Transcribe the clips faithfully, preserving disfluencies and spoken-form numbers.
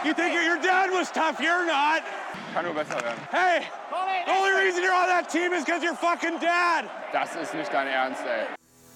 You think your dad was tough, you're not. Kann nur besser werden. Hey, the only reason you're on that team is because you're fucking dad. Das ist nicht dein Ernst, ey.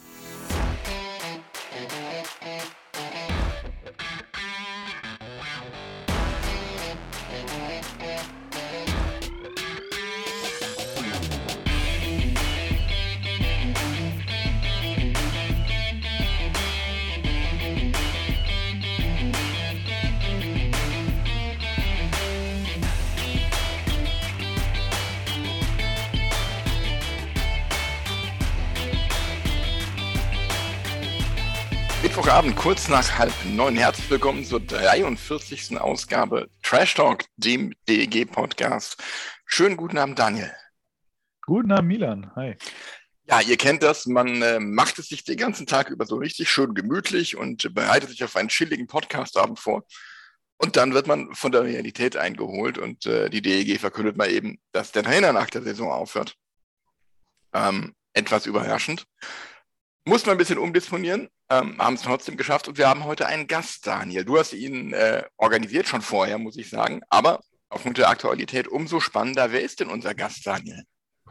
Mittwochabend, kurz nach halb neun. Herzlich willkommen zur dreiundvierzigsten Ausgabe Trash Talk, dem D E G-Podcast. Schönen guten Abend, Daniel. Guten Abend, Milan. Hi. Ja, ihr kennt das, man äh, macht es sich den ganzen Tag über so richtig schön gemütlich und äh, bereitet sich auf einen chilligen Podcastabend vor. Und dann wird man von der Realität eingeholt und äh, die D E G verkündet mal eben, dass der Trainer nach der Saison aufhört. Ähm, etwas überraschend. Muss man ein bisschen umdisponieren, ähm, haben es trotzdem geschafft und wir haben heute einen Gast, Daniel. Du hast ihn äh, organisiert schon vorher, muss ich sagen, aber aufgrund der Aktualität umso spannender. Wer ist denn unser Gast, Daniel?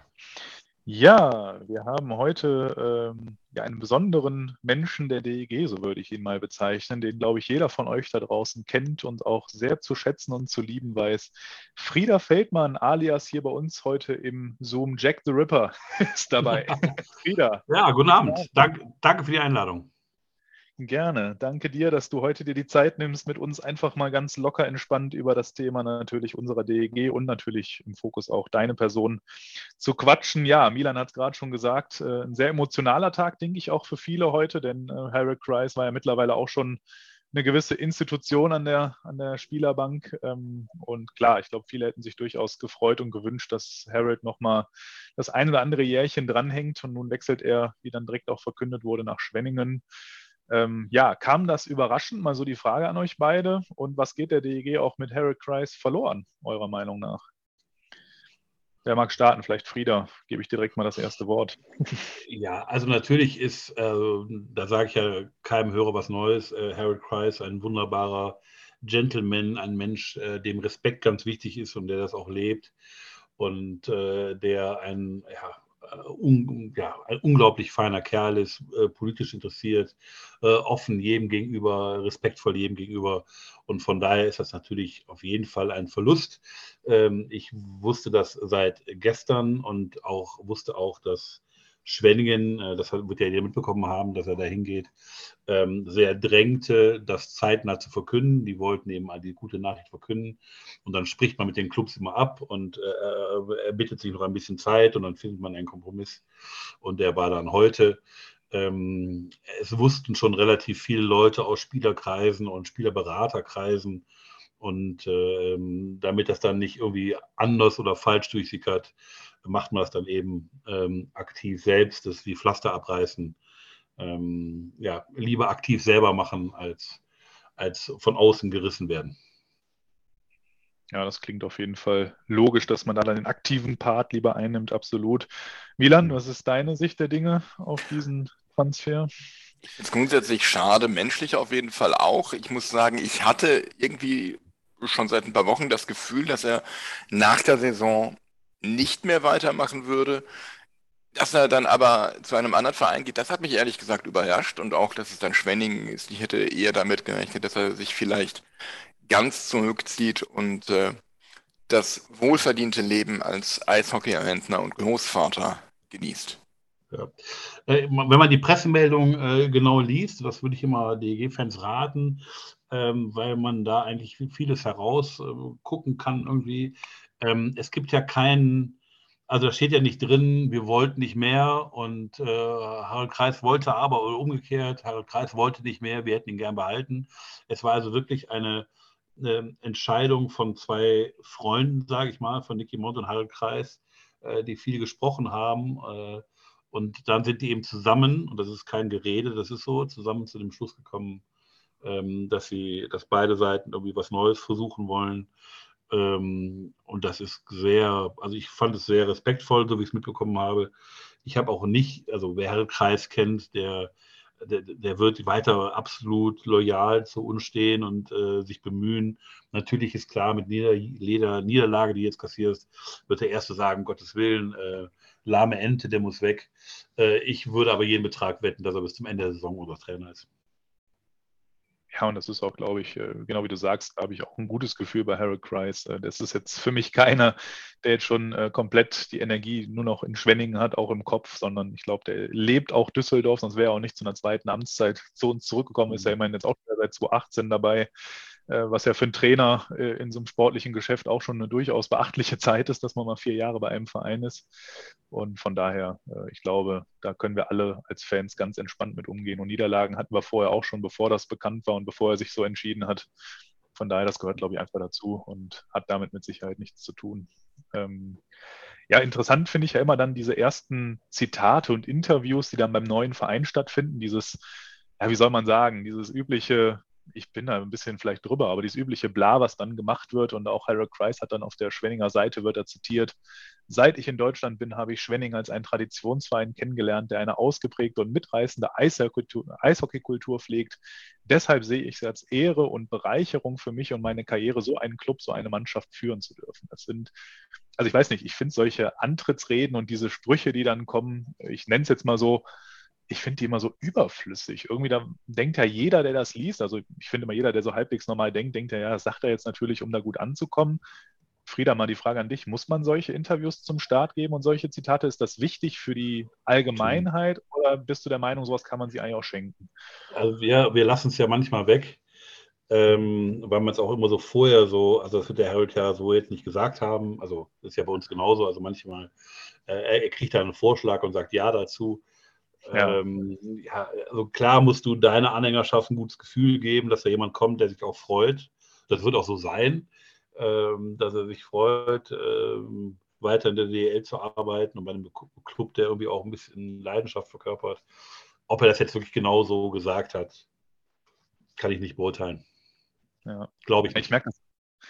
Ja, wir haben heute ähm, ja, einen besonderen Menschen der D E G, so würde ich ihn mal bezeichnen, den, glaube ich, jeder von euch da draußen kennt und auch sehr zu schätzen und zu lieben weiß. Frieda Feldmann, alias hier bei uns heute im Zoom, Jack the Ripper, ist dabei. Frieda. Ja, guten Abend. Dank, danke für die Einladung. Gerne. Danke dir, dass du heute dir die Zeit nimmst, mit uns einfach mal ganz locker entspannt über das Thema natürlich unserer D E G und natürlich im Fokus auch deine Person zu quatschen. Ja, Milan hat es gerade schon gesagt, äh, ein sehr emotionaler Tag, denke ich, auch für viele heute, denn äh, Harold Kreis war ja mittlerweile auch schon eine gewisse Institution an der, an der Spielerbank. Ähm, und klar, ich glaube, viele hätten sich durchaus gefreut und gewünscht, dass Harold nochmal das ein oder andere Jährchen dranhängt. Und nun wechselt er, wie dann direkt auch verkündet wurde, nach Schwenningen. Ähm, ja, kam das überraschend? Mal so die Frage an euch beide. Und was geht der D E G auch mit Harold Kreis verloren, eurer Meinung nach? Wer mag starten? Vielleicht Frieda, gebe ich dir direkt mal das erste Wort. Ja, also natürlich ist, äh, da sage ich ja keinem Hörer was Neues, äh, Harold Kreis ein wunderbarer Gentleman, ein Mensch, äh, dem Respekt ganz wichtig ist und der das auch lebt und äh, der ein, ja, Un, ja, ein unglaublich feiner Kerl ist, äh, politisch interessiert, äh, offen jedem gegenüber, respektvoll jedem gegenüber. Und von daher ist das natürlich auf jeden Fall ein Verlust. Ähm, ich wusste das seit gestern und auch wusste auch, dass Schwenningen, äh, das wird ja jeder mitbekommen haben, dass er da hingeht, ähm, sehr drängte, das zeitnah zu verkünden. Die wollten eben die gute Nachricht verkünden. Und dann spricht man mit den Clubs immer ab und äh, er bittet sich noch ein bisschen Zeit und dann findet man einen Kompromiss. Und der war dann heute. Ähm, es wussten schon relativ viele Leute aus Spielerkreisen und Spielerberaterkreisen. Und ähm, damit das dann nicht irgendwie anders oder falsch durchsickert, macht man das dann eben ähm, aktiv selbst, das wie Pflaster abreißen. Ähm, ja, lieber aktiv selber machen, als, als von außen gerissen werden. Ja, das klingt auf jeden Fall logisch, dass man da dann den aktiven Part lieber einnimmt, absolut. Milan, was ist deine Sicht der Dinge auf diesen Transfer? Jetzt grundsätzlich schade, menschlich auf jeden Fall auch. Ich muss sagen, ich hatte irgendwie schon seit ein paar Wochen das Gefühl, dass er nach der Saison nicht mehr weitermachen würde. Dass er dann aber zu einem anderen Verein geht, das hat mich ehrlich gesagt überrascht. Und auch, dass es dann Schwenningen ist. Ich hätte eher damit gerechnet, dass er sich vielleicht ganz zurückzieht und äh, das wohlverdiente Leben als Eishockey-Rentner und Großvater genießt. Ja. Äh, wenn man die Pressemeldung äh, genau liest, das würde ich immer D E G-Fans raten, ähm, weil man da eigentlich vieles herausgucken äh, kann irgendwie. Ähm, es gibt ja keinen, also da steht ja nicht drin, wir wollten nicht mehr und äh, Harold Kreis wollte aber, oder umgekehrt, Harold Kreis wollte nicht mehr, wir hätten ihn gern behalten. Es war also wirklich eine äh, Entscheidung von zwei Freunden, sage ich mal, von Nicky Mond und Harold Kreis, äh, die viel gesprochen haben. Äh, und dann sind die eben zusammen, und das ist kein Gerede, das ist so, zusammen zu dem Schluss gekommen, ähm, dass sie, dass beide Seiten irgendwie was Neues versuchen wollen. Ähm, und das ist sehr, also ich fand es sehr respektvoll, so wie ich es mitbekommen habe. Ich habe auch nicht, also wer Harold Kreis kennt, der der, der wird weiter absolut loyal zu uns stehen und äh, sich bemühen. Natürlich ist klar, mit jeder, jeder Niederlage, die jetzt kassierst, wird der Erste sagen, um Gottes Willen, äh, lahme Ente, der muss weg. Äh, ich würde aber jeden Betrag wetten, dass er bis zum Ende der Saison unser Trainer ist. Ja, und das ist auch, glaube ich, genau wie du sagst, habe ich auch ein gutes Gefühl bei Harold Kreis. Das ist jetzt für mich keiner, der jetzt schon komplett die Energie nur noch in Schwenningen hat, auch im Kopf, sondern ich glaube, der lebt auch Düsseldorf, sonst wäre er auch nicht zu einer zweiten Amtszeit zu uns zurückgekommen. Ist ja immerhin jetzt auch seit zwanzig achtzehn dabei, was ja für einen Trainer in so einem sportlichen Geschäft auch schon eine durchaus beachtliche Zeit ist, dass man mal vier Jahre bei einem Verein ist. Und von daher, ich glaube, da können wir alle als Fans ganz entspannt mit umgehen. Und Niederlagen hatten wir vorher auch schon, bevor das bekannt war und bevor er sich so entschieden hat. Von daher, das gehört, glaube ich, einfach dazu und hat damit mit Sicherheit nichts zu tun. Ähm, ja, interessant finde ich ja immer dann diese ersten Zitate und Interviews, die dann beim neuen Verein stattfinden. Dieses, ja, wie soll man sagen, dieses übliche, ich bin da ein bisschen vielleicht drüber, aber dieses übliche Bla, was dann gemacht wird, und auch Harold Kreis hat dann auf der Schwenninger Seite, wird er zitiert: Seit ich in Deutschland bin, habe ich Schwenning als einen Traditionsverein kennengelernt, der eine ausgeprägte und mitreißende Eishockeykultur, Eishockeykultur pflegt. Deshalb sehe ich es als Ehre und Bereicherung für mich und meine Karriere, so einen Club, so eine Mannschaft führen zu dürfen. Das sind, also ich weiß nicht, ich finde solche Antrittsreden und diese Sprüche, die dann kommen, ich nenne es jetzt mal so, ich finde die immer so überflüssig. Irgendwie da denkt ja jeder, der das liest, also ich finde immer jeder, der so halbwegs normal denkt, denkt ja, ja, das sagt er jetzt natürlich, um da gut anzukommen. Frieda, mal die Frage an dich, muss man solche Interviews zum Start geben und solche Zitate? Ist das wichtig für die Allgemeinheit oder bist du der Meinung, sowas kann man sich eigentlich auch schenken? Also wir, wir lassen es ja manchmal weg, ähm, weil man es auch immer so vorher so, also das wird der Harold ja so jetzt nicht gesagt haben, also das ist ja bei uns genauso, also manchmal, äh, er kriegt da einen Vorschlag und sagt Ja dazu. Ja. Ähm, ja, also klar musst du deiner Anhängerschaft ein gutes Gefühl geben, dass da jemand kommt, der sich auch freut. Das wird auch so sein, ähm, dass er sich freut, ähm, weiter in der D E L zu arbeiten und bei einem Club, der irgendwie auch ein bisschen Leidenschaft verkörpert. Ob er das jetzt wirklich genau so gesagt hat, kann ich nicht beurteilen. Ja. Glaube ich nicht. Ich merke das.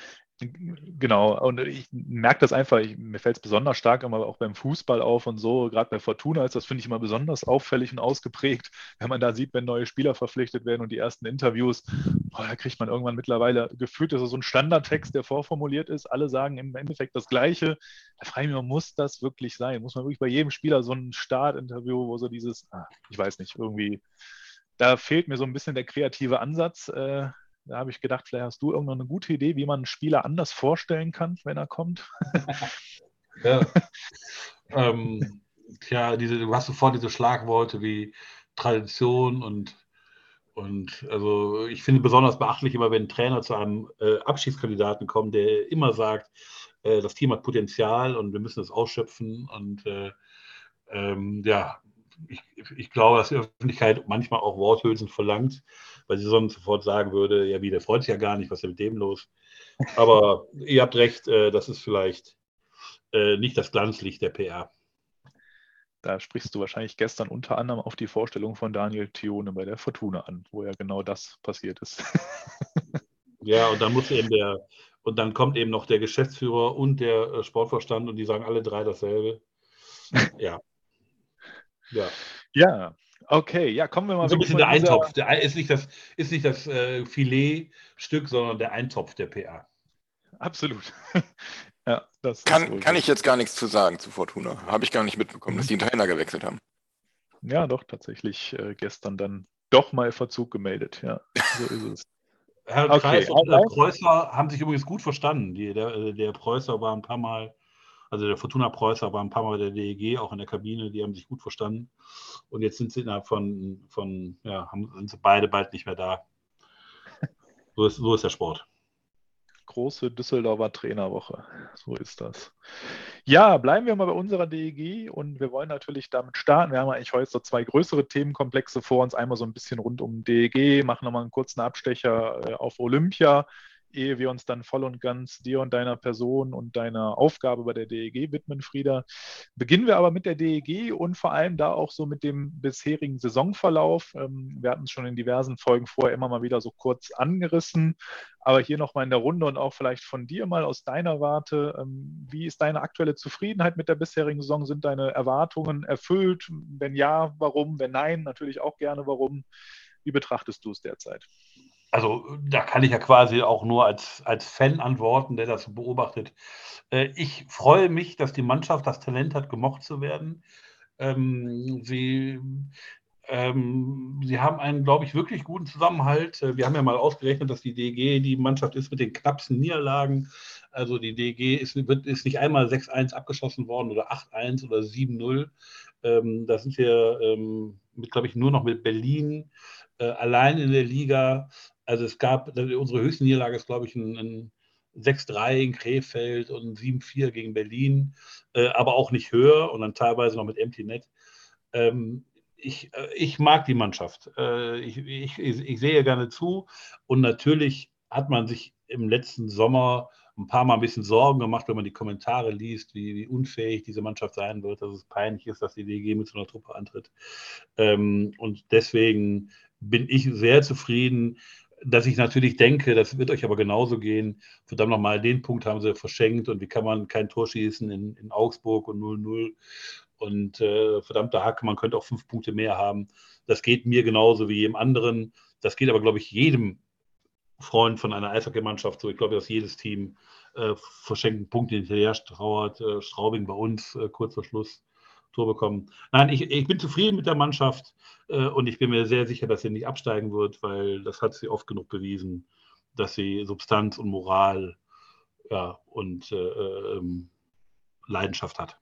Genau, und ich merke das einfach, ich, mir fällt es besonders stark immer auch beim Fußball auf und so, gerade bei Fortuna ist das, finde ich, immer besonders auffällig und ausgeprägt, wenn man da sieht, wenn neue Spieler verpflichtet werden und die ersten Interviews, boah, da kriegt man irgendwann mittlerweile gefühlt, dass so ein Standardtext, der vorformuliert ist, alle sagen im Endeffekt das Gleiche. Da frage ich mich, muss das wirklich sein? Muss man wirklich bei jedem Spieler so ein Startinterview, wo so dieses, ah, ich weiß nicht, irgendwie, da fehlt mir so ein bisschen der kreative Ansatz. äh, Da habe ich gedacht, vielleicht hast du irgendeine gute Idee, wie man einen Spieler anders vorstellen kann, wenn er kommt. Ja. ähm, tja, diese, du hast sofort diese Schlagworte wie Tradition und, und also ich finde besonders beachtlich immer, wenn ein Trainer zu einem äh, Abschiedskandidaten kommt, der immer sagt, äh, das Team hat Potenzial und wir müssen es ausschöpfen. Und äh, ähm, ja, ich, ich glaube, dass die Öffentlichkeit manchmal auch Worthülsen verlangt, weil sie sonst sofort sagen würde, ja wie, der freut sich ja gar nicht, was ist denn mit dem los? Aber ihr habt recht, äh, das ist vielleicht äh, nicht das Glanzlicht der P R. Da sprichst du wahrscheinlich gestern unter anderem auf die Vorstellung von Daniel Thione bei der Fortuna an, wo ja genau das passiert ist. Ja, und dann muss eben der, und dann kommt eben noch der Geschäftsführer und der äh, Sportvorstand und die sagen alle drei dasselbe. Ja. Ja. Ja, okay. Ja, kommen wir mal so ein bisschen der Eintopf. Der ist nicht das, ist nicht das äh, Filetstück, sondern der Eintopf der P R. Absolut. Ja, das kann ist kann ich jetzt gar nichts zu sagen zu Fortuna. Habe ich gar nicht mitbekommen, dass die einen Trainer gewechselt haben. Ja, doch, tatsächlich äh, gestern dann doch mal Verzug gemeldet. Ja, so ist es. Herr Okay, Kreis und äh, Preußer haben sich übrigens gut verstanden. Die, der, der Preußer war ein paar Mal, also der Fortuna Preußer war ein paar Mal der D E G, auch in der Kabine, die haben sich gut verstanden. Und jetzt sind sie innerhalb von, von ja, haben, sind sie beide bald nicht mehr da. So ist, so ist der Sport. Große Düsseldorfer Trainerwoche. So ist das. Ja, bleiben wir mal bei unserer D E G und wir wollen natürlich damit starten. Wir haben eigentlich heute so zwei größere Themenkomplexe vor uns. Einmal so ein bisschen rund um D E G, machen nochmal einen kurzen Abstecher auf Olympia. ehe wir uns dann voll und ganz dir und deiner Person und deiner Aufgabe bei der D E G widmen, Frieda. Beginnen wir aber mit der D E G und vor allem da auch so mit dem bisherigen Saisonverlauf. Wir hatten es schon in diversen Folgen vorher immer mal wieder so kurz angerissen, aber hier nochmal in der Runde und auch vielleicht von dir mal aus deiner Warte. Wie ist deine aktuelle Zufriedenheit mit der bisherigen Saison? Sind deine Erwartungen erfüllt? Wenn ja, warum? Wenn nein, natürlich auch gerne warum. Wie betrachtest du es derzeit? Also da kann ich ja quasi auch nur als, als Fan antworten, der das beobachtet. Äh, ich freue mich, dass die Mannschaft das Talent hat, gemocht zu werden. Ähm, sie, ähm, sie haben einen, glaube ich, wirklich guten Zusammenhalt. Wir haben ja mal ausgerechnet, dass die D E G die Mannschaft ist mit den knappsten Niederlagen. Also die D E G ist, wird, ist nicht einmal sechs eins abgeschossen worden oder acht eins oder sieben null. Ähm, da sind wir, ähm, mit, glaube ich, nur noch mit Berlin äh, allein in der Liga. Also es gab, unsere höchste Niederlage ist, glaube ich, ein, ein sechs drei in Krefeld und ein sieben vier gegen Berlin, äh, aber auch nicht höher und dann teilweise noch mit Empty Net. Ähm, ich, äh, ich mag die Mannschaft. Äh, ich, ich, ich sehe gerne zu und natürlich hat man sich im letzten Sommer ein paar Mal ein bisschen Sorgen gemacht, wenn man die Kommentare liest, wie, wie unfähig diese Mannschaft sein wird, dass es peinlich ist, dass die D E G mit so einer Truppe antritt. Ähm, und deswegen bin ich sehr zufrieden, dass ich natürlich denke, das wird euch aber genauso gehen. Verdammt nochmal, den Punkt haben sie verschenkt und wie kann man kein Tor schießen in, in Augsburg und null null und äh, verdammter Hack, man könnte auch fünf Punkte mehr haben. Das geht mir genauso wie jedem anderen. Das geht aber, glaube ich, jedem Freund von einer Eishockey-Mannschaft so. Ich glaube, dass jedes Team äh, verschenkten Punkte hinterher trauert. Äh, Straubing bei uns äh, kurz vor Schluss Tor bekommen. Nein, ich, ich bin zufrieden mit der Mannschaft äh, und ich bin mir sehr sicher, dass sie nicht absteigen wird, weil das hat sie oft genug bewiesen, dass sie Substanz und Moral ja, und äh, ähm, Leidenschaft hat.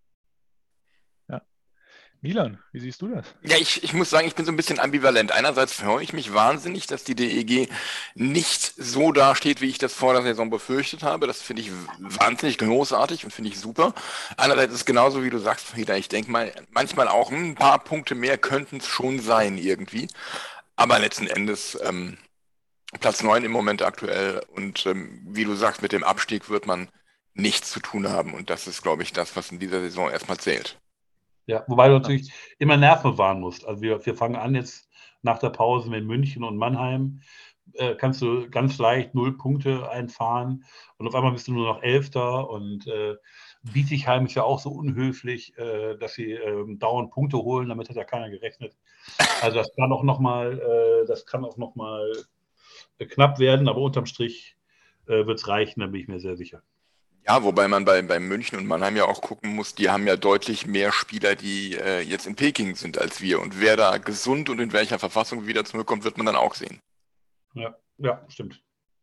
Ja. Milan, wie siehst du das? Ja, ich, ich muss sagen, ich bin so ein bisschen ambivalent. Einerseits freue ich mich wahnsinnig, dass die D E G nicht so dasteht, wie ich das vor der Saison befürchtet habe. Das finde ich wahnsinnig großartig und finde ich super. Andererseits ist es genauso, wie du sagst, Frieda, ich denke mal, manchmal auch ein paar Punkte mehr könnten es schon sein irgendwie. Aber letzten Endes ähm, Platz neun im Moment aktuell und ähm, wie du sagst, mit dem Abstieg wird man nichts zu tun haben. Und das ist, glaube ich, das, was in dieser Saison erstmal zählt. Ja, wobei du natürlich immer Nerven bewahren musst. Also wir, wir fangen an jetzt nach der Pause mit München und Mannheim. Äh, kannst du ganz leicht null Punkte einfahren und auf einmal bist du nur noch Elfter und äh, Bietigheim ist ja auch so unhöflich, äh, dass sie äh, dauernd Punkte holen, damit hat ja keiner gerechnet. Also das kann auch nochmal, äh, das kann auch noch mal knapp werden, aber unterm Strich äh, wird es reichen, da bin ich mir sehr sicher. Ja, wobei man bei, bei München und Mannheim ja auch gucken muss, die haben ja deutlich mehr Spieler, die äh, jetzt in Peking sind als wir. Und wer da gesund und in welcher Verfassung wieder zurückkommt, wird man dann auch sehen. Ja, ja, stimmt.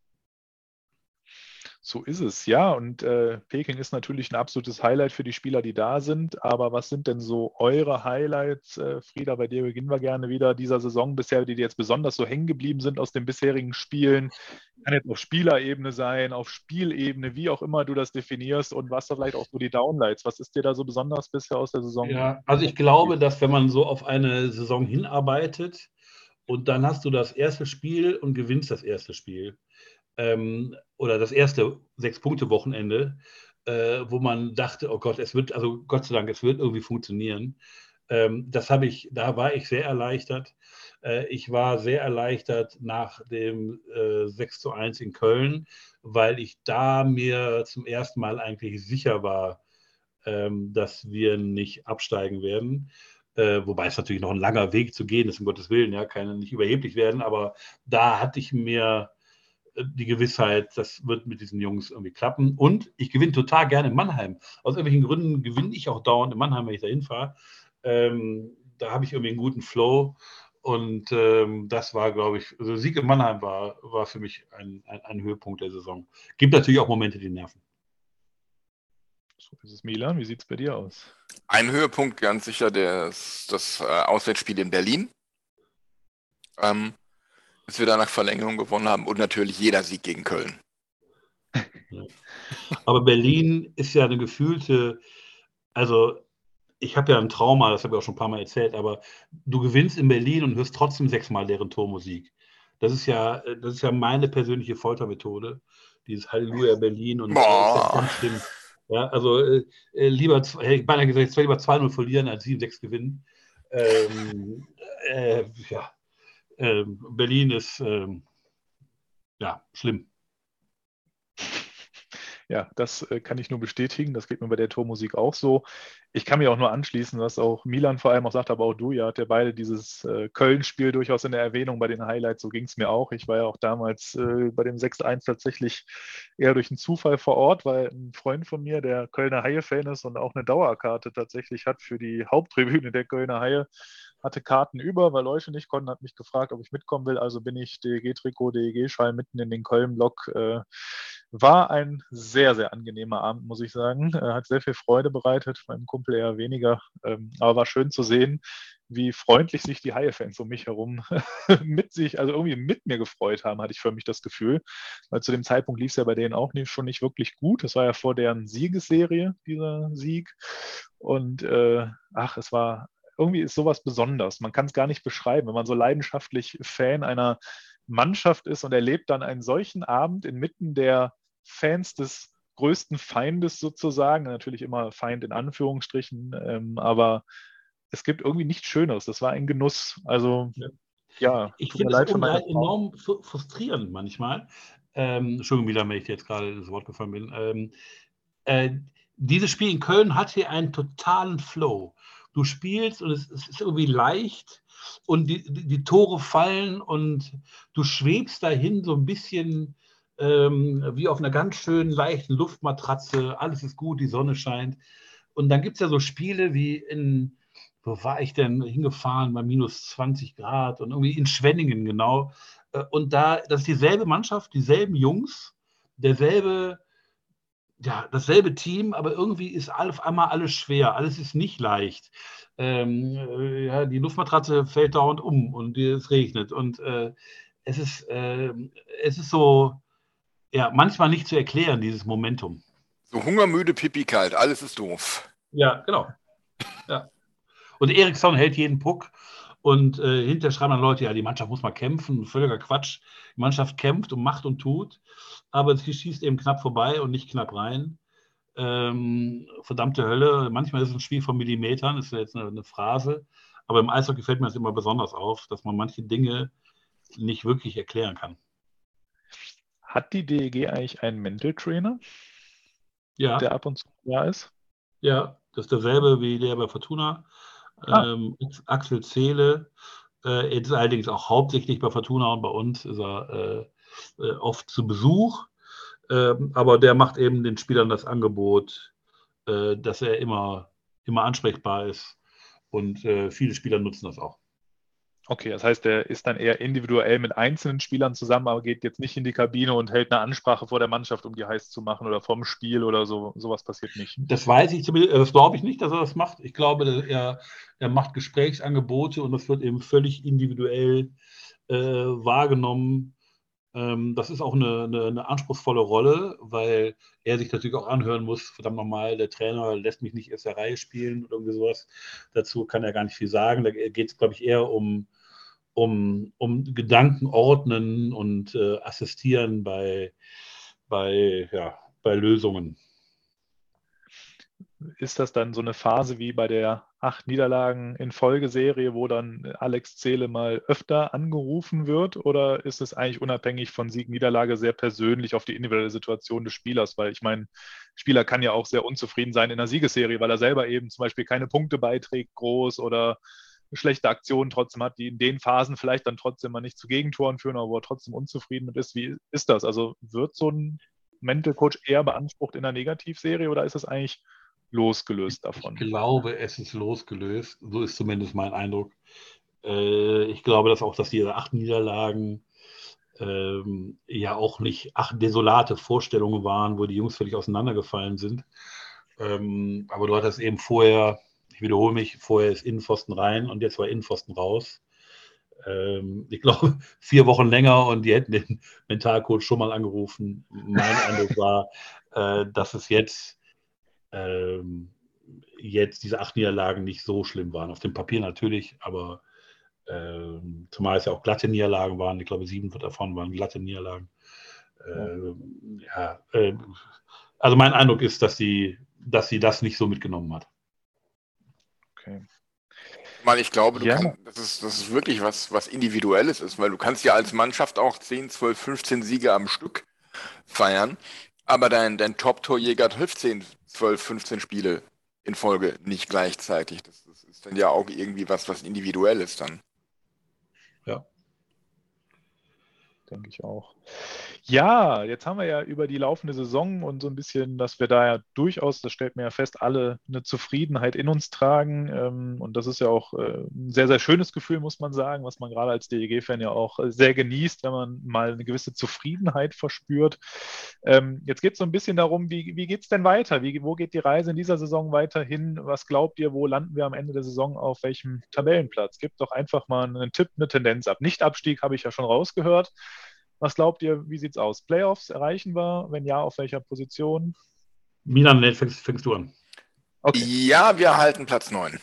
So ist es, ja. Und äh, Peking ist natürlich ein absolutes Highlight für die Spieler, die da sind. Aber was sind denn so eure Highlights, äh, Frieda? Bei dir beginnen wir gerne wieder dieser Saison bisher, die dir jetzt besonders so hängen geblieben sind aus den bisherigen Spielen. Kann jetzt auf Spielerebene sein, auf Spielebene, wie auch immer du das definierst. Und was da vielleicht auch so die Downlights? Was ist dir da so besonders bisher aus der Saison? Ja, also ich glaube, dass wenn man so auf eine Saison hinarbeitet und dann hast du das erste Spiel und gewinnst das erste Spiel, Ähm, oder das erste Sechs-Punkte-Wochenende, äh, wo man dachte, oh Gott, es wird, also Gott sei Dank, es wird irgendwie funktionieren. Ähm, das habe ich, da war ich sehr erleichtert. Äh, ich war sehr erleichtert nach dem äh, sechs zu eins in Köln, weil ich da mir zum ersten Mal eigentlich sicher war, ähm, dass wir nicht absteigen werden. Äh, wobei es natürlich noch ein langer Weg zu gehen ist, um Gottes Willen, ja, kann nicht überheblich werden, aber da hatte ich mir die Gewissheit, das wird mit diesen Jungs irgendwie klappen. Und ich gewinne total gerne in Mannheim. Aus irgendwelchen Gründen gewinne ich auch dauernd in Mannheim, wenn ich da hinfahre. Ähm, da habe ich irgendwie einen guten Flow. Und ähm, das war, glaube ich, also Sieg in Mannheim war, war für mich ein, ein, ein Höhepunkt der Saison. Gibt natürlich auch Momente, die nerven. So ist es, Milan. Wie sieht es bei dir aus? Ein Höhepunkt ganz sicher das, das äh, Auswärtsspiel in Berlin. Ähm, dass wir da nach Verlängerung gewonnen haben und natürlich jeder Sieg gegen Köln. Ja. Aber Berlin ist ja eine gefühlte, also ich habe ja ein Trauma, das habe ich auch schon ein paar Mal erzählt, aber du gewinnst in Berlin und hörst trotzdem sechsmal deren Tormusik. Das ist ja, das ist ja meine persönliche Foltermethode, dieses Halleluja Berlin und Boah. äh, ganz schlimm. Ja, also äh, lieber, hätte ich beinahe gesagt, zwar lieber zwei null verlieren als sieben sechs gewinnen. Ähm, äh, ja, ähm, Berlin ist ähm, ja schlimm. Ja, das äh, kann ich nur bestätigen. Das geht mir bei der Tormusik auch so. Ich kann mich auch nur anschließen, was auch Milan vor allem auch sagt, aber auch du, ihr habt ja beide dieses äh, Köln-Spiel durchaus in der Erwähnung bei den Highlights. So ging es mir auch. Ich war ja auch damals äh, bei dem sechs eins tatsächlich eher durch einen Zufall vor Ort, weil ein Freund von mir, der Kölner Haie-Fan ist und auch eine Dauerkarte tatsächlich hat für die Haupttribüne der Kölner Haie, hatte Karten über, weil Leute nicht konnten, hat mich gefragt, ob ich mitkommen will. Also bin ich D E G-Trikot, D E G-Schal mitten in den Köln-Block. Äh, war ein sehr, sehr angenehmer Abend, muss ich sagen. Äh, hat sehr viel Freude bereitet, meinem Kumpel eher weniger. Ähm, aber war schön zu sehen, wie freundlich sich die Haie-Fans um mich herum mit sich, also irgendwie mit mir gefreut haben, hatte ich für mich das Gefühl. Weil zu dem Zeitpunkt lief es ja bei denen auch nicht, schon nicht wirklich gut. Das war ja vor deren Siegesserie, dieser Sieg. Und äh, ach, es war irgendwie ist sowas besonders. Man kann es gar nicht beschreiben, wenn man so leidenschaftlich Fan einer Mannschaft ist und erlebt dann einen solchen Abend inmitten der Fans des größten Feindes sozusagen, natürlich immer Feind in Anführungsstrichen, ähm, aber es gibt irgendwie nichts Schöneres. Das war ein Genuss. Also Ja. ja, Ich tut mir finde es leid für meine ungeil Frau. enorm fu- frustrierend manchmal. Ähm, Entschuldigung, wieder, wenn ich dir jetzt gerade das Wort gefallen bin. Ähm, äh, dieses Spiel in Köln hat hier einen totalen Flow. Du spielst und es, es ist irgendwie leicht und die, die, die Tore fallen und du schwebst dahin so ein bisschen ähm, wie auf einer ganz schönen leichten Luftmatratze. Alles ist gut, die Sonne scheint. Und dann gibt es ja so Spiele wie in, wo war ich denn hingefahren, bei minus zwanzig Grad und irgendwie in Schwenningen genau. Äh, Und da, das ist dieselbe Mannschaft, dieselben Jungs, derselbe, ja, dasselbe Team, aber irgendwie ist auf einmal alles schwer, alles ist nicht leicht. Ähm, äh, ja, die Luftmatratze fällt dauernd um und es regnet und äh, es ist, äh, es ist so, ja, manchmal nicht zu erklären, dieses Momentum. So hungermüde, pipi kalt, alles ist doof. Ja, genau. Ja. Und Eriksson hält jeden Puck und äh, hinterher schreiben dann Leute, ja, die Mannschaft muss mal kämpfen, völliger Quatsch. Die Mannschaft kämpft und macht und tut, aber sie schießt eben knapp vorbei und nicht knapp rein. Ähm, verdammte Hölle, manchmal ist es ein Spiel von Millimetern, ist ja jetzt eine, eine Phrase, aber im Eishockey fällt mir das immer besonders auf, dass man manche Dinge nicht wirklich erklären kann. Hat die D E G eigentlich einen Mental Trainer, Ja, der ab und zu da ist? ja, das ist derselbe wie der bei Fortuna. Ah, Ähm, Axel Zehle, äh, jetzt allerdings auch hauptsächlich bei Fortuna und bei uns ist er äh, äh, oft zu Besuch, ähm, aber der macht eben den Spielern das Angebot, äh, dass er immer, immer ansprechbar ist und äh, viele Spieler nutzen das auch. okay, das heißt, der ist dann eher individuell mit einzelnen Spielern zusammen, aber geht jetzt nicht in die Kabine und hält eine Ansprache vor der Mannschaft, um die heiß zu machen oder vom Spiel oder so. Sowas passiert nicht. Das weiß ich zumindest, das glaube ich nicht, dass er das macht. Ich glaube, dass er, er macht Gesprächsangebote und das wird eben völlig individuell äh, wahrgenommen. Ähm, das ist auch eine, eine, eine anspruchsvolle Rolle, weil er sich natürlich auch anhören muss, verdammt nochmal, der Trainer lässt mich nicht erste Reihe spielen oder irgendwie sowas. Dazu kann er gar nicht viel sagen. Da geht es, glaube ich, eher um, um, um Gedanken ordnen und äh, assistieren bei, bei, ja, bei Lösungen. Ist das dann so eine Phase wie bei der acht Niederlagen in Folgeserie, wo dann Alex Zehle mal öfter angerufen wird? Oder ist es eigentlich unabhängig von Sieg, Niederlage sehr persönlich auf die individuelle Situation des Spielers? Weil ich meine, Spieler kann ja auch sehr unzufrieden sein in einer Siegesserie, weil er selber eben zum Beispiel keine Punkte beiträgt, groß oder schlechte Aktionen trotzdem hat, die in den Phasen vielleicht dann trotzdem mal nicht zu Gegentoren führen, aber wo er trotzdem unzufrieden mit ist. Wie ist das? Also wird so ein Mental Coach eher beansprucht in einer Negativserie oder ist es eigentlich losgelöst davon? Ich glaube, es ist losgelöst. So ist zumindest mein Eindruck. Äh, ich glaube, dass auch, dass diese acht Niederlagen ähm, ja auch nicht acht desolate Vorstellungen waren, wo die Jungs völlig auseinandergefallen sind. Ähm, aber du hattest eben vorher, ich wiederhole mich, vorher ist Innenpfosten rein und jetzt war Innenpfosten raus. Ähm, ich glaube, vier Wochen länger und die hätten den Mentalcoach schon mal angerufen. Mein Eindruck war, äh, dass es jetzt ähm, jetzt diese acht Niederlagen nicht so schlimm waren. Auf dem Papier natürlich, aber Ähm, zumal es ja auch glatte Niederlagen waren. Ich glaube, sieben davon waren glatte Niederlagen. Ähm, ja, äh, also mein Eindruck ist, dass sie, dass sie das nicht so mitgenommen hat. Okay. Mal, ich glaube, du Ja. kannst, das ist, das ist wirklich was, was Individuelles ist, weil du kannst ja als Mannschaft auch zehn, zwölf, fünfzehn Siege am Stück feiern, aber dein, dein Top-Torjäger trifft zehn, zwölf, fünfzehn Spiele in Folge nicht gleichzeitig. Das, das ist dann ja auch irgendwie was, was Individuelles dann. Ja. Denke ich auch. Ja, jetzt haben wir ja über die laufende Saison und so ein bisschen, dass wir da ja durchaus, das stellt man ja fest, alle eine Zufriedenheit in uns tragen. Ähm, und das ist ja auch äh, ein sehr, sehr schönes Gefühl, muss man sagen, was man gerade als D E G-Fan ja auch äh, sehr genießt, wenn man mal eine gewisse Zufriedenheit verspürt. Ähm, jetzt geht es so ein bisschen darum, wie, wie geht es denn weiter? Wie, wo geht die Reise in dieser Saison weiter hin? Was glaubt ihr, wo landen wir am Ende der Saison auf welchem Tabellenplatz? Gebt doch einfach mal einen Tipp, eine Tendenz ab. Nicht-Abstieg habe ich ja schon rausgehört. Was glaubt ihr, wie sieht es aus? Playoffs erreichen wir? Wenn ja, auf welcher Position? Milan, fängst, fängst du an. Okay. Ja, wir halten Platz neun.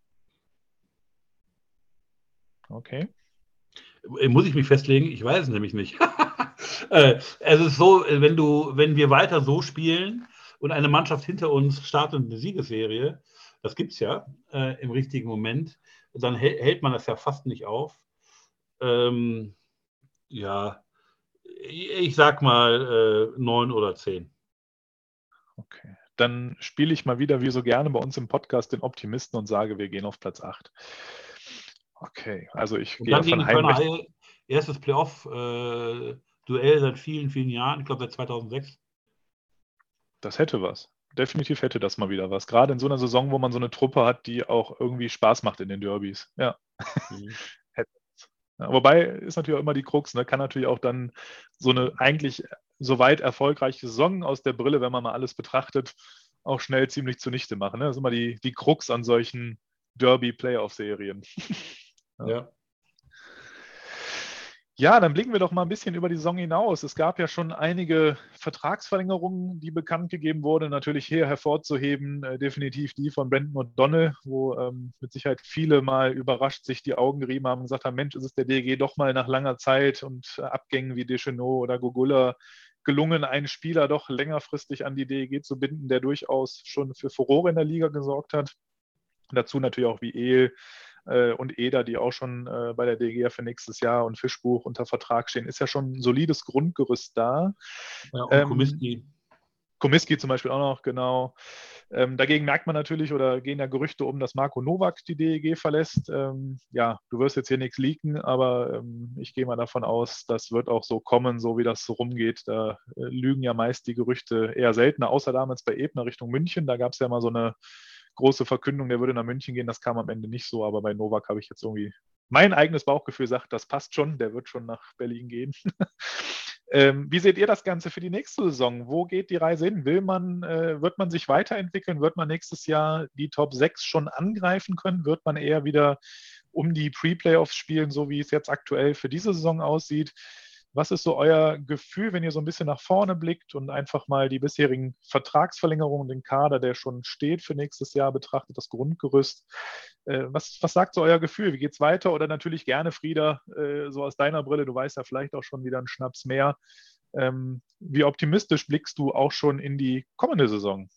Okay. Muss ich mich festlegen? Ich weiß es nämlich nicht. äh, es ist so, wenn du, wenn wir weiter so spielen und eine Mannschaft hinter uns startet eine Siegesserie, das gibt es ja äh, im richtigen Moment, dann hält, hält man das ja fast nicht auf. Ähm, ja, ich sag mal äh, neun oder zehn. Okay. Dann spiele ich mal wieder, wie so gerne bei uns im Podcast, den Optimisten und sage, wir gehen auf Platz acht. Okay, also ich Und gehe dann von gegen die Kölner Heimrecht. Haie, erstes Playoff-Duell seit vielen, vielen Jahren, ich glaube seit zweitausendsechs. Das hätte was. Definitiv hätte das mal wieder was. Gerade in so einer Saison, wo man so eine Truppe hat, die auch irgendwie Spaß macht in den Derbys. Ja. Mhm. Hätte was. Ja, wobei ist natürlich auch immer die Krux, ne? Kann natürlich auch dann so eine eigentlich soweit erfolgreiche Saison aus der Brille, wenn man mal alles betrachtet, auch schnell ziemlich zunichte machen. Ne? Das ist immer die, die Krux an solchen Derby-Playoff-Serien. Ja. Ja. Ja, dann blicken wir doch mal ein bisschen über die Saison hinaus. Es gab ja schon einige Vertragsverlängerungen, die bekannt gegeben wurden. Natürlich hier hervorzuheben, äh, definitiv die von Brendan O'Donnell, wo ähm, mit Sicherheit viele mal überrascht sich die Augen gerieben haben und gesagt haben, Mensch, ist es der D E G doch mal nach langer Zeit und äh, Abgängen wie Deschenaux oder Gogula gelungen, einen Spieler doch längerfristig an die D E G zu binden, der durchaus schon für Furore in der Liga gesorgt hat. Und dazu natürlich auch wie El und Eder, die auch schon äh, bei der D G für nächstes Jahr und Fischbuch unter Vertrag stehen, ist ja schon ein solides Grundgerüst da. Ja, und ähm, Komiski. Komiski zum Beispiel auch noch, genau. Ähm, dagegen merkt man natürlich oder gehen ja Gerüchte um, dass Marco Nowak die D E G verlässt. Ähm, ja, du wirst jetzt hier nichts leaken, aber ähm, ich gehe mal davon aus, das wird auch so kommen, so wie das so rumgeht. Da äh, lügen ja meist die Gerüchte eher seltener, außer damals bei Ebner Richtung München. Da gab es ja mal so eine große Verkündung, der würde nach München gehen. Das kam am Ende nicht so, aber bei Nowak habe ich jetzt irgendwie mein eigenes Bauchgefühl sagt, das passt schon, der wird schon nach Berlin gehen. ähm, wie seht ihr das Ganze für die nächste Saison? Wo geht die Reise hin? Will man, äh, wird man sich weiterentwickeln? Wird man nächstes Jahr die Top sechs schon angreifen können? Wird man eher wieder um die Pre-Playoffs spielen, so wie es jetzt aktuell für diese Saison aussieht? Was ist so euer Gefühl, wenn ihr so ein bisschen nach vorne blickt und einfach mal die bisherigen Vertragsverlängerungen, den Kader, der schon steht für nächstes Jahr, betrachtet, das Grundgerüst? Äh, was, was sagt so euer Gefühl? Wie geht es weiter? Oder natürlich gerne, Frieda, äh, so aus deiner Brille, du weißt ja vielleicht auch schon wieder einen Schnaps mehr. Ähm, wie optimistisch blickst du auch schon in die kommende Saison?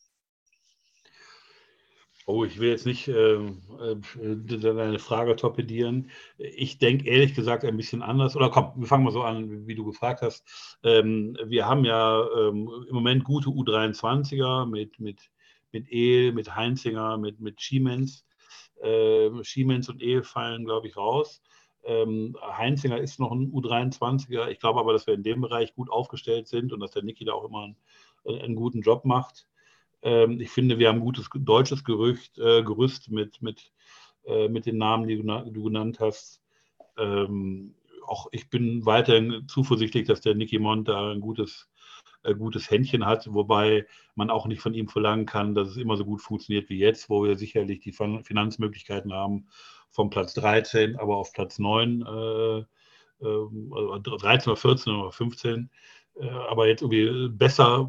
Oh, ich will jetzt nicht äh, äh, deine Frage torpedieren. Ich denke ehrlich gesagt ein bisschen anders. Oder komm, wir fangen mal so an, wie du gefragt hast. Ähm, wir haben ja ähm, im Moment gute U dreiundzwanziger mit, mit, mit El, mit Heinzinger, mit, mit Schiemens. Äh, Schiemens und El fallen, glaube ich, raus. Ähm, Heinzinger ist noch ein U dreiundzwanziger. Ich glaube aber, dass wir in dem Bereich gut aufgestellt sind und dass der Niki da auch immer einen, einen guten Job macht. Ich finde, wir haben ein gutes deutsches Gerücht, äh, Gerüst mit, mit, äh, mit den Namen, die du, du genannt hast. Ähm, auch ich bin weiterhin zuversichtlich, dass der Niki Mont da ein gutes, äh, gutes Händchen hat, wobei man auch nicht von ihm verlangen kann, dass es immer so gut funktioniert wie jetzt, wo wir sicherlich die Finanzmöglichkeiten haben, vom Platz dreizehn, aber auf Platz neun, äh, äh, also dreizehn oder vierzehn oder fünfzehn. Aber jetzt irgendwie besser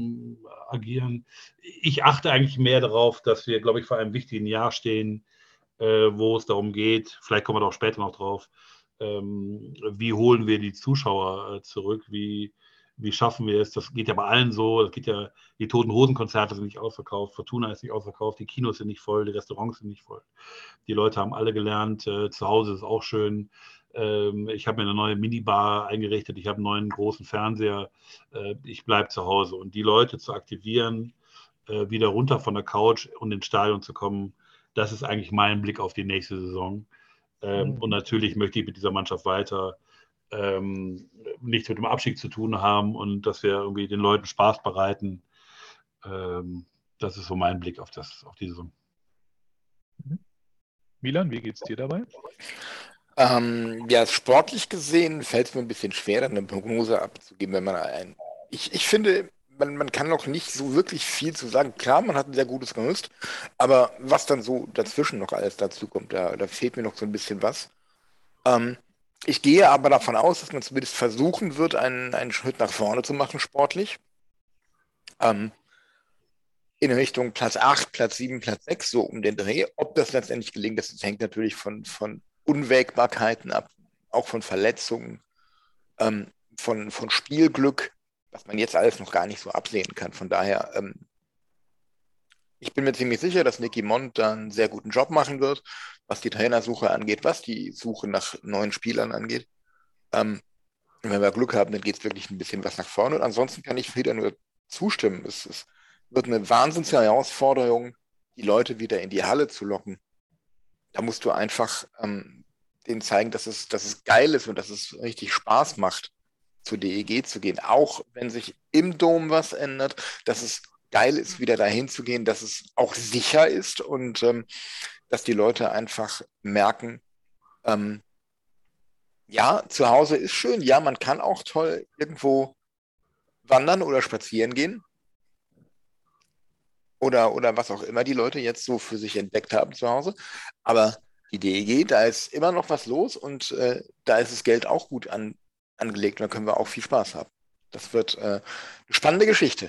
agieren. Ich achte eigentlich mehr darauf, dass wir, glaube ich, vor einem wichtigen Jahr stehen, äh, wo es darum geht, vielleicht kommen wir da auch später noch drauf, ähm, wie holen wir die Zuschauer äh, zurück, wie, wie schaffen wir es, das geht ja bei allen so, das geht ja, die Toten-Hosen-Konzerte sind nicht ausverkauft, Fortuna ist nicht ausverkauft, die Kinos sind nicht voll, die Restaurants sind nicht voll. Die Leute haben alle gelernt, äh, zu Hause ist auch schön. Ähm, ich habe mir eine neue Minibar eingerichtet, ich habe einen neuen großen Fernseher, äh, ich bleibe zu Hause. Und die Leute zu aktivieren, äh, wieder runter von der Couch und ins Stadion zu kommen, das ist eigentlich mein Blick auf die nächste Saison. Ähm, mhm. Und natürlich möchte ich mit dieser Mannschaft weiter ähm, nichts mit dem Abstieg zu tun haben und dass wir irgendwie den Leuten Spaß bereiten. Ähm, das ist so mein Blick auf, das, auf die Saison. Milan, wie geht's dir dabei? Ähm, ja, sportlich gesehen fällt es mir ein bisschen schwer, eine Prognose abzugeben, wenn man ein. Ich, ich finde, man, man kann noch nicht so wirklich viel zu sagen. Klar, man hat ein sehr gutes Gerüst, aber was dann so dazwischen noch alles dazu kommt, da, da fehlt mir noch so ein bisschen was. Ähm, ich gehe aber davon aus, dass man zumindest versuchen wird, einen, einen Schritt nach vorne zu machen, sportlich. Ähm, in Richtung Platz acht, Platz sieben, Platz sechs, so um den Dreh. Ob das letztendlich gelingt, das hängt natürlich von, von Unwägbarkeiten ab, auch von Verletzungen, ähm, von, von Spielglück, was man jetzt alles noch gar nicht so absehen kann. Von daher, ähm, ich bin mir ziemlich sicher, dass Nicky Mond da einen sehr guten Job machen wird, was die Trainersuche angeht, was die Suche nach neuen Spielern angeht. Ähm, und wenn wir Glück haben, dann geht es wirklich ein bisschen was nach vorne. Und ansonsten kann ich Frieda nur zustimmen. Es, es wird eine Wahnsinns-Herausforderung, die Leute wieder in die Halle zu locken. Da musst du einfach ähm, denen zeigen, dass es, dass es geil ist und dass es richtig Spaß macht, zur D E G zu gehen. Auch wenn sich im Dom was ändert, dass es geil ist, wieder dahin zu gehen, dass es auch sicher ist und ähm, dass die Leute einfach merken, ähm, ja, zu Hause ist schön, ja, man kann auch toll irgendwo wandern oder spazieren gehen. Oder, oder was auch immer die Leute jetzt so für sich entdeckt haben zu Hause. Aber die D E G, da ist immer noch was los und äh, da ist das Geld auch gut an, angelegt und da können wir auch viel Spaß haben. Das wird äh, eine spannende Geschichte.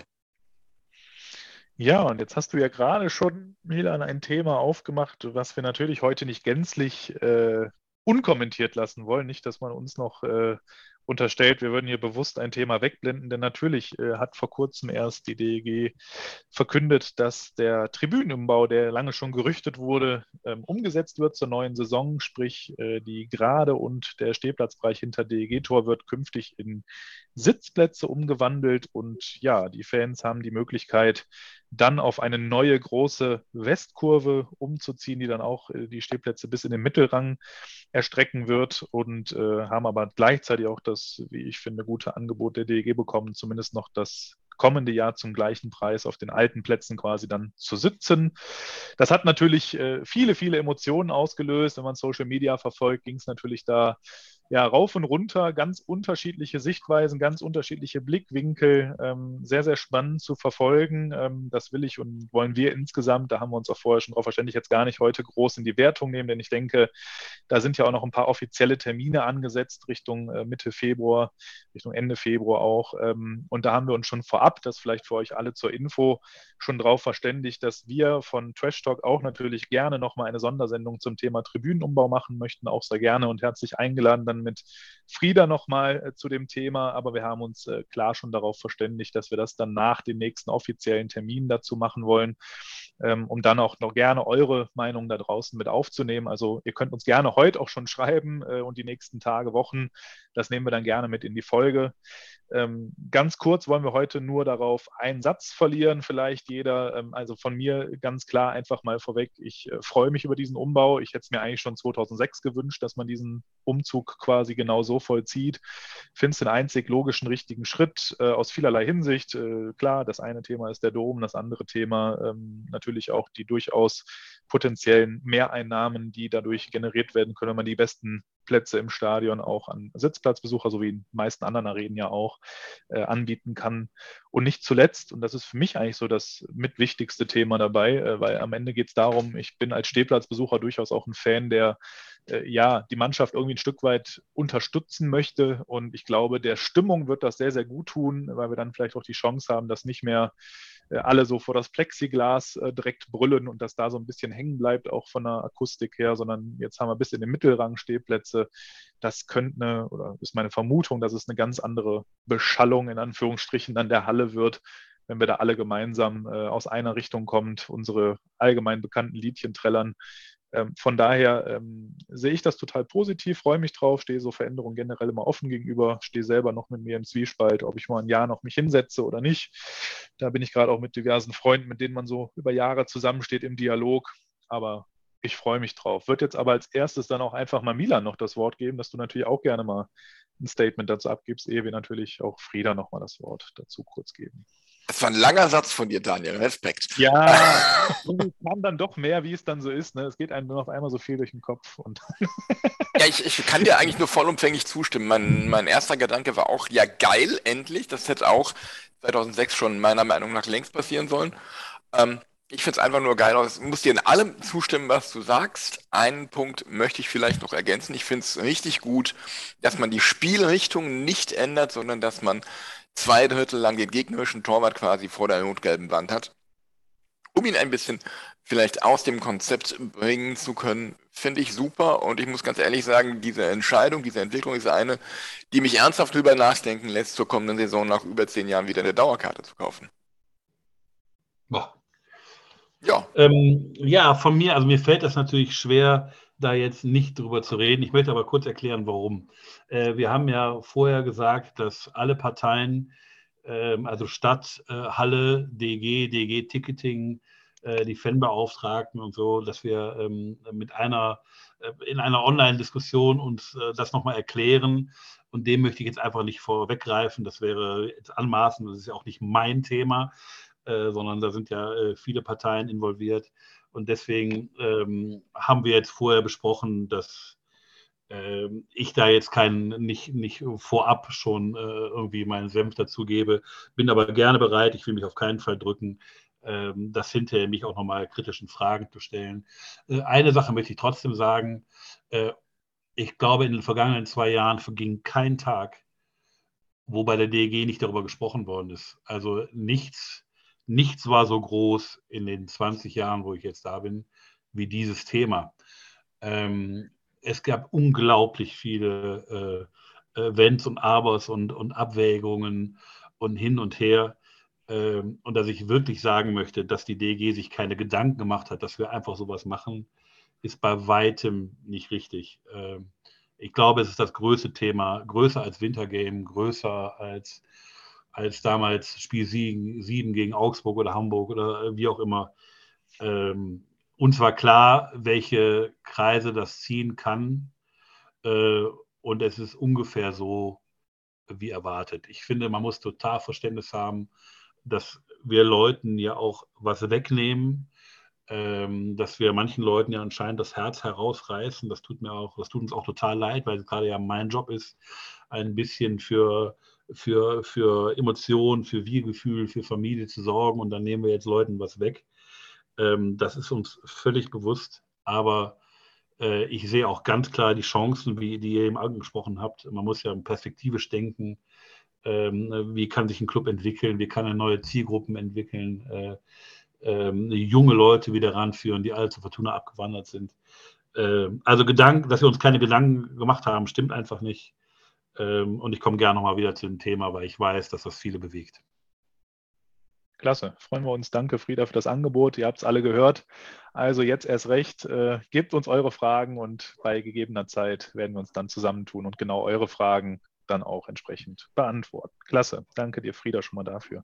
Ja, und jetzt hast du ja gerade schon, Milan, ein Thema aufgemacht, was wir natürlich heute nicht gänzlich äh, unkommentiert lassen wollen. Nicht, dass man uns noch äh, unterstellt, wir würden hier bewusst ein Thema wegblenden, denn natürlich äh, hat vor kurzem erst die D E G verkündet, dass der Tribünenumbau, der lange schon gerüchtet wurde, ähm, umgesetzt wird zur neuen Saison, sprich äh, die Gerade und der Stehplatzbereich hinter D E G-Tor wird künftig in Sitzplätze umgewandelt und ja, die Fans haben die Möglichkeit, dann auf eine neue große Westkurve umzuziehen, die dann auch äh, die Stehplätze bis in den Mittelrang erstrecken wird und äh, haben aber gleichzeitig auch das, wie ich finde, gute Angebot der D E G bekommen, zumindest noch das kommende Jahr zum gleichen Preis auf den alten Plätzen quasi dann zu sitzen. Das hat natürlich äh, viele, viele Emotionen ausgelöst. Wenn man Social Media verfolgt, ging es natürlich da ja, rauf und runter, ganz unterschiedliche Sichtweisen, ganz unterschiedliche Blickwinkel, ähm, sehr, sehr spannend zu verfolgen. Ähm, das will ich und wollen wir insgesamt, da haben wir uns auch vorher schon drauf verständigt, jetzt gar nicht heute groß in die Wertung nehmen, denn ich denke, da sind ja auch noch ein paar offizielle Termine angesetzt, Richtung äh, Mitte Februar, Richtung Ende Februar auch. Ähm, und da haben wir uns schon vorab, das vielleicht für euch alle zur Info, schon drauf verständigt, dass wir von Trash Talk auch natürlich gerne nochmal eine Sondersendung zum Thema Tribünenumbau machen möchten, auch sehr gerne und herzlich eingeladen, dann mit Frieda nochmal äh, zu dem Thema, aber wir haben uns äh, klar schon darauf verständigt, dass wir das dann nach den nächsten offiziellen Terminen dazu machen wollen, ähm, um dann auch noch gerne eure Meinung da draußen mit aufzunehmen. Also ihr könnt uns gerne heute auch schon schreiben äh, und die nächsten Tage, Wochen, das nehmen wir dann gerne mit in die Folge. Ähm, ganz kurz wollen wir heute nur darauf einen Satz verlieren, vielleicht jeder. Ähm, also von mir ganz klar einfach mal vorweg, ich äh, freue mich über diesen Umbau. Ich hätte es mir eigentlich schon zweitausendsechs gewünscht, dass man diesen Umzug quasi genau so vollzieht. Ich finde es den einzig logischen, richtigen Schritt äh, aus vielerlei Hinsicht. Äh, klar, das eine Thema ist der Dom, das andere Thema ähm, natürlich auch die durchaus potenziellen Mehreinnahmen, die dadurch generiert werden können, wenn man die besten Plätze im Stadion auch an Sitzplatzbesucher, so wie in den meisten anderen Arenen ja auch, äh, anbieten kann. Und nicht zuletzt, und das ist für mich eigentlich so das mitwichtigste Thema dabei, äh, weil am Ende geht es darum, ich bin als Stehplatzbesucher durchaus auch ein Fan, der äh, ja die Mannschaft irgendwie ein Stück weit unterstützen möchte. Und ich glaube, der Stimmung wird das sehr, sehr gut tun, weil wir dann vielleicht auch die Chance haben, dass nicht mehr äh, alle so vor das Plexiglas äh, direkt brüllen und das da so ein bisschen hängen bleibt, auch von der Akustik her, sondern jetzt haben wir bis in den Mittelrang Stehplätze. Das könnte eine, oder ist meine Vermutung, dass es eine ganz andere Beschallung in Anführungsstrichen an der Halle wird, wenn wir da alle gemeinsam äh, aus einer Richtung kommt, unsere allgemein bekannten Liedchen trällern. Ähm, von daher ähm, sehe ich das total positiv, freue mich drauf, stehe so Veränderungen generell immer offen gegenüber, stehe selber noch mit mir im Zwiespalt, ob ich mal ein Jahr noch mich hinsetze oder nicht. Da bin ich gerade auch mit diversen Freunden, mit denen man so über Jahre zusammensteht im Dialog, aber ich freue mich drauf. Wird jetzt aber als erstes dann auch einfach mal Milan noch das Wort geben, dass du natürlich auch gerne mal ein Statement dazu abgibst, ehe wir natürlich auch Frieda noch mal das Wort dazu kurz geben. Das war ein langer Satz von dir, Daniel. Respekt. Ja, und es kam dann doch mehr, wie es dann so ist. Ne? Es geht einem nur auf einmal so viel durch den Kopf. Und Ja, ich, ich kann dir eigentlich nur vollumfänglich zustimmen. Mein, mein erster Gedanke war auch, ja geil, endlich. Das hätte auch zweitausendsechs schon meiner Meinung nach längst passieren sollen. Ähm, ich finde es einfach nur geil. Ich muss dir in allem zustimmen, was du sagst. Einen Punkt möchte ich vielleicht noch ergänzen. Ich finde es richtig gut, dass man die Spielrichtung nicht ändert, sondern dass man zwei Drittel lang den gegnerischen Torwart quasi vor der rot-gelben Wand hat. Um ihn ein bisschen vielleicht aus dem Konzept bringen zu können, finde ich super. Und ich muss ganz ehrlich sagen, diese Entscheidung, diese Entwicklung ist eine, die mich ernsthaft drüber nachdenken lässt, zur kommenden Saison nach über zehn Jahren wieder eine Dauerkarte zu kaufen. Boah. Ja. Ähm, ja, von mir, also mir fällt das natürlich schwer, da jetzt nicht drüber zu reden. Ich möchte aber kurz erklären, warum. Äh, wir haben ja vorher gesagt, dass alle Parteien, äh, also Stadt, äh, Halle, D G, D G-Ticketing, äh, die Fanbeauftragten und so, dass wir ähm, mit einer, äh, in einer Online-Diskussion uns äh, das nochmal erklären. Und dem möchte ich jetzt einfach nicht vorweggreifen. Das wäre jetzt anmaßend, das ist ja auch nicht mein Thema, äh, sondern da sind ja äh, viele Parteien involviert. Und deswegen ähm, haben wir jetzt vorher besprochen, dass äh, ich da jetzt keinen, nicht, nicht vorab schon äh, irgendwie meinen Senf dazu gebe. Bin aber gerne bereit, ich will mich auf keinen Fall drücken, äh, das hinterher mich auch nochmal kritischen Fragen zu stellen. Äh, eine Sache möchte ich trotzdem sagen. Äh, ich glaube, in den vergangenen zwei Jahren verging kein Tag, wo bei der D E G nicht darüber gesprochen worden ist. Also nichts. Nichts war so groß in den zwanzig Jahren, wo ich jetzt da bin, wie dieses Thema. Ähm, es gab unglaublich viele äh, Wenns und Abers und, und Abwägungen und hin und her. Ähm, und dass ich wirklich sagen möchte, dass die D E G sich keine Gedanken gemacht hat, dass wir einfach sowas machen, ist bei weitem nicht richtig. Ähm, ich glaube, es ist das größte Thema, größer als Wintergame, größer als als damals Spiel sieben gegen Augsburg oder Hamburg oder wie auch immer. Ähm, uns war klar, welche Kreise das ziehen kann. Äh, und es ist ungefähr so wie erwartet. Ich finde, man muss total Verständnis haben, dass wir Leuten ja auch was wegnehmen, ähm, dass wir manchen Leuten ja anscheinend das Herz herausreißen. Das tut mir auch, das tut uns auch total leid, weil es gerade ja mein Job ist, ein bisschen für Für, für Emotionen, für Wir-Gefühl, für Familie zu sorgen und dann nehmen wir jetzt Leuten was weg. Ähm, das ist uns völlig bewusst, aber äh, ich sehe auch ganz klar die Chancen, wie die ihr eben angesprochen habt. Man muss ja perspektivisch denken, ähm, wie kann sich ein Club entwickeln, wie kann er neue Zielgruppen entwickeln, äh, äh, junge Leute wieder ranführen, die alle zur Fortuna abgewandert sind. Äh, also Gedanken, dass wir uns keine Gedanken gemacht haben, stimmt einfach nicht. Und ich komme gerne nochmal wieder zu dem Thema, weil ich weiß, dass das viele bewegt. Klasse, freuen wir uns. Danke, Frieda, für das Angebot. Ihr habt es alle gehört. Also jetzt erst recht, äh, gebt uns eure Fragen und bei gegebener Zeit werden wir uns dann zusammentun und genau eure Fragen dann auch entsprechend beantworten. Klasse, danke dir, Frieda, schon mal dafür.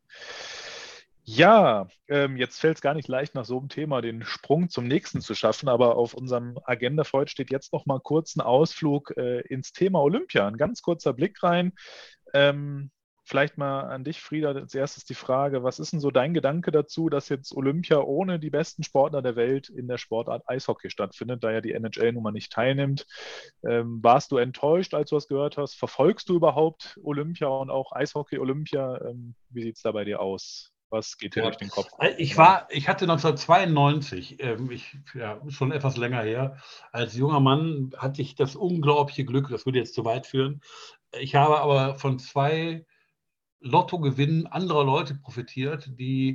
Ja, ähm, jetzt fällt es gar nicht leicht, nach so einem Thema den Sprung zum nächsten zu schaffen, aber auf unserem Agenda für heute steht jetzt noch mal kurz ein Ausflug äh, ins Thema Olympia. Ein ganz kurzer Blick rein. Ähm, vielleicht mal an dich, Frieda, als erstes die Frage, was ist denn so dein Gedanke dazu, dass jetzt Olympia ohne die besten Sportler der Welt in der Sportart Eishockey stattfindet, da ja die N H L nun mal nicht teilnimmt? Ähm, warst du enttäuscht, als du das gehört hast? Verfolgst du überhaupt Olympia und auch Eishockey-Olympia? Ähm, wie sieht es da bei dir aus? Was geht dir Ja. durch den Kopf? Ich war, ich hatte neunzehnhundertzweiundneunzig, ähm, ich, ja, schon etwas länger her, als junger Mann hatte ich das unglaubliche Glück, das würde jetzt zu weit führen. Ich habe aber von zwei Lottogewinnen anderer Leute profitiert, die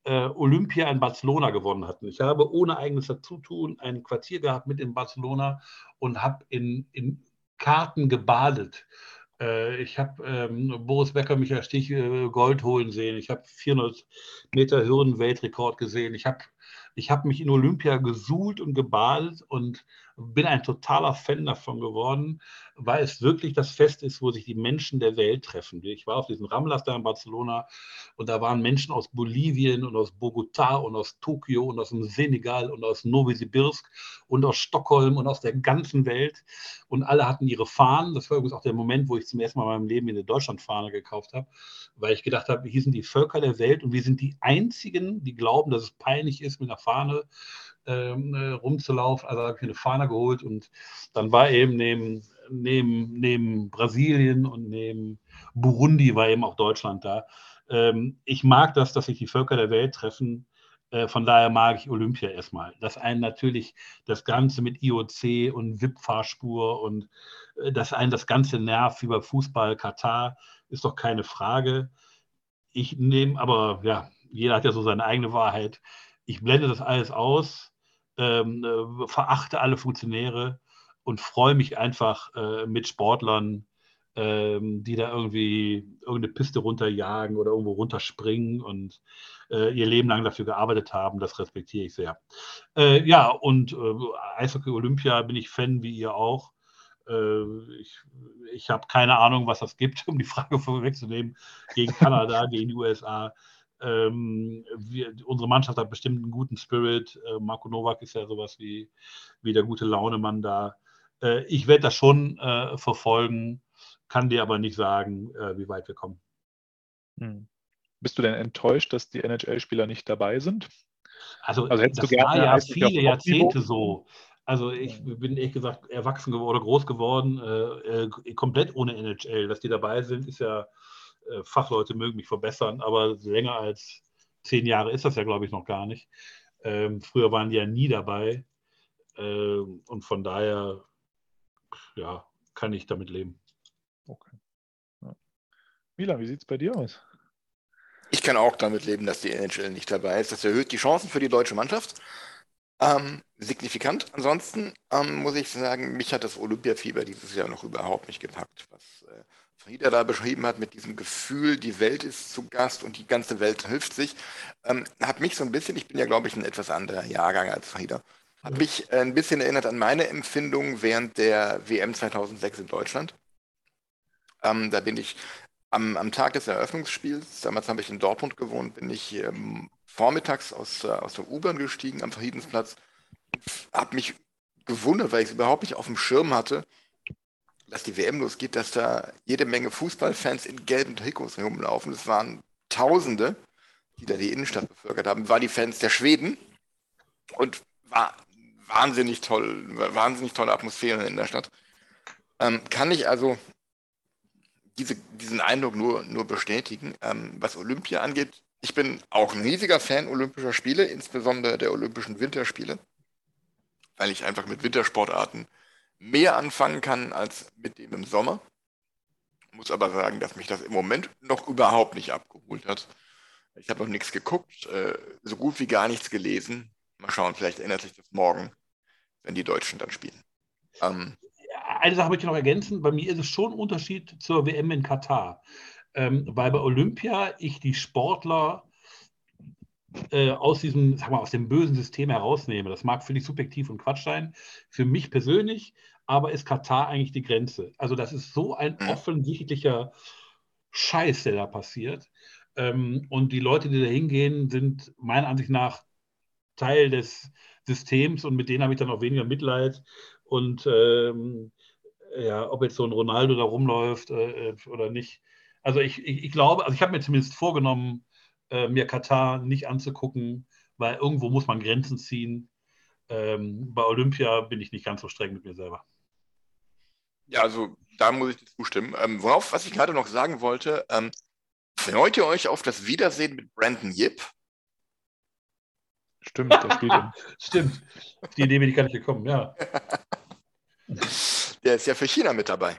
äh, Olympia in Barcelona gewonnen hatten. Ich habe ohne eigenes Dazutun ein Quartier gehabt mit in Barcelona und habe in, in Karten gebadet. Äh, ich habe ähm, Boris Becker, Michael Stich äh, Gold holen sehen. Ich habe vierhundert Meter Hürden-Weltrekord gesehen. Ich habe ich hab mich in Olympia gesuhlt und gebadet und bin ein totaler Fan davon geworden, weil es wirklich das Fest ist, wo sich die Menschen der Welt treffen. Ich war auf diesem Ramblas da in Barcelona und da waren Menschen aus Bolivien und aus Bogotá und aus Tokio und aus dem Senegal und aus Novosibirsk und aus Stockholm und aus der ganzen Welt und alle hatten ihre Fahnen. Das war übrigens auch der Moment, wo ich zum ersten Mal in meinem Leben eine Deutschlandfahne gekauft habe, weil ich gedacht habe, hier sind die Völker der Welt und wir sind die Einzigen, die glauben, dass es peinlich ist, mit einer Fahne ähm, äh, rumzulaufen. Also habe ich mir eine Fahne geholt und dann war eben neben, neben, neben Brasilien und neben Burundi war eben auch Deutschland da. Ähm, ich mag das, dass sich die Völker der Welt treffen. Äh, von daher mag ich Olympia erstmal. Dass einen natürlich das Ganze mit I O C und V I P-Fahrspur und äh, dass einen das Ganze nervt wie bei Fußball, Katar, ist doch keine Frage. Ich nehme aber, ja, jeder hat ja so seine eigene Wahrheit. Ich blende das alles aus, ähm, äh, verachte alle Funktionäre und freue mich einfach äh, mit Sportlern, ähm, die da irgendwie irgendeine Piste runterjagen oder irgendwo runterspringen und äh, ihr Leben lang dafür gearbeitet haben. Das respektiere ich sehr. Äh, ja, und äh, Eishockey Olympia bin ich Fan, wie ihr auch. Ich, ich habe keine Ahnung, was das gibt, um die Frage vorwegzunehmen, gegen Kanada, gegen die U S A. Ähm, wir, unsere Mannschaft hat bestimmt einen guten Spirit. Äh, Marko Novak ist ja sowas wie, wie der gute Launemann da. Äh, ich werde das schon äh, verfolgen, kann dir aber nicht sagen, äh, wie weit wir kommen. Hm. Bist du denn enttäuscht, dass die N H L-Spieler nicht dabei sind? Also, also hättest das du gerne war ja Eishockey viele auf Jahrzehnte Top-Niveau? so. Also ich bin ehrlich gesagt erwachsen geworden oder groß geworden, äh, äh, komplett ohne N H L. Dass die dabei sind, ist ja, äh, Fachleute mögen mich verbessern, aber länger als zehn Jahre ist das ja, glaube ich, noch gar nicht. Ähm, früher waren die ja nie dabei. Äh, und von daher, ja, kann ich damit leben. Okay. Ja. Milan, wie sieht es bei dir aus? Ich kann auch damit leben, dass die N H L nicht dabei ist. Das erhöht die Chancen für die deutsche Mannschaft. Ähm, signifikant. Ansonsten ähm, muss ich sagen, mich hat das Olympiafieber dieses Jahr noch überhaupt nicht gepackt. Was äh, Frieda da beschrieben hat mit diesem Gefühl, die Welt ist zu Gast und die ganze Welt hilft sich, ähm, hat mich so ein bisschen, ich bin ja glaube ich ein etwas anderer Jahrgang als Frieda, hat mich äh, ein bisschen erinnert an meine Empfindung während der W M zweitausendsechs in Deutschland. Ähm, da bin ich am, am Tag des Eröffnungsspiels, damals habe ich in Dortmund gewohnt, bin ich ähm, vormittags aus, äh, aus der U-Bahn gestiegen am Friedensplatz, habe mich gewundert, weil ich es überhaupt nicht auf dem Schirm hatte, dass die W M losgeht, dass da jede Menge Fußballfans in gelben Trikots rumlaufen. Es waren Tausende, die da die Innenstadt bevölkert haben. War die Fans der Schweden und war wahnsinnig toll, wahnsinnig tolle Atmosphäre in der Stadt. Ähm, kann ich also diese, diesen Eindruck nur, nur bestätigen. Ähm, was Olympia angeht, ich bin auch ein riesiger Fan olympischer Spiele, insbesondere der Olympischen Winterspiele, weil ich einfach mit Wintersportarten mehr anfangen kann als mit dem im Sommer. Muss aber sagen, dass mich das im Moment noch überhaupt nicht abgeholt hat. Ich habe noch nichts geguckt, äh, so gut wie gar nichts gelesen. Mal schauen, vielleicht ändert sich das morgen, wenn die Deutschen dann spielen. Ähm, Eine Sache möchte ich noch ergänzen. Bei mir ist es schon ein Unterschied zur W M in Katar. Ähm, weil bei Olympia ich die Sportler äh, aus diesem, sag mal, aus dem bösen System herausnehme. Das mag völlig subjektiv und Quatsch sein. Für mich persönlich aber ist Katar eigentlich die Grenze. Also das ist so ein offensichtlicher Scheiß, der da passiert. Ähm, und die Leute, die da hingehen, sind meiner Ansicht nach Teil des Systems und mit denen habe ich dann auch weniger Mitleid. Und ähm, ja, ob jetzt so ein Ronaldo da rumläuft äh, oder nicht. Also ich, ich, ich glaube, also ich habe mir zumindest vorgenommen, äh, mir Katar nicht anzugucken, weil irgendwo muss man Grenzen ziehen. Ähm, bei Olympia bin ich nicht ganz so streng mit mir selber. Ja, also da muss ich dir zustimmen. Ähm, worauf, was ich gerade noch sagen wollte, ähm, freut ihr euch auf das Wiedersehen mit Brandon Yip? Stimmt, der spielt in. Stimmt. Auf die Idee bin ich gar nicht gekommen, ja. Der ist ja für China mit dabei.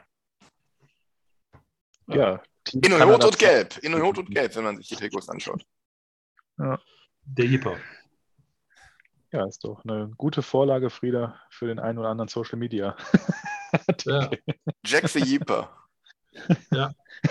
Ja. Team In Rot Kanada und Gelb. In Rot und Gelb, wenn man sich die Trikots anschaut. Ja. Der Jipper. Ja, ist doch eine gute Vorlage, Frieda, für den einen oder anderen Social Media. Ja. Jack the Jeeper. Ja.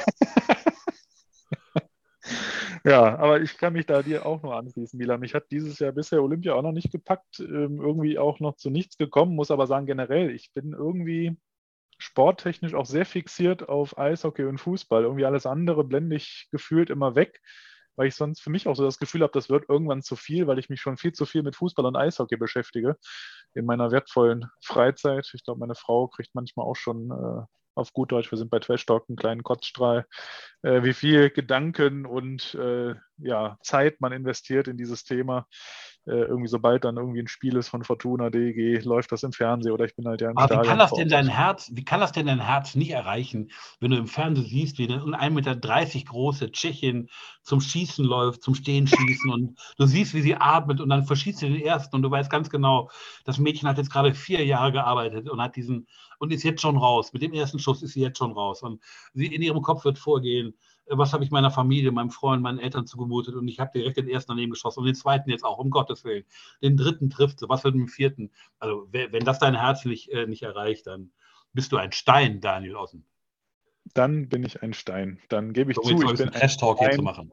Ja, aber ich kann mich da dir auch nur anschließen, Milan. Mich hat dieses Jahr bisher Olympia auch noch nicht gepackt, ähm, irgendwie auch noch zu nichts gekommen, muss aber sagen, generell, ich bin irgendwie sporttechnisch auch sehr fixiert auf Eishockey und Fußball. Irgendwie alles andere blende ich gefühlt immer weg, weil ich sonst für mich auch so das Gefühl habe, das wird irgendwann zu viel, weil ich mich schon viel zu viel mit Fußball und Eishockey beschäftige in meiner wertvollen Freizeit. Ich glaube, meine Frau kriegt manchmal auch schon äh, auf gut Deutsch, wir sind bei Trash Talk, einen kleinen Kotzstrahl, äh, wie viel Gedanken und äh, ja, Zeit man investiert in dieses Thema. Äh, irgendwie sobald dann irgendwie ein Spiel ist von Fortuna, D E G, läuft das im Fernsehen oder ich bin halt ja im Aber Stadion. wie kann das vor denn Ort. dein Herz, wie kann das denn dein Herz nicht erreichen, wenn du im Fernsehen siehst, wie eine ein Meter dreißig große Tschechin zum Schießen läuft, zum Stehen schießen und du siehst, wie sie atmet und dann verschießt sie den ersten und du weißt ganz genau, das Mädchen hat jetzt gerade vier Jahre gearbeitet und hat diesen und ist jetzt schon raus. Mit dem ersten Schuss ist sie jetzt schon raus und sie in ihrem Kopf wird vorgehen, was habe ich meiner Familie, meinem Freund, meinen Eltern zugemutet und ich habe direkt den ersten daneben geschossen und den zweiten jetzt auch, um Gottes Willen. Den dritten trifft sie, was wird mit dem vierten? Also wenn das dein Herz nicht, äh, nicht erreicht, dann bist du ein Stein, Daniel Ossen. Dann bin ich ein Stein. Dann gebe ich Um zu, jetzt ich ein bin ein Trash-Talk hier Stein. zu machen.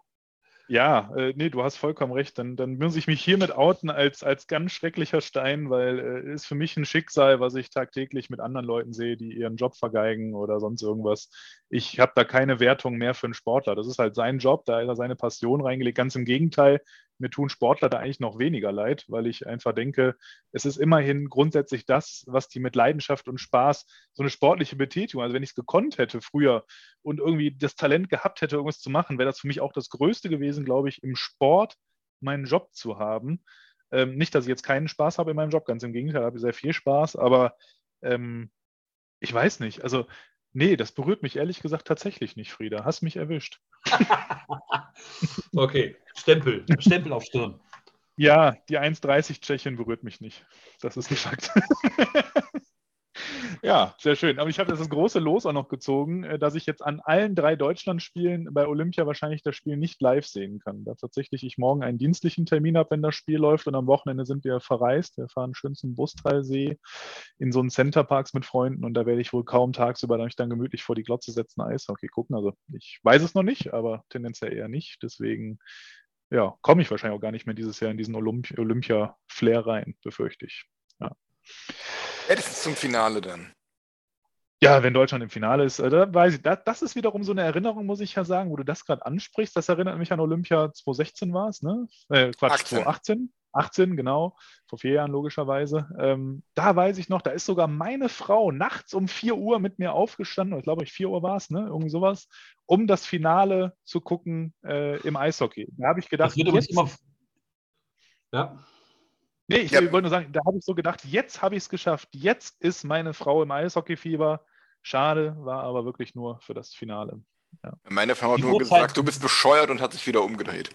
Ja, äh, nee, du hast vollkommen recht. Dann, dann muss ich mich hiermit outen als, als ganz schrecklicher Stein, weil äh, ist für mich ein Schicksal, was ich tagtäglich mit anderen Leuten sehe, die ihren Job vergeigen oder sonst irgendwas. Ich habe da keine Wertung mehr für einen Sportler. Das ist halt sein Job, da hat er seine Passion reingelegt. Ganz im Gegenteil, mir tun Sportler da eigentlich noch weniger leid, weil ich einfach denke, es ist immerhin grundsätzlich das, was die mit Leidenschaft und Spaß, so eine sportliche Betätigung, also wenn ich es gekonnt hätte früher und irgendwie das Talent gehabt hätte, irgendwas zu machen, wäre das für mich auch das Größte gewesen, glaube ich, im Sport meinen Job zu haben. Ähm, nicht, dass ich jetzt keinen Spaß habe in meinem Job, ganz im Gegenteil, habe ich sehr viel Spaß, aber ähm, ich weiß nicht, also nee, das berührt mich ehrlich gesagt tatsächlich nicht, Frieda. Hast mich erwischt. Okay, Stempel, Stempel auf Stirn. Ja, die eins dreißig Tschechin berührt mich nicht. Das ist ein Fakt. Ja, sehr schön. Aber ich habe das große Los auch noch gezogen, äh, dass ich jetzt an allen drei Deutschlandspielen bei Olympia wahrscheinlich das Spiel nicht live sehen kann. Da tatsächlich ich morgen einen dienstlichen Termin habe, wenn das Spiel läuft und am Wochenende sind wir verreist. Wir fahren schön zum Bustralsee in so einen Centerparks mit Freunden und da werde ich wohl kaum tagsüber mich dann gemütlich vor die Glotze setzen, Eishockey gucken. Also ich weiß es noch nicht, aber tendenziell eher nicht. Deswegen ja, komme ich wahrscheinlich auch gar nicht mehr dieses Jahr in diesen Olymp- Olympia-Flair rein, befürchte ich. Ja. Spätestens zum Finale dann. Ja, wenn Deutschland im Finale ist, äh, da weiß ich, das, das ist wiederum so eine Erinnerung, muss ich ja sagen, wo du das gerade ansprichst. Das erinnert mich an Olympia zwanzig sechzehn war es, ne? Äh, Quatsch, achtzehn. zwanzig achtzehn. achtzehn, genau, vor vier Jahren logischerweise. Ähm, da weiß ich noch, da ist sogar meine Frau nachts um vier Uhr mit mir aufgestanden, ich glaube, vier Uhr war es, ne? Irgendwie sowas, um das Finale zu gucken äh, im Eishockey. Da habe ich gedacht, Das wird übrigens jetzt, immer. Ja. nee, ich Ja. wollte nur sagen, da habe ich so gedacht, jetzt habe ich es geschafft, jetzt ist meine Frau im Eishockeyfieber. Schade, war aber wirklich nur für das Finale. Ja. Meine Frau hat Die nur Uhrzeit- gesagt, du bist bescheuert und hat sich wieder umgedreht.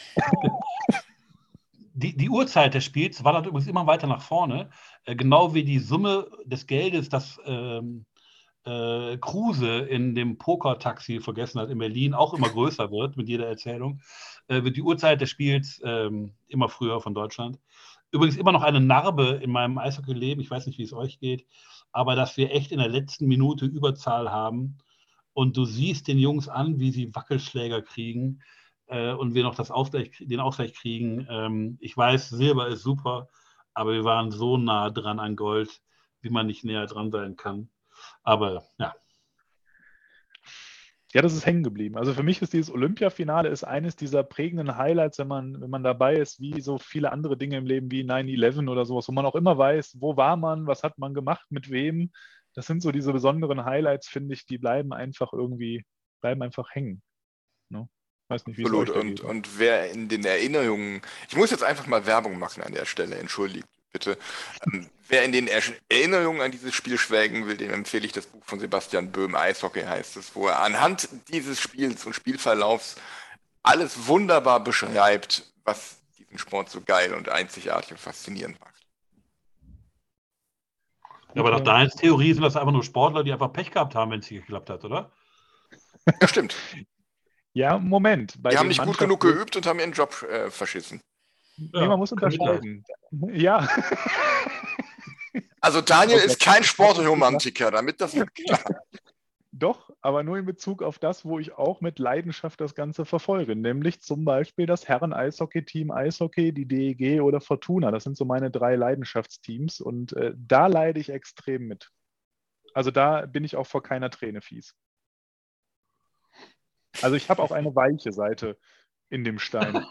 Die, die Uhrzeit des Spiels war dann übrigens immer weiter nach vorne, äh, genau wie die Summe des Geldes, das ähm, äh, Kruse in dem Poker-Taxi vergessen hat in Berlin, auch immer größer wird mit jeder Erzählung, äh, wird die Uhrzeit des Spiels ähm, immer früher von Deutschland. Übrigens immer noch eine Narbe in meinem Eishockey-Leben, ich weiß nicht, wie es euch geht, aber dass wir echt in der letzten Minute Überzahl haben und du siehst den Jungs an, wie sie Wackelschläger kriegen äh, und wir noch das Ausgleich, den Ausgleich kriegen. Ähm, ich weiß, Silber ist super, aber wir waren so nah dran an Gold, wie man nicht näher dran sein kann. Aber ja. Ja, das ist hängen geblieben. Also für mich ist dieses Olympiafinale ist eines dieser prägenden Highlights, wenn man, wenn man dabei ist, wie so viele andere Dinge im Leben wie nine eleven oder sowas, wo man auch immer weiß, wo war man, was hat man gemacht, mit wem. Das sind so diese besonderen Highlights, finde ich, die bleiben einfach irgendwie, bleiben einfach hängen. Ne? Weiß nicht, wie es Absolut. euch Und, geht. und wer in den Erinnerungen, ich muss jetzt einfach mal Werbung machen an der Stelle, entschuldigt bitte. Ähm, wer in den er Erinnerungen an dieses Spiel schwelgen will, dem empfehle ich das Buch von Sebastian Böhm, Eishockey heißt es, wo er anhand dieses Spiels und Spielverlaufs alles wunderbar beschreibt, was diesen Sport so geil und einzigartig und faszinierend macht. Ja, aber nach Daniels Theorie sind das einfach nur Sportler, die einfach Pech gehabt haben, wenn es nicht geklappt hat, oder? Ja, stimmt. Ja, Moment. Bei Die haben den nicht gut Mannschaften- genug geübt und haben ihren Job äh, verschissen. Nee, man muss unterscheiden. Ja. Also Daniel ist kein Sportromantiker, damit das wird klar. Doch, aber nur in Bezug auf das, wo ich auch mit Leidenschaft das Ganze verfolge, nämlich zum Beispiel das Herren-Eishockey-Team Eishockey, die D E G oder Fortuna. Das sind so meine drei Leidenschaftsteams und äh, da leide ich extrem mit. Also da bin ich auch vor keiner Träne fies. Also ich habe auch eine weiche Seite in dem Stein.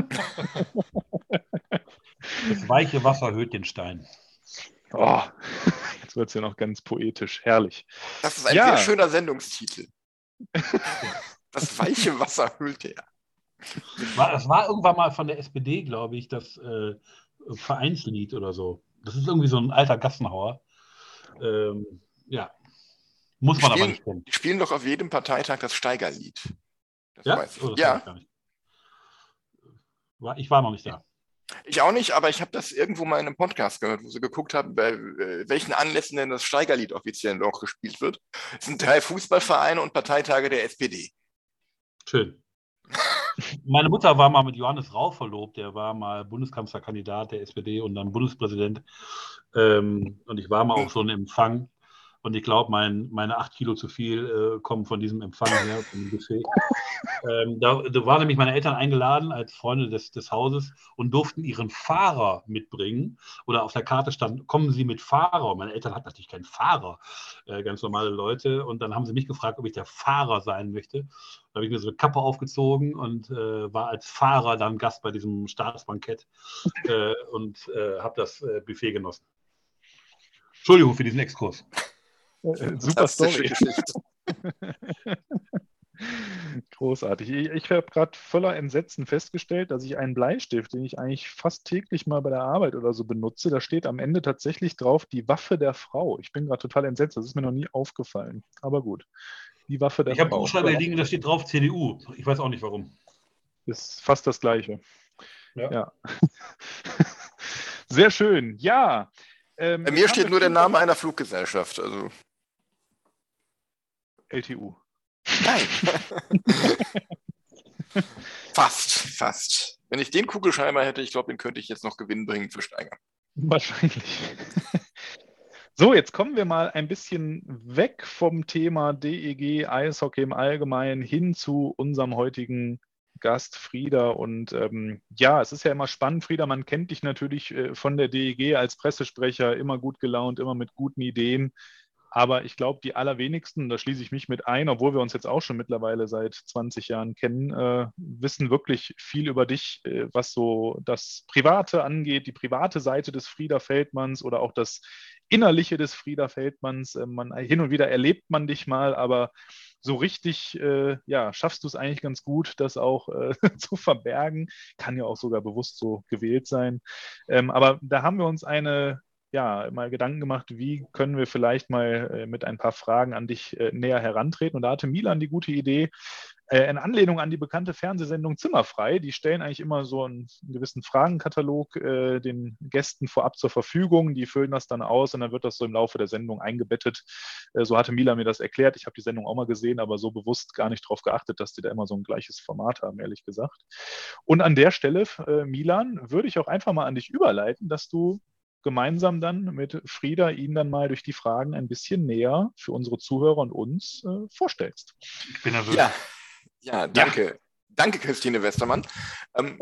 Das weiche Wasser höht den Stein. Oh, jetzt wird es ja noch ganz poetisch. Herrlich. Das ist ein Ja. sehr schöner Sendungstitel. Das weiche Wasser hüllt er. Das war, das war irgendwann mal von der S P D, glaube ich, das äh, Vereinslied oder so. Das ist irgendwie so ein alter Gassenhauer. Ähm, ja. Muss Die man aber spielen, nicht kennen. die spielen doch auf jedem Parteitag das Steigerlied. Das Ja? weiß ich. Oh, das weiß Ja, ich gar nicht. War, ich war noch nicht da. ich auch nicht, aber ich habe das irgendwo mal in einem Podcast gehört, wo sie geguckt haben, bei äh, welchen Anlässen denn das Steigerlied offiziell noch gespielt wird. Es sind drei Fußballvereine und Parteitage der S P D. Schön. Meine Mutter war mal mit Johannes Rau verlobt, der war mal Bundeskanzlerkandidat der S P D und dann Bundespräsident. Ähm, und ich war mal auf so einem Empfang. Und ich glaube, mein, meine acht Kilo zu viel äh, kommen von diesem Empfang her, von dem Buffet. Ähm, da, da waren nämlich meine Eltern eingeladen als Freunde des, des Hauses und durften ihren Fahrer mitbringen. Oder auf der Karte stand, kommen Sie mit Fahrer. Meine Eltern hatten natürlich keinen Fahrer, äh, ganz normale Leute. Und dann haben sie mich gefragt, ob ich der Fahrer sein möchte. Da habe ich mir so eine Kappe aufgezogen und äh, war als Fahrer dann Gast bei diesem Staatsbankett äh, und äh, habe das äh, Buffet genossen. Entschuldigung für diesen Exkurs. Äh, super Story. Geschichte. Großartig. Ich, ich habe gerade voller Entsetzen festgestellt, dass ich einen Bleistift, den ich eigentlich fast täglich mal bei der Arbeit oder so benutze, da steht am Ende tatsächlich drauf, die Waffe der Frau. Ich bin gerade total entsetzt, das ist mir noch nie aufgefallen. Aber gut, die Waffe der Ich habe Frau. Buchstabe hier liegen, da steht drauf C D U. Ich weiß auch nicht warum. Ist fast das Gleiche. Ja. Ja. Sehr schön. Ja. Ähm, Bei mir steht nur der Name einer Fluggesellschaft. Also. L T U. Nein. Fast, fast. Wenn ich den Kugelschreiber hätte, ich glaube, den könnte ich jetzt noch gewinnbringend für Steiger. Wahrscheinlich. So, jetzt kommen wir mal ein bisschen weg vom Thema D E G, Eishockey im Allgemeinen, hin zu unserem heutigen Gast Frieda. Und ähm, ja, es ist ja immer spannend, Frieda, man kennt dich natürlich äh, von der D E G als Pressesprecher, immer gut gelaunt, immer mit guten Ideen. Aber ich glaube, die allerwenigsten, da schließe ich mich mit ein, obwohl wir uns jetzt auch schon mittlerweile seit zwanzig Jahren kennen, äh, wissen wirklich viel über dich, äh, was so das Private angeht, die private Seite des Frieda Feldmanns oder auch das Innerliche des Frieda Feldmanns. Äh, man, hin und wieder erlebt man dich mal, aber so richtig äh, ja, schaffst du es eigentlich ganz gut, das auch äh, zu verbergen. Kann ja auch sogar bewusst so gewählt sein. Ähm, aber da haben wir uns eine ja, mal Gedanken gemacht, wie können wir vielleicht mal äh, mit ein paar Fragen an dich äh, näher herantreten. Und da hatte Milan die gute Idee, äh, in Anlehnung an die bekannte Fernsehsendung Zimmerfrei, die stellen eigentlich immer so einen, einen gewissen Fragenkatalog äh, den Gästen vorab zur Verfügung, die füllen das dann aus und dann wird das so im Laufe der Sendung eingebettet. Äh, so hatte Milan mir das erklärt. Ich habe die Sendung auch mal gesehen, aber so bewusst gar nicht darauf geachtet, dass die da immer so ein gleiches Format haben, ehrlich gesagt. Und an der Stelle, äh, Milan, würde ich auch einfach mal an dich überleiten, dass du gemeinsam dann mit Frieda ihn dann mal durch die Fragen ein bisschen näher für unsere Zuhörer und uns äh, vorstellst. Ich bin nervös. Ja, ja danke. Ja. Danke, Christine Westermann. Ähm,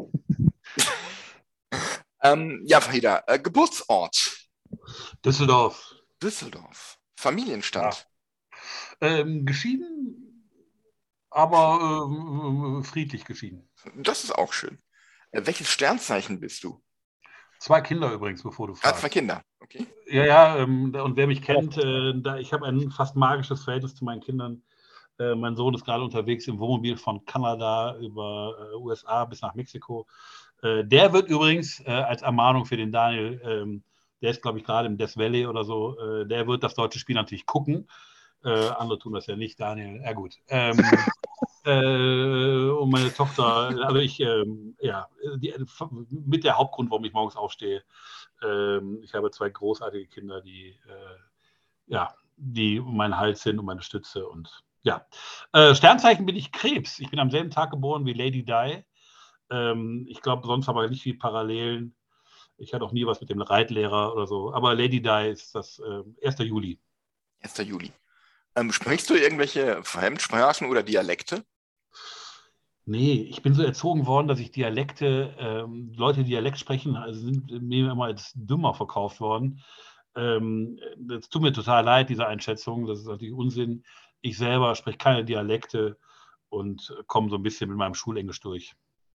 ähm, ja, Frieda, äh, Geburtsort. Düsseldorf. Düsseldorf. Familienstand. Ja. Ähm, geschieden, aber ähm, friedlich geschieden. Das ist auch schön. Äh, welches Sternzeichen bist du? Zwei Kinder übrigens, bevor du fragst. Ah, zwei Kinder, okay. Ja, ja, ähm, und wer mich kennt, äh, da, ich habe ein fast magisches Verhältnis zu meinen Kindern. Äh, mein Sohn ist gerade unterwegs im Wohnmobil von Kanada über äh, U S A bis nach Mexiko. Äh, der wird übrigens äh, als Ermahnung für den Daniel, ähm, der ist, glaube ich, gerade im Death Valley oder so, äh, der wird das deutsche Spiel natürlich gucken. Äh, andere tun das ja nicht, Daniel. Ja, gut. Ähm, Äh, und meine Tochter, also ich, ähm, ja, die, mit der Hauptgrund, warum ich morgens aufstehe. Ähm, ich habe zwei großartige Kinder, die, äh, ja, die mein Hals sind und meine Stütze. Und ja, äh, Sternzeichen bin ich Krebs. Ich bin am selben Tag geboren wie Lady Di. Ähm, ich glaube, sonst haben wir nicht viel Parallelen. Ich hatte auch nie was mit dem Reitlehrer oder so. Aber Lady Di ist das äh, erster Juli. erster Juli. Ähm, sprichst du irgendwelche Fremdsprachen oder Dialekte? Nee, ich bin so erzogen worden, dass ich Dialekte, ähm, Leute, die Dialekt sprechen, also sind mir immer als dümmer verkauft worden. Ähm, das tut mir total leid, diese Einschätzung. Das ist natürlich Unsinn. Ich selber spreche keine Dialekte und komme so ein bisschen mit meinem Schulenglisch durch.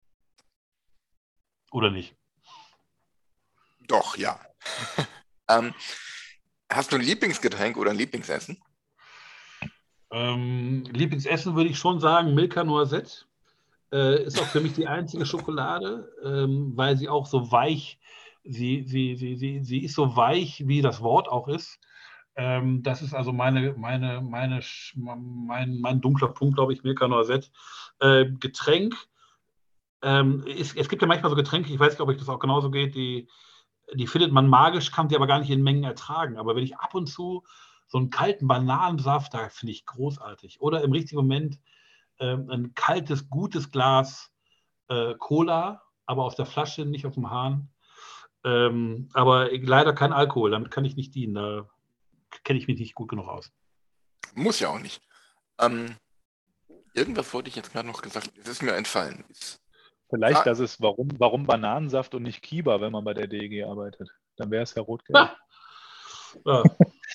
Oder nicht? Doch, ja. ähm, hast du ein Lieblingsgetränk oder ein Lieblingsessen? Ähm, Lieblingsessen würde ich schon sagen, Milka Noisette. Äh, ist auch für mich die einzige Schokolade, ähm, weil sie auch so weich, sie, sie, sie, sie, sie ist so weich, wie das Wort auch ist. Ähm, das ist also meine, meine, meine, mein, mein dunkler Punkt, glaube ich, Milka Noisette. Äh, Getränk, ähm, ist, es gibt ja manchmal so Getränke, ich weiß nicht, ob euch das auch genauso geht, die, die findet man magisch, kann die aber gar nicht in Mengen ertragen. Aber wenn ich ab und zu so einen kalten Bananensaft, da finde ich großartig. Oder im richtigen Moment ähm, ein kaltes, gutes Glas äh, Cola, aber aus der Flasche, nicht aus dem Hahn. Ähm, aber leider kein Alkohol, damit kann ich nicht dienen. Da kenne ich mich nicht gut genug aus. Muss ja auch nicht. Ähm, irgendwas wollte ich jetzt gerade noch gesagt. Es ist mir entfallen. Ist, Vielleicht, Ah. das ist, warum, warum Bananensaft und nicht Kiba, wenn man bei der D E G arbeitet. Dann wäre es ja rot-gelb. Ja.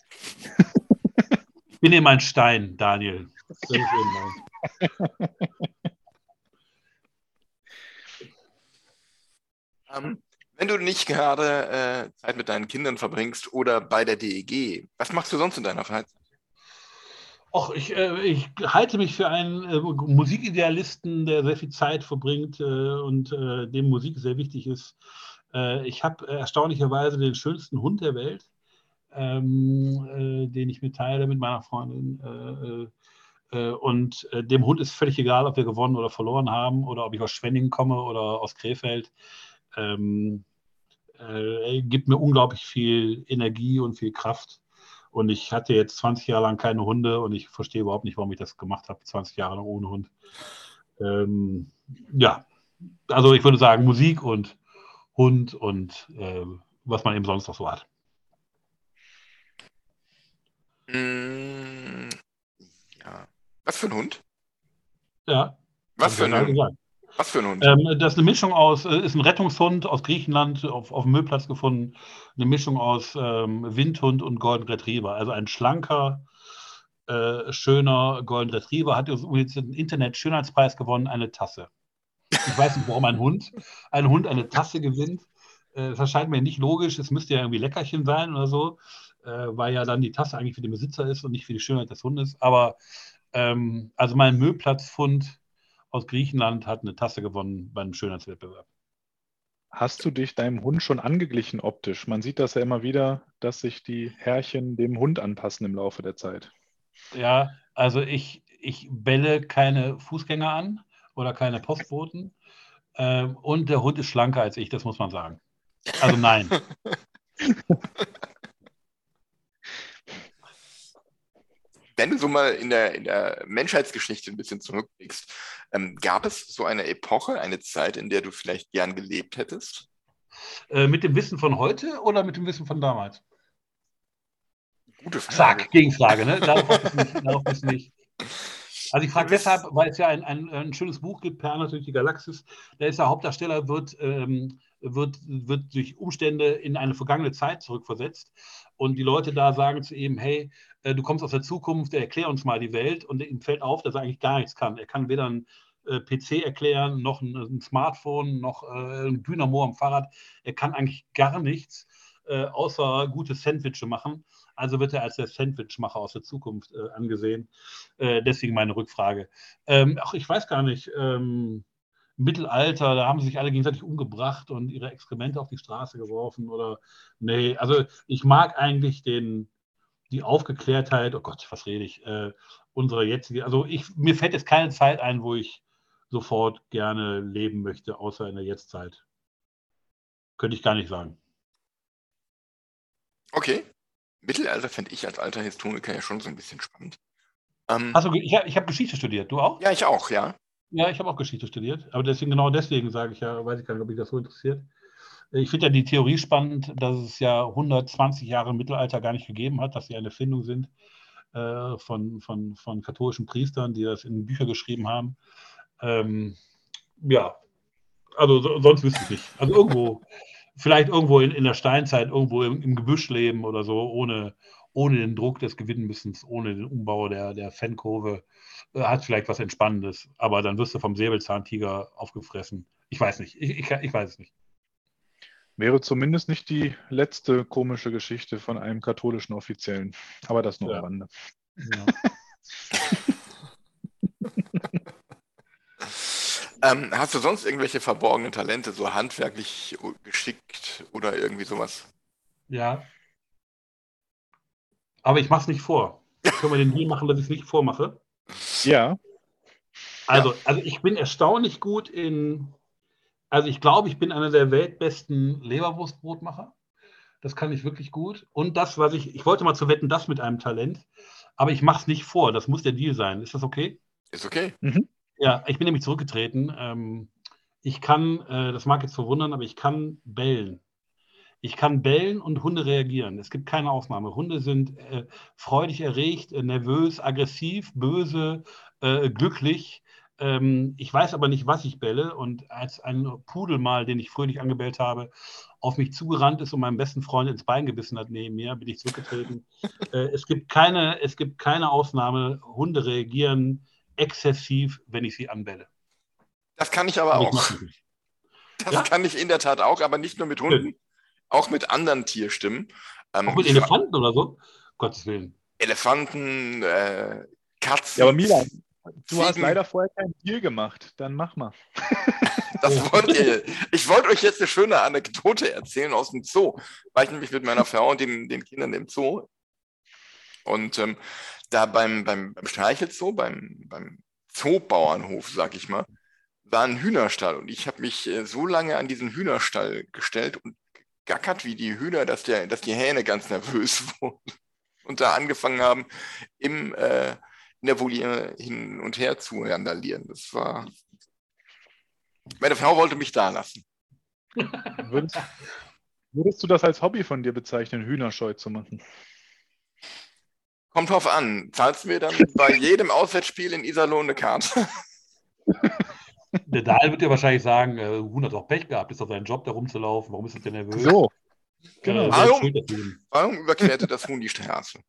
Ich bin eben ein Stein, Daniel. Das ist eben mein. ähm, wenn du nicht gerade äh, Zeit mit deinen Kindern verbringst oder bei der D E G, was machst du sonst in deiner Freizeit? Och, ich, äh, ich halte mich für einen äh, Musikidealisten, der sehr viel Zeit verbringt äh, und äh, dem Musik sehr wichtig ist. Äh, ich habe äh, erstaunlicherweise den schönsten Hund der Welt, ähm, äh, den ich mitteile mit meiner Freundin. Äh, äh, und äh, dem Hund ist völlig egal, ob wir gewonnen oder verloren haben oder ob ich aus Schwenningen komme oder aus Krefeld. Ähm, äh, gibt mir unglaublich viel Energie und viel Kraft. Und ich hatte jetzt zwanzig Jahre lang keine Hunde und ich verstehe überhaupt nicht, warum ich das gemacht habe, zwanzig Jahre lang ohne Hund. Ähm, ja, also ich würde sagen Musik und Hund und äh, was man eben sonst noch so hat. Mm, ja. Was für ein Hund? Ja, Was für hab ich ja ein gerade Hund? gesagt. Was für ein Hund? Ähm, das ist eine Mischung aus, äh, ist ein Rettungshund aus Griechenland auf, auf dem Müllplatz gefunden. Eine Mischung aus ähm, Windhund und Golden Retriever. Also ein schlanker, äh, schöner Golden Retriever. Hat jetzt den Internet-Schönheitspreis gewonnen, eine Tasse. Ich weiß nicht, warum ein Hund, ein Hund eine Tasse gewinnt. Äh, das erscheint mir nicht logisch. Es müsste ja irgendwie Leckerchen sein oder so, äh, weil ja dann die Tasse eigentlich für den Besitzer ist und nicht für die Schönheit des Hundes. Aber ähm, also mein Müllplatzfund aus Griechenland hat eine Tasse gewonnen beim Schönheitswettbewerb. Hast du dich deinem Hund schon angeglichen optisch? Man sieht das ja immer wieder, dass sich die Herrchen dem Hund anpassen im Laufe der Zeit. Ja, also ich, ich bälle keine Fußgänger an oder keine Postboten. Ähm, und der Hund ist schlanker als ich, das muss man sagen. Also nein. Wenn du so mal in der, in der Menschheitsgeschichte ein bisschen zurückblickst, ähm, gab es so eine Epoche, eine Zeit, in der du vielleicht gern gelebt hättest? Äh, mit dem Wissen von heute oder mit dem Wissen von damals? Gute Frage. Zack, Gegenfrage, ne? Darauf ist nicht. Darauf ist nicht. Also ich frage deshalb, weil es ja ein, ein, ein schönes Buch gibt, Perner durch die Galaxis. Da ist der Hauptdarsteller, wird, ähm, wird, wird durch Umstände in eine vergangene Zeit zurückversetzt. Und die Leute da sagen zu ihm, hey, äh, du kommst aus der Zukunft, erklär uns mal die Welt. Und ihm fällt auf, dass er eigentlich gar nichts kann. Er kann weder ein äh, P C erklären, noch ein, ein Smartphone, noch äh, ein Dynamo am Fahrrad. Er kann eigentlich gar nichts, äh, außer gute Sandwiches machen. Also wird er als der Sandwichmacher aus der Zukunft äh, angesehen. Äh, deswegen meine Rückfrage. Ähm, ach, ich weiß gar nicht. Ähm, Mittelalter, da haben sie sich alle gegenseitig umgebracht und ihre Exkremente auf die Straße geworfen. Oder nee, also ich mag eigentlich den, die Aufgeklärtheit, oh Gott, was rede ich, äh, unsere jetzige, also ich, mir fällt jetzt keine Zeit ein, wo ich sofort gerne leben möchte, außer in der Jetztzeit. Könnte ich gar nicht sagen. Okay. Mittelalter fände ich als alter Historiker ja schon so ein bisschen spannend. Ähm, Achso, ich habe ich hab Geschichte studiert, du auch? ja, ich auch, ja. Ja, ich habe auch Geschichte studiert, aber deswegen, genau deswegen sage ich ja, weiß ich gar nicht, ob mich das so interessiert. Ich finde ja die Theorie spannend, dass es ja hundertzwanzig Jahre im Mittelalter gar nicht gegeben hat, dass sie eine Erfindung sind äh, von, von, von katholischen Priestern, die das in Bücher geschrieben haben. Ähm, ja, also so, sonst wüsste ich nicht. Also irgendwo, vielleicht irgendwo in, in der Steinzeit, irgendwo im, im Gebüsch leben oder so, ohne, ohne den Druck des Gewinnmissens, ohne den Umbau der, der Fankurve, äh, hat vielleicht was Entspannendes. Aber dann wirst du vom Säbelzahntiger aufgefressen. Ich weiß nicht. Ich, ich, ich weiß es nicht. Wäre zumindest nicht die letzte komische Geschichte von einem katholischen Offiziellen. Aber das nur Ja. am Rande. Ja. Ähm, hast du sonst irgendwelche verborgenen Talente, so handwerklich geschickt oder irgendwie sowas? Ja. Aber ich mache es nicht vor. Können wir den Deal machen, dass ich es nicht vormache? Ja. Also, also ich bin erstaunlich gut in, also ich glaube, ich bin einer der weltbesten Leberwurstbrotmacher. Das kann ich wirklich gut. Und das, was ich, ich wollte mal zu wetten, das mit einem Talent, aber ich mache es nicht vor. Das muss der Deal sein. Ist das okay? Ist okay. Mhm. Ja, ich bin nämlich zurückgetreten. Ähm, ich kann, äh, das mag jetzt verwundern, aber ich kann bellen. Ich kann bellen und Hunde reagieren. Es gibt keine Ausnahme. Hunde sind äh, freudig erregt, äh, nervös, aggressiv, böse, äh, glücklich. Ähm, ich weiß aber nicht, was ich belle. Und als ein Pudel mal, den ich fröhlich angebellt habe, auf mich zugerannt ist und meinem besten Freund ins Bein gebissen hat neben mir, bin ich zurückgetreten. äh, es gibt keine, es gibt keine Ausnahme. Hunde reagieren exzessiv, wenn ich sie anbelle. Das kann ich aber Aber ich auch. mach's nicht. Das Ja? kann ich in der Tat auch, aber nicht nur mit Hunden, auch mit anderen Tierstimmen. Ähm, Auch mit ich- Elefanten oder so? Gottes Willen. Elefanten, äh, Katzen. Ja, aber Milan, du hast Ziegen. leider vorher keinen Deal gemacht. Dann mach mal. Das wollt ihr. Ich wollte euch jetzt eine schöne Anekdote erzählen aus dem Zoo. War ich nämlich mit meiner Frau und den, den Kindern im Zoo. Und ähm, da beim, beim, beim Streichelzoo, beim, beim Zoobauernhof, sag ich mal, war ein Hühnerstall. Und ich habe mich äh, so lange an diesen Hühnerstall gestellt und gackert wie die Hühner, dass, der, dass die Hähne ganz nervös wurden und da angefangen haben, im, äh, in der Voliere hin und her zu randalieren. Das war... Meine Frau wollte mich da lassen. Würdest, würdest du das als Hobby von dir bezeichnen, Hühnerscheu zu machen? Kommt drauf an. Zahlst du mir dann bei jedem Auswärtsspiel in Iserlohn eine Karte? Der Dahl wird ja wahrscheinlich sagen, äh, Huhn hat doch Pech gehabt, ist doch sein Job, da rumzulaufen. Warum ist das denn nervös? So. Genau. Äh, Warum? selbst schuld, das Huhn. Warum überquerte das Huhn die Straße?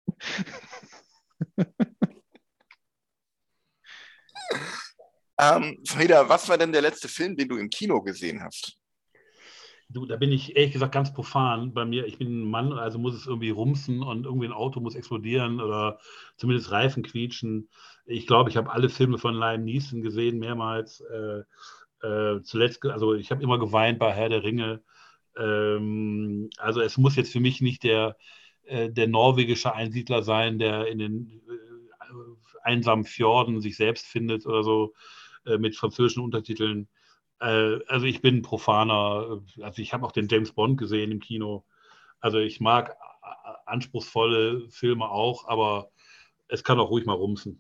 ähm, Frieda, was war denn der letzte Film, den du im Kino gesehen hast? Du, da bin ich ehrlich gesagt ganz profan bei mir. Ich bin ein Mann, also muss es irgendwie rumsen und irgendwie ein Auto muss explodieren oder zumindest Reifen quietschen. Ich glaube, ich habe alle Filme von Liam Neeson gesehen, mehrmals. Äh, äh, zuletzt, ge- also ich habe immer geweint bei Herr der Ringe. Ähm, also es muss jetzt für mich nicht der, äh, der norwegische Einsiedler sein, der in den äh, einsamen Fjorden sich selbst findet oder so äh, mit französischen Untertiteln. Äh, also ich bin profaner, äh, also ich habe auch den James Bond gesehen im Kino. Also ich mag äh, anspruchsvolle Filme auch, aber es kann auch ruhig mal rumsen.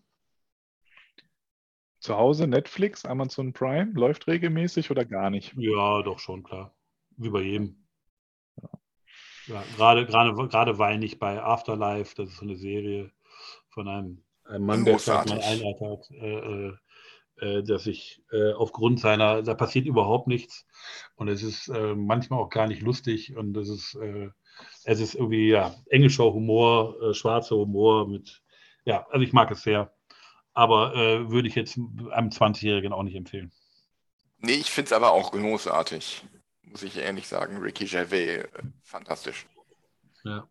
Zu Hause Netflix, Amazon Prime, läuft regelmäßig oder gar nicht? Ja, doch schon, klar. Wie bei jedem. Ja, gerade, gerade, gerade weine ich bei Afterlife, das ist so eine Serie von einem, einem Mann, der vielleicht mal Großartig. Einheit hat, äh, äh, dass ich äh, aufgrund seiner, da passiert überhaupt nichts und es ist äh, manchmal auch gar nicht lustig und es ist, äh, es ist irgendwie, ja, englischer Humor, äh, schwarzer Humor mit, ja, also ich mag es sehr, aber äh, würde ich jetzt einem zwanzigjährigen auch nicht empfehlen. Nee, ich finde es aber auch großartig. Muss ich ehrlich sagen. Ricky Gervais, äh, fantastisch. Ja.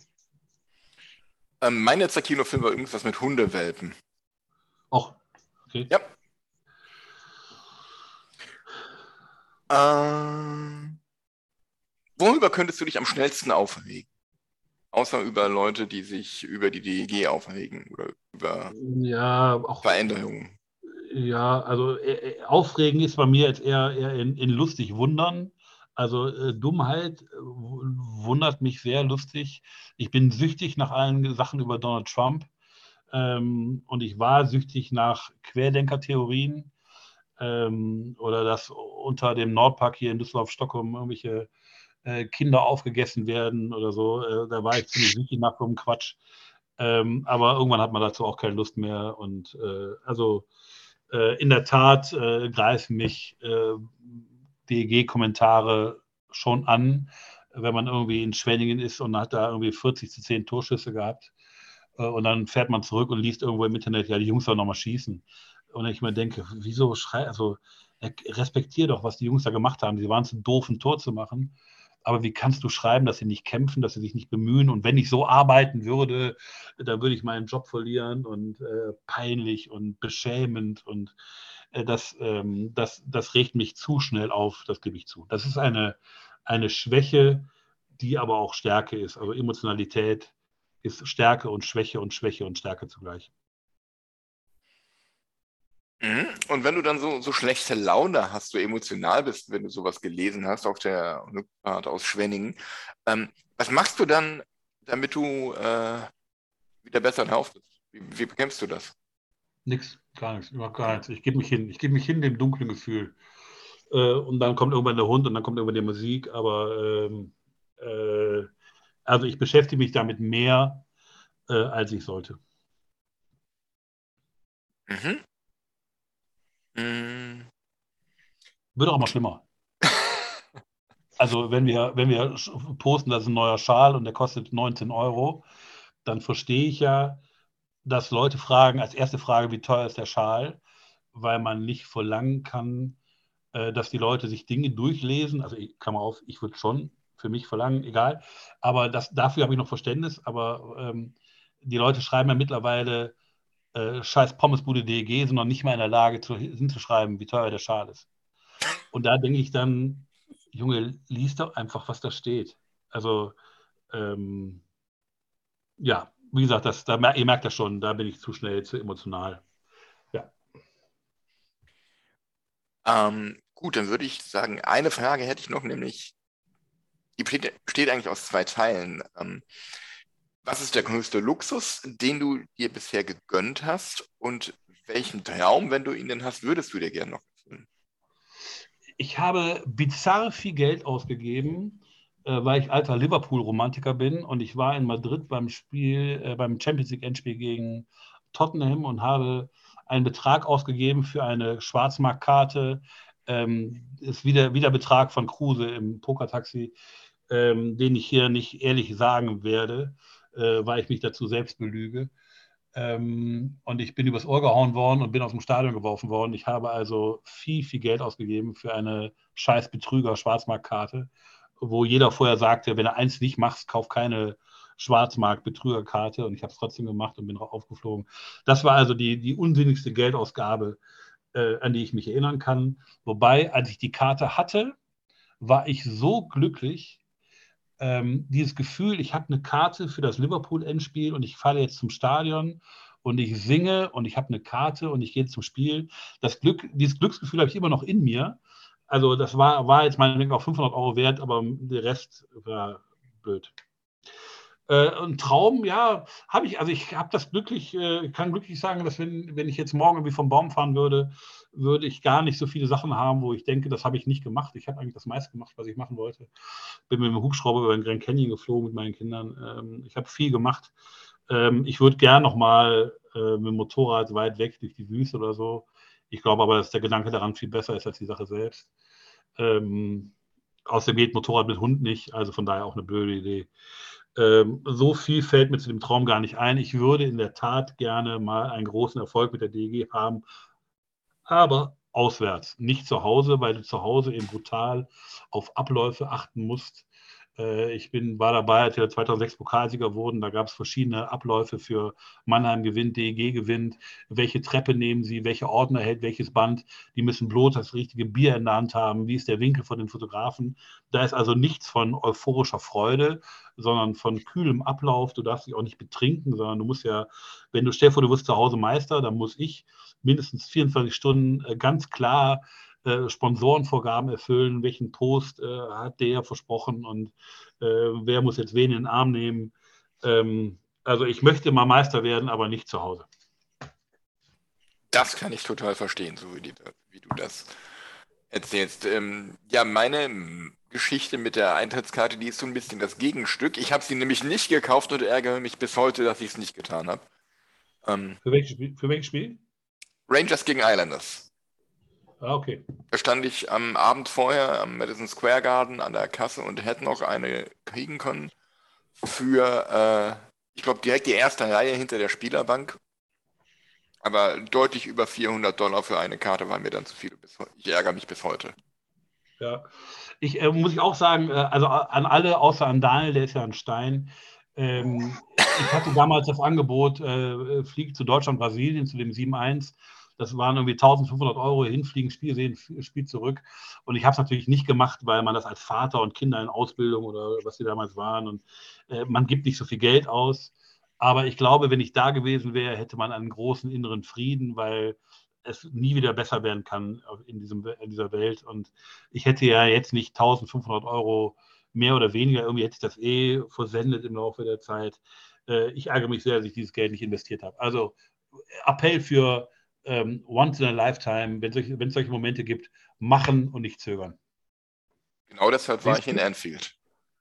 Ähm, mein letzter Kinofilm war irgendwas mit Hundewelpen. Auch, okay. Ja. Ähm, worüber könntest du dich am schnellsten aufregen? Außer über Leute, die sich über die D E G aufregen oder über Ja, auch Veränderungen. Ja, also äh, äh, aufregen ist bei mir jetzt eher, eher in, in lustig wundern. Also äh, Dummheit äh, w- wundert mich sehr lustig. Ich bin süchtig nach allen Sachen über Donald Trump ähm, und ich war süchtig nach Querdenker-Theorien ähm, oder dass unter dem Nordpark hier in Düsseldorf-Stockholm irgendwelche äh, Kinder aufgegessen werden oder so. Äh, da war ich ziemlich süchtig nach so einem Quatsch. Ähm, aber irgendwann hat man dazu auch keine Lust mehr. Und äh, also äh, in der Tat äh, greifen mich äh, D E G-Kommentare schon an, wenn man irgendwie in Schwenningen ist und hat da irgendwie vierzig zu zehn Torschüsse gehabt. Äh, und dann fährt man zurück und liest irgendwo im Internet, ja, die Jungs sollen nochmal schießen. Und ich mir denke, wieso schrei, also respektier doch, was die Jungs da gemacht haben. Sie waren zu doof, ein Tor zu machen. Aber wie kannst du schreiben, dass sie nicht kämpfen, dass sie sich nicht bemühen? Und wenn ich so arbeiten würde, dann würde ich meinen Job verlieren und äh, peinlich und beschämend. Und äh, das, ähm, das, das regt mich zu schnell auf, das gebe ich zu. Das ist eine, eine Schwäche, die aber auch Stärke ist. Also Emotionalität ist Stärke und Schwäche und Schwäche und Stärke zugleich. Mhm. Und wenn du dann so, so schlechte Laune hast, so emotional bist, wenn du sowas gelesen hast auf der Rückfahrt aus Schwenningen, ähm, was machst du dann, damit du äh, wieder besser drauf bist? Wie, wie bekämpfst du das? Nix, gar nichts, überhaupt gar nichts. Ich gebe mich hin, ich gebe mich hin dem dunklen Gefühl. Äh, und dann kommt irgendwann der Hund und dann kommt irgendwann die Musik, aber ähm, äh, also ich beschäftige mich damit mehr, äh, als ich sollte. Mhm. Mhm. Wird auch mal schlimmer. Also wenn wir, wenn wir posten, das ist ein neuer Schal und der kostet neunzehn Euro, dann verstehe ich ja, dass Leute fragen, als erste Frage, wie teuer ist der Schal, weil man nicht verlangen kann, äh, dass die Leute sich Dinge durchlesen. Also ich, Klammer auf, ich würde schon für mich verlangen, egal. Aber das, dafür habe ich noch Verständnis. Aber ähm, die Leute schreiben ja mittlerweile äh, scheiß Pommesbude D E G, sind noch nicht mal in der Lage zu, hinzuschreiben, wie teuer der Schal ist. Und da denke ich dann, Junge, lies doch einfach, was da steht. Also, ähm, ja, wie gesagt, das, da, ihr merkt das schon, da bin ich zu schnell, zu emotional. Ja. Ähm, gut, dann würde ich sagen, eine Frage hätte ich noch, nämlich, die besteht, besteht eigentlich aus zwei Teilen. Ähm, was ist der größte Luxus, den du dir bisher gegönnt hast, und welchen Traum, wenn du ihn denn hast, würdest du dir gerne noch erfüllen? Ich habe bizarr viel Geld ausgegeben, äh, weil ich alter Liverpool-Romantiker bin, und ich war in Madrid beim Spiel, äh, beim Champions League-Endspiel gegen Tottenham und habe einen Betrag ausgegeben für eine Schwarzmarktkarte. Ähm, ist wieder, wieder Betrag von Kruse im Pokertaxi, ähm, den ich hier nicht ehrlich sagen werde, äh, weil ich mich dazu selbst belüge. Ähm, und ich bin übers Ohr gehauen worden und bin aus dem Stadion geworfen worden. Ich habe also viel, viel Geld ausgegeben für eine scheiß Betrüger-Schwarzmarktkarte, wo jeder vorher sagte, wenn du eins nicht machst, kauf keine Schwarzmarkt-Betrügerkarte. Und ich habe es trotzdem gemacht und bin drauf aufgeflogen. Das war also die, die unsinnigste Geldausgabe, äh, an die ich mich erinnern kann. Wobei, als ich die Karte hatte, war ich so glücklich, ähm, dieses Gefühl, ich habe eine Karte für das Liverpool-Endspiel und ich fahre jetzt zum Stadion und ich singe und ich habe eine Karte und ich gehe zum Spiel. Das Glück, dieses Glücksgefühl habe ich immer noch in mir. Also das war, war jetzt meinetwegen auch fünfhundert Euro wert, aber der Rest war blöd. Äh, ein Traum, ja, habe ich, also ich habe das glücklich, äh, kann glücklich sagen, dass wenn, wenn ich jetzt morgen irgendwie vom Baum fahren würde, würde ich gar nicht so viele Sachen haben, wo ich denke, das habe ich nicht gemacht. Ich habe eigentlich das meiste gemacht, was ich machen wollte. Bin mit dem Hubschrauber über den Grand Canyon geflogen mit meinen Kindern. Ähm, ich habe viel gemacht. Ähm, ich würde gern nochmal äh, mit dem Motorrad weit weg durch die Wüste oder so. Ich glaube aber, dass der Gedanke daran viel besser ist als die Sache selbst. Ähm, außerdem geht Motorrad mit Hund nicht, also von daher auch eine blöde Idee. Ähm, so viel fällt mir zu dem Traum gar nicht ein. Ich würde in der Tat gerne mal einen großen Erfolg mit der D E G haben, aber auswärts, nicht zu Hause, weil du zu Hause eben brutal auf Abläufe achten musst. Äh, ich bin, war dabei, als wir zweitausendsechs Pokalsieger wurden. Da gab es verschiedene Abläufe für Mannheim gewinnt, D E G gewinnt. Welche Treppe nehmen sie, welche Ordner hält welches Band. Die müssen bloß das richtige Bier in der Hand haben. Wie ist der Winkel von den Fotografen? Da ist also nichts von euphorischer Freude, sondern von kühlem Ablauf. Du darfst dich auch nicht betrinken, sondern du musst ja, wenn du, stell dir vor, du wirst zu Hause Meister, dann muss ich mindestens vierundzwanzig Stunden äh, ganz klar äh, Sponsorenvorgaben erfüllen, welchen Post äh, hat der versprochen und äh, wer muss jetzt wen in den Arm nehmen. Ähm, also ich möchte mal Meister werden, aber nicht zu Hause. Das kann ich total verstehen, so wie die, wie du das erzählst. Ähm, ja, meine ähm, Geschichte mit der Eintrittskarte, die ist so ein bisschen das Gegenstück. Ich habe sie nämlich nicht gekauft und ärgere mich bis heute, dass ich es nicht getan habe. Ähm, Für welches Spiel? Für welches Spiel? Rangers gegen Islanders. Ah, okay. Da stand ich am Abend vorher am Madison Square Garden an der Kasse und hätte noch eine kriegen können für, äh, ich glaube, direkt die erste Reihe hinter der Spielerbank. Aber deutlich über vierhundert Dollar für eine Karte war mir dann zu viel. Ich ärgere mich bis heute. Ja. Ich äh, muss ich auch sagen, äh, also an alle, außer an Daniel, der ist ja ein Stein. Ähm, ich hatte damals das Angebot, äh, fliegt zu Deutschland, Brasilien, zu dem sieben eins. Das waren irgendwie eintausendfünfhundert Euro hinfliegen, Spiel sehen, Spiel zurück. Und ich habe es natürlich nicht gemacht, weil man das als Vater und Kinder in Ausbildung oder was die damals waren. Und äh, man gibt nicht so viel Geld aus. Aber ich glaube, wenn ich da gewesen wäre, hätte man einen großen inneren Frieden, weil es nie wieder besser werden kann in, diesem, in dieser Welt. Und ich hätte ja jetzt nicht eintausendfünfhundert Euro mehr oder weniger, irgendwie hätte ich das eh versendet im Laufe der Zeit. Äh, ich ärgere mich sehr, dass ich dieses Geld nicht investiert habe. Also Appell für ähm, Once in a Lifetime, wenn es solche, solche Momente gibt, machen und nicht zögern. Genau deshalb war ich in Anfield.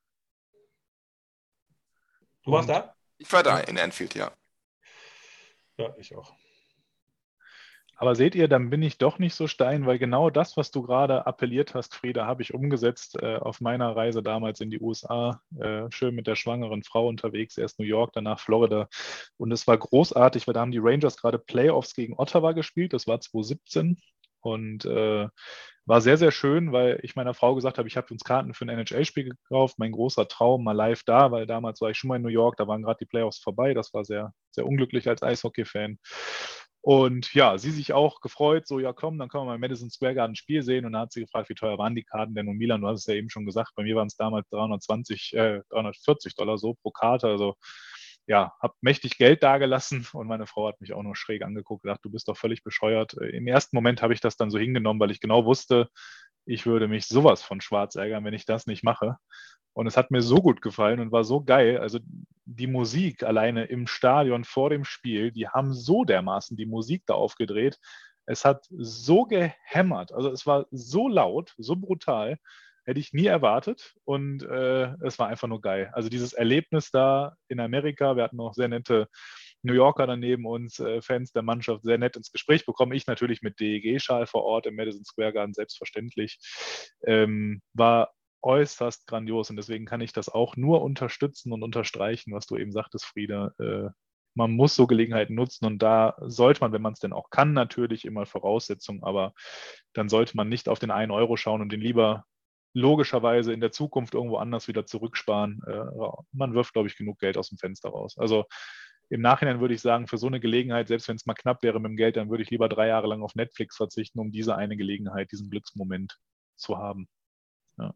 Du warst da? Ich war da in Anfield, ja. Ja, ich auch. Aber seht ihr, dann bin ich doch nicht so stein, weil genau das, was du gerade appelliert hast, Frieda, habe ich umgesetzt äh, auf meiner Reise damals in die U S A. Äh, schön mit der schwangeren Frau unterwegs, erst New York, danach Florida. Und es war großartig, weil da haben die Rangers gerade Playoffs gegen Ottawa gespielt. Das war zwanzig siebzehn. Und äh, war sehr, sehr schön, weil ich meiner Frau gesagt habe, ich habe uns Karten für ein N H L-Spiel gekauft. Mein großer Traum, mal live da, weil damals war ich schon mal in New York, da waren gerade die Playoffs vorbei. Das war sehr, sehr unglücklich als Eishockey-Fan. Und ja, sie sich auch gefreut, so, ja komm, dann können wir mal im Madison Square Garden ein Spiel sehen. Und dann hat sie gefragt, wie teuer waren die Karten denn? Und Milan, du hast es ja eben schon gesagt, bei mir waren es damals dreihundertzwanzig, äh, dreihundertvierzig Dollar so pro Karte. Also ja, habe mächtig Geld dagelassen und meine Frau hat mich auch nur schräg angeguckt, gedacht, du bist doch völlig bescheuert. Im ersten Moment habe ich das dann so hingenommen, weil ich genau wusste, ich würde mich sowas von schwarz ärgern, wenn ich das nicht mache. Und es hat mir so gut gefallen und war so geil. Also die Musik alleine im Stadion vor dem Spiel, die haben so dermaßen die Musik da aufgedreht. Es hat so gehämmert. Also es war so laut, so brutal. Hätte ich nie erwartet und äh, es war einfach nur geil. Also dieses Erlebnis da in Amerika, wir hatten noch sehr nette New Yorker daneben uns, äh, Fans der Mannschaft, sehr nett ins Gespräch bekommen. Ich natürlich mit D E G-Schal vor Ort im Madison Square Garden, selbstverständlich. Ähm, war äußerst grandios und deswegen kann ich das auch nur unterstützen und unterstreichen, was du eben sagtest, Frieda. Äh, man muss so Gelegenheiten nutzen und da sollte man, wenn man es denn auch kann, natürlich immer Voraussetzungen, aber dann sollte man nicht auf den einen Euro schauen und den lieber logischerweise in der Zukunft irgendwo anders wieder zurücksparen. Man wirft, glaube ich, genug Geld aus dem Fenster raus. Also im Nachhinein würde ich sagen, für so eine Gelegenheit, selbst wenn es mal knapp wäre mit dem Geld, dann würde ich lieber drei Jahre lang auf Netflix verzichten, um diese eine Gelegenheit, diesen Glücksmoment zu haben. Ja,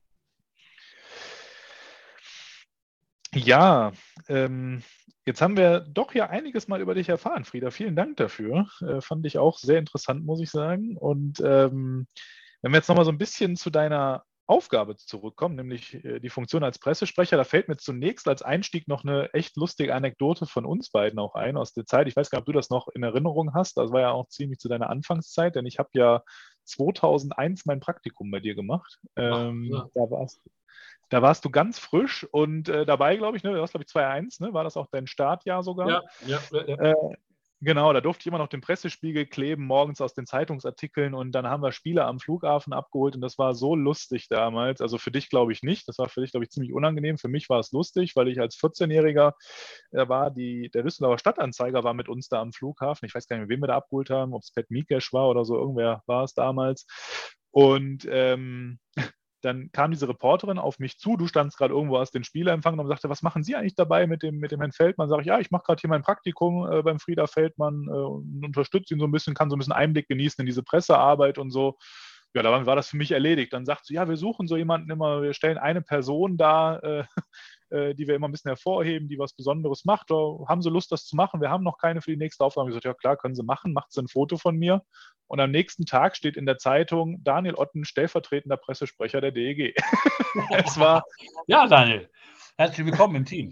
ja ähm, jetzt haben wir doch ja einiges mal über dich erfahren, Frieda. Vielen Dank dafür. Äh, fand ich auch sehr interessant, muss ich sagen. Und ähm, wenn wir jetzt nochmal so ein bisschen zu deiner Aufgabe zurückkommen, nämlich äh, die Funktion als Pressesprecher. Da fällt mir zunächst als Einstieg noch eine echt lustige Anekdote von uns beiden auch ein aus der Zeit. Ich weiß gar nicht, ob du das noch in Erinnerung hast. Das war ja auch ziemlich zu deiner Anfangszeit, denn ich habe ja zweitausendeins mein Praktikum bei dir gemacht. Ähm, Ach, ja. Da warst, da warst du ganz frisch und äh, dabei, glaube ich, ne, du warst, glaube ich, zweitausendeins, ne? War das auch dein Startjahr sogar? Ja, ja, ja. ja. Äh, Genau, da durfte ich immer noch den Pressespiegel kleben, morgens aus den Zeitungsartikeln und dann haben wir Spieler am Flughafen abgeholt und das war so lustig damals. Also für dich glaube ich nicht, das war für dich glaube ich ziemlich unangenehm. Für mich war es lustig, weil ich als vierzehnjähriger, da war die, der Düsseldorfer Stadtanzeiger war mit uns da am Flughafen. Ich weiß gar nicht, mit wem wir da abgeholt haben, ob es Pat Mikesch war oder so, irgendwer war es damals. Und ähm, dann kam diese Reporterin auf mich zu, du standst gerade irgendwo, hast den Spieler empfangen und sagte, was machen Sie eigentlich dabei mit dem, mit dem Herrn Feldmann? Sag ich, ja, ich mache gerade hier mein Praktikum äh, beim Frieda Feldmann äh, und unterstütze ihn so ein bisschen, kann so ein bisschen Einblick genießen in diese Pressearbeit und so. Ja, dann war das für mich erledigt. Dann sagt sie, ja, wir suchen so jemanden immer, wir stellen eine Person da, äh, äh, die wir immer ein bisschen hervorheben, die was Besonderes macht. Oder haben Sie Lust, das zu machen? Wir haben noch keine für die nächste Aufgabe. Ich gesagt, ja klar, können Sie machen, macht Sie ein Foto von mir. Und am nächsten Tag steht in der Zeitung Daniel Otten, stellvertretender Pressesprecher der D E G. Es war ja, Daniel, herzlich willkommen im Team.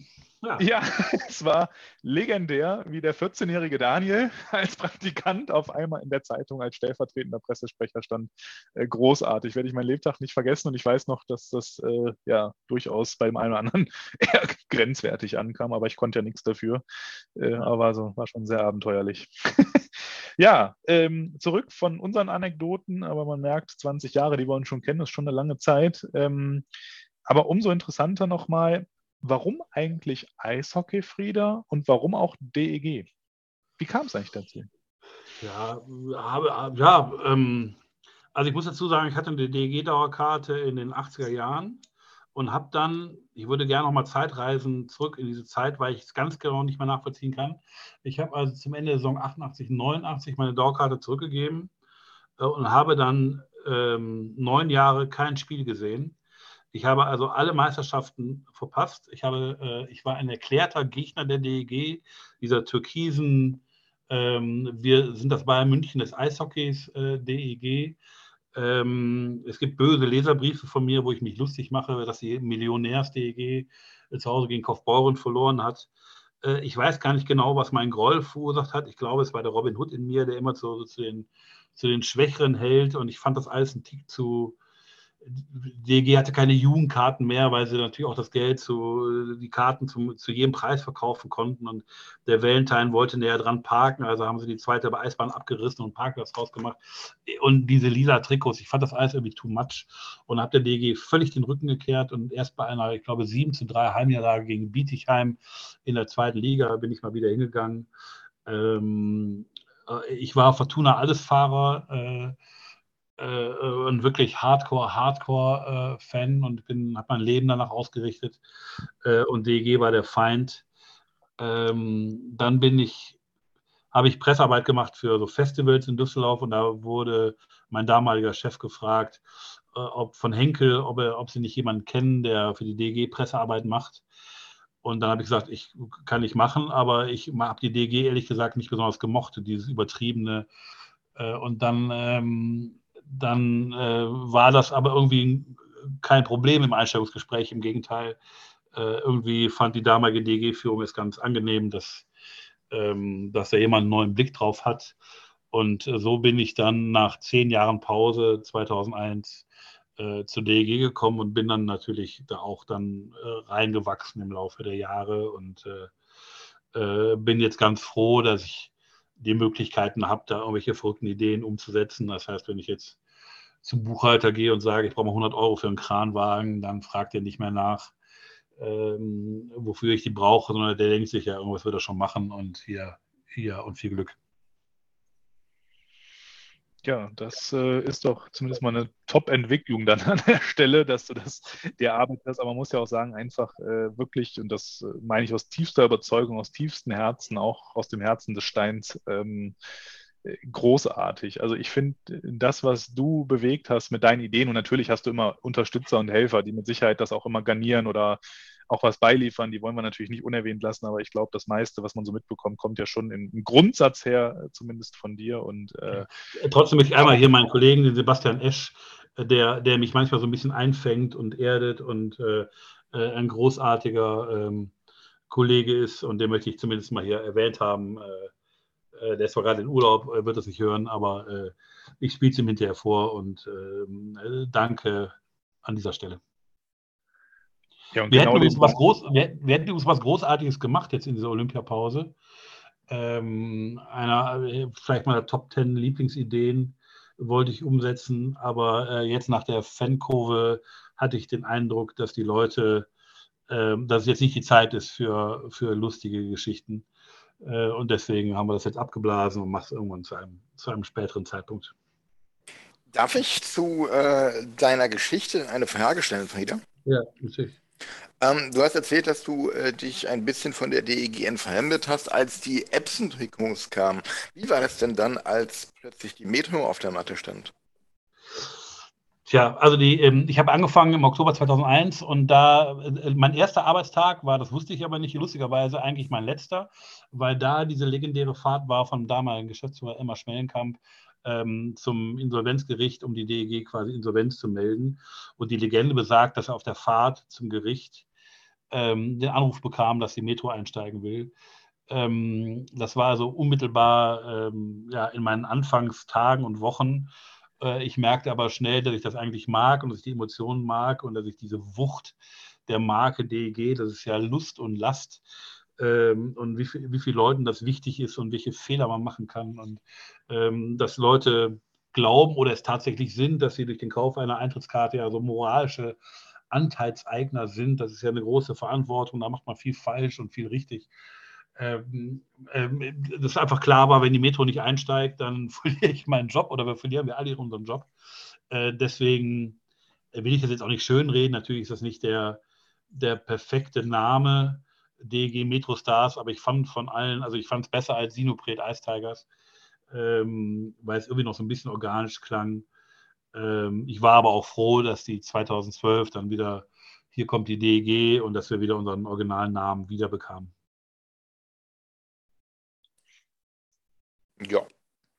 Ja. Ja, es war legendär, wie der vierzehnjährige Daniel als Praktikant auf einmal in der Zeitung als stellvertretender Pressesprecher stand. Äh, großartig, werde ich meinen Lebtag nicht vergessen. Und ich weiß noch, dass das äh, ja durchaus beim einen oder anderen eher grenzwertig ankam, aber ich konnte ja nichts dafür. Äh, aber so war schon sehr abenteuerlich. Ja, ähm, zurück von unseren Anekdoten, aber man merkt, zwanzig Jahre, die wir uns schon kennen, ist schon eine lange Zeit. Ähm, aber umso interessanter nochmal, warum eigentlich Eishockey, Frieder, und warum auch D E G? Wie kam es eigentlich dazu? Ja, habe, ja ähm, also ich muss dazu sagen, ich hatte eine D E G-Dauerkarte in den achtziger Jahren und habe dann, ich würde gerne nochmal Zeitreisen zurück in diese Zeit, weil ich es ganz genau nicht mehr nachvollziehen kann. Ich habe also zum Ende der Saison achtundachtzig, neunundachtzig meine Dauerkarte zurückgegeben äh, und habe dann ähm, neun Jahre kein Spiel gesehen. Ich habe also alle Meisterschaften verpasst. Ich, habe, äh, ich war ein erklärter Gegner der D E G, dieser türkisen, ähm, wir sind das Bayern München des Eishockeys, äh, D E G. Ähm, es gibt böse Leserbriefe von mir, wo ich mich lustig mache, dass die Millionärs-D E G äh, zu Hause gegen Kaufbeuren verloren hat. Äh, ich weiß gar nicht genau, was mein Groll verursacht hat. Ich glaube, es war der Robin Hood in mir, der immer zu, zu, den, zu den Schwächeren hält. Und ich fand das alles ein Tick zu... D E G hatte keine Jugendkarten mehr, weil sie natürlich auch das Geld zu, die Karten zum, zu jedem Preis verkaufen konnten. Und der Valentine wollte näher dran parken, also haben sie die zweite Eisbahn abgerissen und Parkplatz rausgemacht. Und diese lila Trikots, ich fand das alles irgendwie too much und habe der D E G völlig den Rücken gekehrt. Und erst bei einer, ich glaube, sieben zu drei Heimniederlage gegen Bietigheim in der zweiten Liga bin ich mal wieder hingegangen. Ähm, ich war Fortuna Allesfahrer, äh, und wirklich Hardcore, Hardcore-Fan äh, und habe mein Leben danach ausgerichtet. Äh, und D E G war der Feind. Ähm, dann bin ich, habe ich Pressearbeit gemacht für so Festivals in Düsseldorf und da wurde mein damaliger Chef gefragt, äh, ob von Henkel, ob, er, ob sie nicht jemanden kennen, der für die D E G Pressearbeit macht. Und dann habe ich gesagt, ich kann nicht machen, aber ich habe die D E G ehrlich gesagt nicht besonders gemocht, dieses übertriebene. Äh, und dann ähm, Dann äh, war das aber irgendwie kein Problem im Einstellungsgespräch. Im Gegenteil, äh, irgendwie fand die damalige D E G-Führung es ganz angenehm, dass, ähm, dass da jemand einen neuen Blick drauf hat. Und äh, so bin ich dann nach zehn Jahren Pause zweitausendeins äh, zur D E G gekommen und bin dann natürlich da auch dann äh, reingewachsen im Laufe der Jahre und äh, äh, bin jetzt ganz froh, dass ich die Möglichkeiten habe, da irgendwelche verrückten Ideen umzusetzen. Das heißt, wenn ich jetzt zum Buchhalter gehe und sage, ich brauche mal hundert Euro für einen Kranwagen, dann fragt er nicht mehr nach, ähm, wofür ich die brauche, sondern der denkt sich ja, irgendwas wird er schon machen und hier, hier und viel Glück. Ja, das äh, ist doch zumindest mal eine Top-Entwicklung dann an der Stelle, dass du das dir erarbeitet hast. Aber man muss ja auch sagen, einfach äh, wirklich, und das äh, meine ich aus tiefster Überzeugung, aus tiefstem Herzen, auch aus dem Herzen des Steins, ähm, äh, großartig. Also ich finde, das, was du bewegt hast mit deinen Ideen, und natürlich hast du immer Unterstützer und Helfer, die mit Sicherheit das auch immer garnieren oder auch was beiliefern, die wollen wir natürlich nicht unerwähnt lassen, aber ich glaube, das meiste, was man so mitbekommt, kommt ja schon im, im Grundsatz her, zumindest von dir. Und äh, trotzdem möchte ich einmal hier meinen Kollegen, den Sebastian Esch, der, der mich manchmal so ein bisschen einfängt und erdet und äh, ein großartiger ähm, Kollege ist und den möchte ich zumindest mal hier erwähnt haben. Äh, der ist zwar gerade in Urlaub, wird das nicht hören, aber äh, ich spiele es ihm hinterher vor und äh, danke an dieser Stelle. Ja, und wir, genau hätten uns den was Groß, wir, wir hätten uns was Großartiges gemacht jetzt in dieser Olympiapause. Ähm, einer, vielleicht mal Top zehn Lieblingsideen wollte ich umsetzen, aber äh, jetzt nach der Fankurve hatte ich den Eindruck, dass die Leute, äh, dass es jetzt nicht die Zeit ist für, für lustige Geschichten. Äh, und deswegen haben wir das jetzt abgeblasen und machen es irgendwann zu einem, zu einem späteren Zeitpunkt. Darf ich zu äh, deiner Geschichte eine Frage stellen, Frieder? Ja, natürlich. Ähm, du hast erzählt, dass du äh, dich ein bisschen von der D E G entfremdet hast, als die Epson-Trikots kamen. Wie war das denn dann, als plötzlich die Metro auf der Matte stand? Tja, also die, ähm, ich habe angefangen im Oktober zweitausendeins und da, äh, mein erster Arbeitstag war, das wusste ich aber nicht, lustigerweise eigentlich mein letzter, weil da diese legendäre Fahrt war vom damaligen Geschäftsführer Elmar Schmellenkamp ähm, zum Insolvenzgericht, um die D E G quasi Insolvenz zu melden. Und die Legende besagt, dass er auf der Fahrt zum Gericht ähm, den Anruf bekam, dass die Metro einsteigen will. Ähm, das war also unmittelbar ähm, ja, in meinen Anfangstagen und Wochen. Äh, ich merkte aber schnell, dass ich das eigentlich mag und dass ich die Emotionen mag und dass ich diese Wucht der Marke D E G, das ist ja Lust und Last, ähm, und wie, viel, wie vielen Leuten das wichtig ist und welche Fehler man machen kann und ähm, dass Leute glauben oder es tatsächlich sind, dass sie durch den Kauf einer Eintrittskarte ja so moralische Anteilseigner sind. Das ist ja eine große Verantwortung, da macht man viel falsch und viel richtig. Ähm, ähm, das einfach klar war, wenn die Metro nicht einsteigt, dann verliere ich meinen Job oder wir verlieren wir alle unseren Job. Äh, deswegen will ich das jetzt auch nicht schönreden. Natürlich ist das nicht der, der perfekte Name D E G Metro Stars, aber ich fand von allen, also ich fand es besser als Sinopret Ice Tigers, ähm, weil es irgendwie noch so ein bisschen organisch klang. Ähm, ich war aber auch froh, dass die zweitausendzwölf dann wieder hier kommt die D E G und dass wir wieder unseren originalen Namen wiederbekamen. Ja.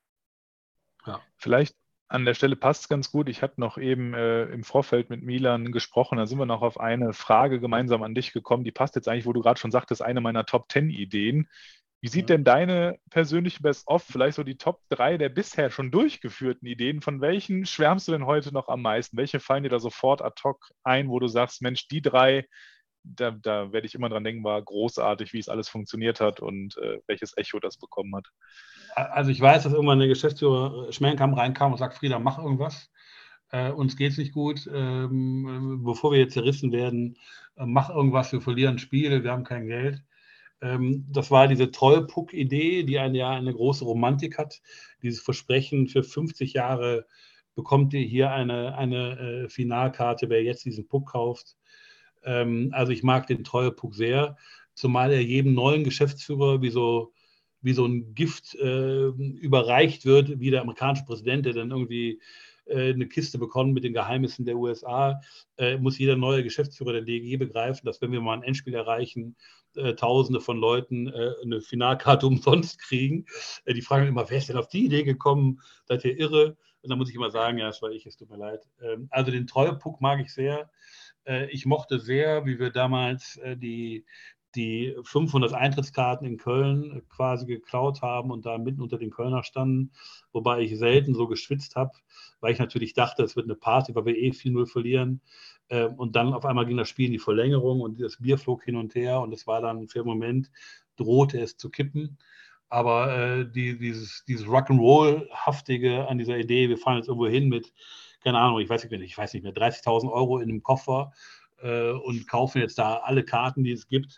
Ja. Vielleicht an der Stelle passt es ganz gut. Ich hatte noch eben äh, im Vorfeld mit Milan gesprochen, da sind wir noch auf eine Frage gemeinsam an dich gekommen. Die passt jetzt eigentlich, wo du gerade schon sagtest, eine meiner Top zehn Ideen. Wie sieht denn deine persönliche Best-of, vielleicht so die Top drei der bisher schon durchgeführten Ideen, von welchen schwärmst du denn heute noch am meisten? Welche fallen dir da sofort ad hoc ein, wo du sagst, Mensch, die drei, da, da werde ich immer dran denken, war großartig, wie es alles funktioniert hat und äh, welches Echo das bekommen hat? Also ich weiß, dass irgendwann der Geschäftsführer Schmellenkamp reinkam und sagt, Frieda, mach irgendwas. Äh, uns geht es nicht gut. Ähm, bevor wir jetzt zerrissen werden, äh, mach irgendwas, wir verlieren Spiele, wir haben kein Geld. Ähm, das war diese Trollpuck-Idee, die ein, ja eine große Romantik hat. Dieses Versprechen, für fünfzig Jahre bekommt ihr hier eine, eine äh, Finalkarte, wer jetzt diesen Puck kauft. Ähm, also ich mag den Trollpuck sehr, zumal er jedem neuen Geschäftsführer wie so wie so ein Gift äh, überreicht wird, wie der amerikanische Präsident, der dann irgendwie äh, eine Kiste bekommt mit den Geheimnissen der U S A, äh, muss jeder neue Geschäftsführer der D E G begreifen, dass wenn wir mal ein Endspiel erreichen, äh, Tausende von Leuten äh, eine Finalkarte umsonst kriegen. Äh, die fragen immer, wer ist denn auf die Idee gekommen? Seid ihr irre? Und dann muss ich immer sagen, ja, das war ich, es tut mir leid. Ähm, also den Treuepuck mag ich sehr. Äh, ich mochte sehr, wie wir damals äh, die die fünfhundert Eintrittskarten in Köln quasi geklaut haben und da mitten unter den Kölner standen, wobei ich selten so geschwitzt habe, weil ich natürlich dachte, es wird eine Party, weil wir eh vier null verlieren. Und dann auf einmal ging das Spiel in die Verlängerung und das Bier flog hin und her und es war dann für einen Moment, drohte es zu kippen. Aber äh, die, dieses, dieses Rock'n'Roll-haftige an dieser Idee, wir fahren jetzt irgendwo hin mit, keine Ahnung, ich weiß nicht mehr, ich weiß nicht mehr, dreißigtausend Euro in einem Koffer äh, und kaufen jetzt da alle Karten, die es gibt.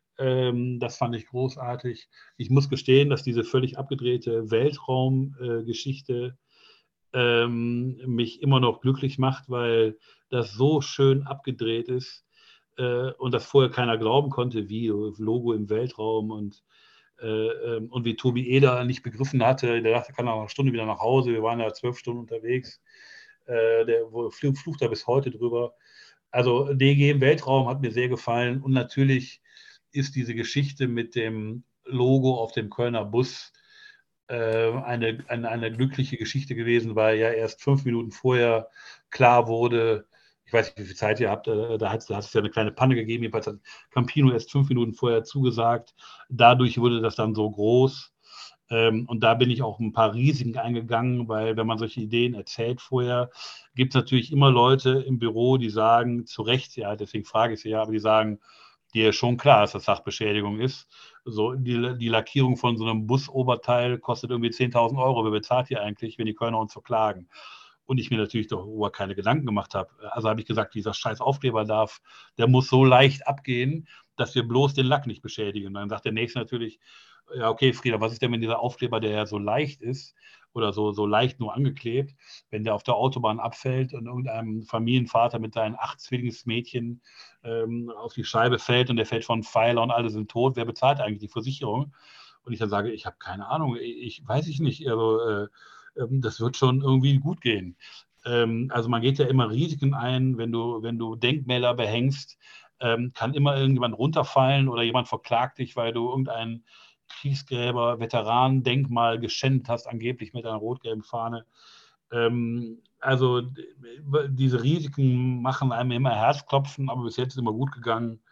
Das fand ich großartig. Ich muss gestehen, dass diese völlig abgedrehte Weltraumgeschichte äh, ähm, mich immer noch glücklich macht, weil das so schön abgedreht ist äh, und das vorher keiner glauben konnte, wie Logo im Weltraum und, äh, und wie Tobi Eder nicht begriffen hatte. Der dachte, er kann nach einer Stunde wieder nach Hause. Wir waren ja zwölf Stunden unterwegs. Äh, der flucht da bis heute drüber. Also D G im Weltraum hat mir sehr gefallen und natürlich ist diese Geschichte mit dem Logo auf dem Kölner Bus äh, eine, eine, eine glückliche Geschichte gewesen, weil ja erst fünf Minuten vorher klar wurde, ich weiß nicht, wie viel Zeit ihr habt, äh, da hat es ja eine kleine Panne gegeben, jedenfalls hat Campino erst fünf Minuten vorher zugesagt. Dadurch wurde das dann so groß. Ähm, und da bin ich auch ein paar Risiken eingegangen, weil wenn man solche Ideen erzählt vorher, gibt es natürlich immer Leute im Büro, die sagen, zu Recht, ja, deswegen frage ich sie ja, aber die sagen, dir schon klar ist, dass Sachbeschädigung ist. So, die, die Lackierung von so einem Busoberteil kostet irgendwie zehntausend Euro. Wer bezahlt die eigentlich, wenn die Kölner uns verklagen? Und ich mir natürlich darüber keine Gedanken gemacht habe. Also habe ich gesagt, dieser scheiß Aufkleber darf, der muss so leicht abgehen, dass wir bloß den Lack nicht beschädigen. Und dann sagt der Nächste natürlich, ja, okay, Frieda, was ist denn, wenn dieser Aufkleber, der ja so leicht ist oder so, so leicht nur angeklebt, wenn der auf der Autobahn abfällt und irgendeinem Familienvater mit seinen acht Zwillingsmädchen ähm, auf die Scheibe fällt und der fällt von Pfeiler und alle sind tot, wer bezahlt eigentlich die Versicherung? Und ich dann sage, ich habe keine Ahnung, ich weiß ich nicht, also, äh, das wird schon irgendwie gut gehen. Ähm, also man geht ja immer Risiken ein, wenn du, wenn du Denkmäler behängst, ähm, kann immer irgendjemand runterfallen oder jemand verklagt dich, weil du irgendein Kriegsgräber, Veteranendenkmal geschändet hast, angeblich mit einer rot-gelben Fahne. Ähm, also diese Risiken machen einem immer Herzklopfen, aber bis jetzt ist immer gut gegangen.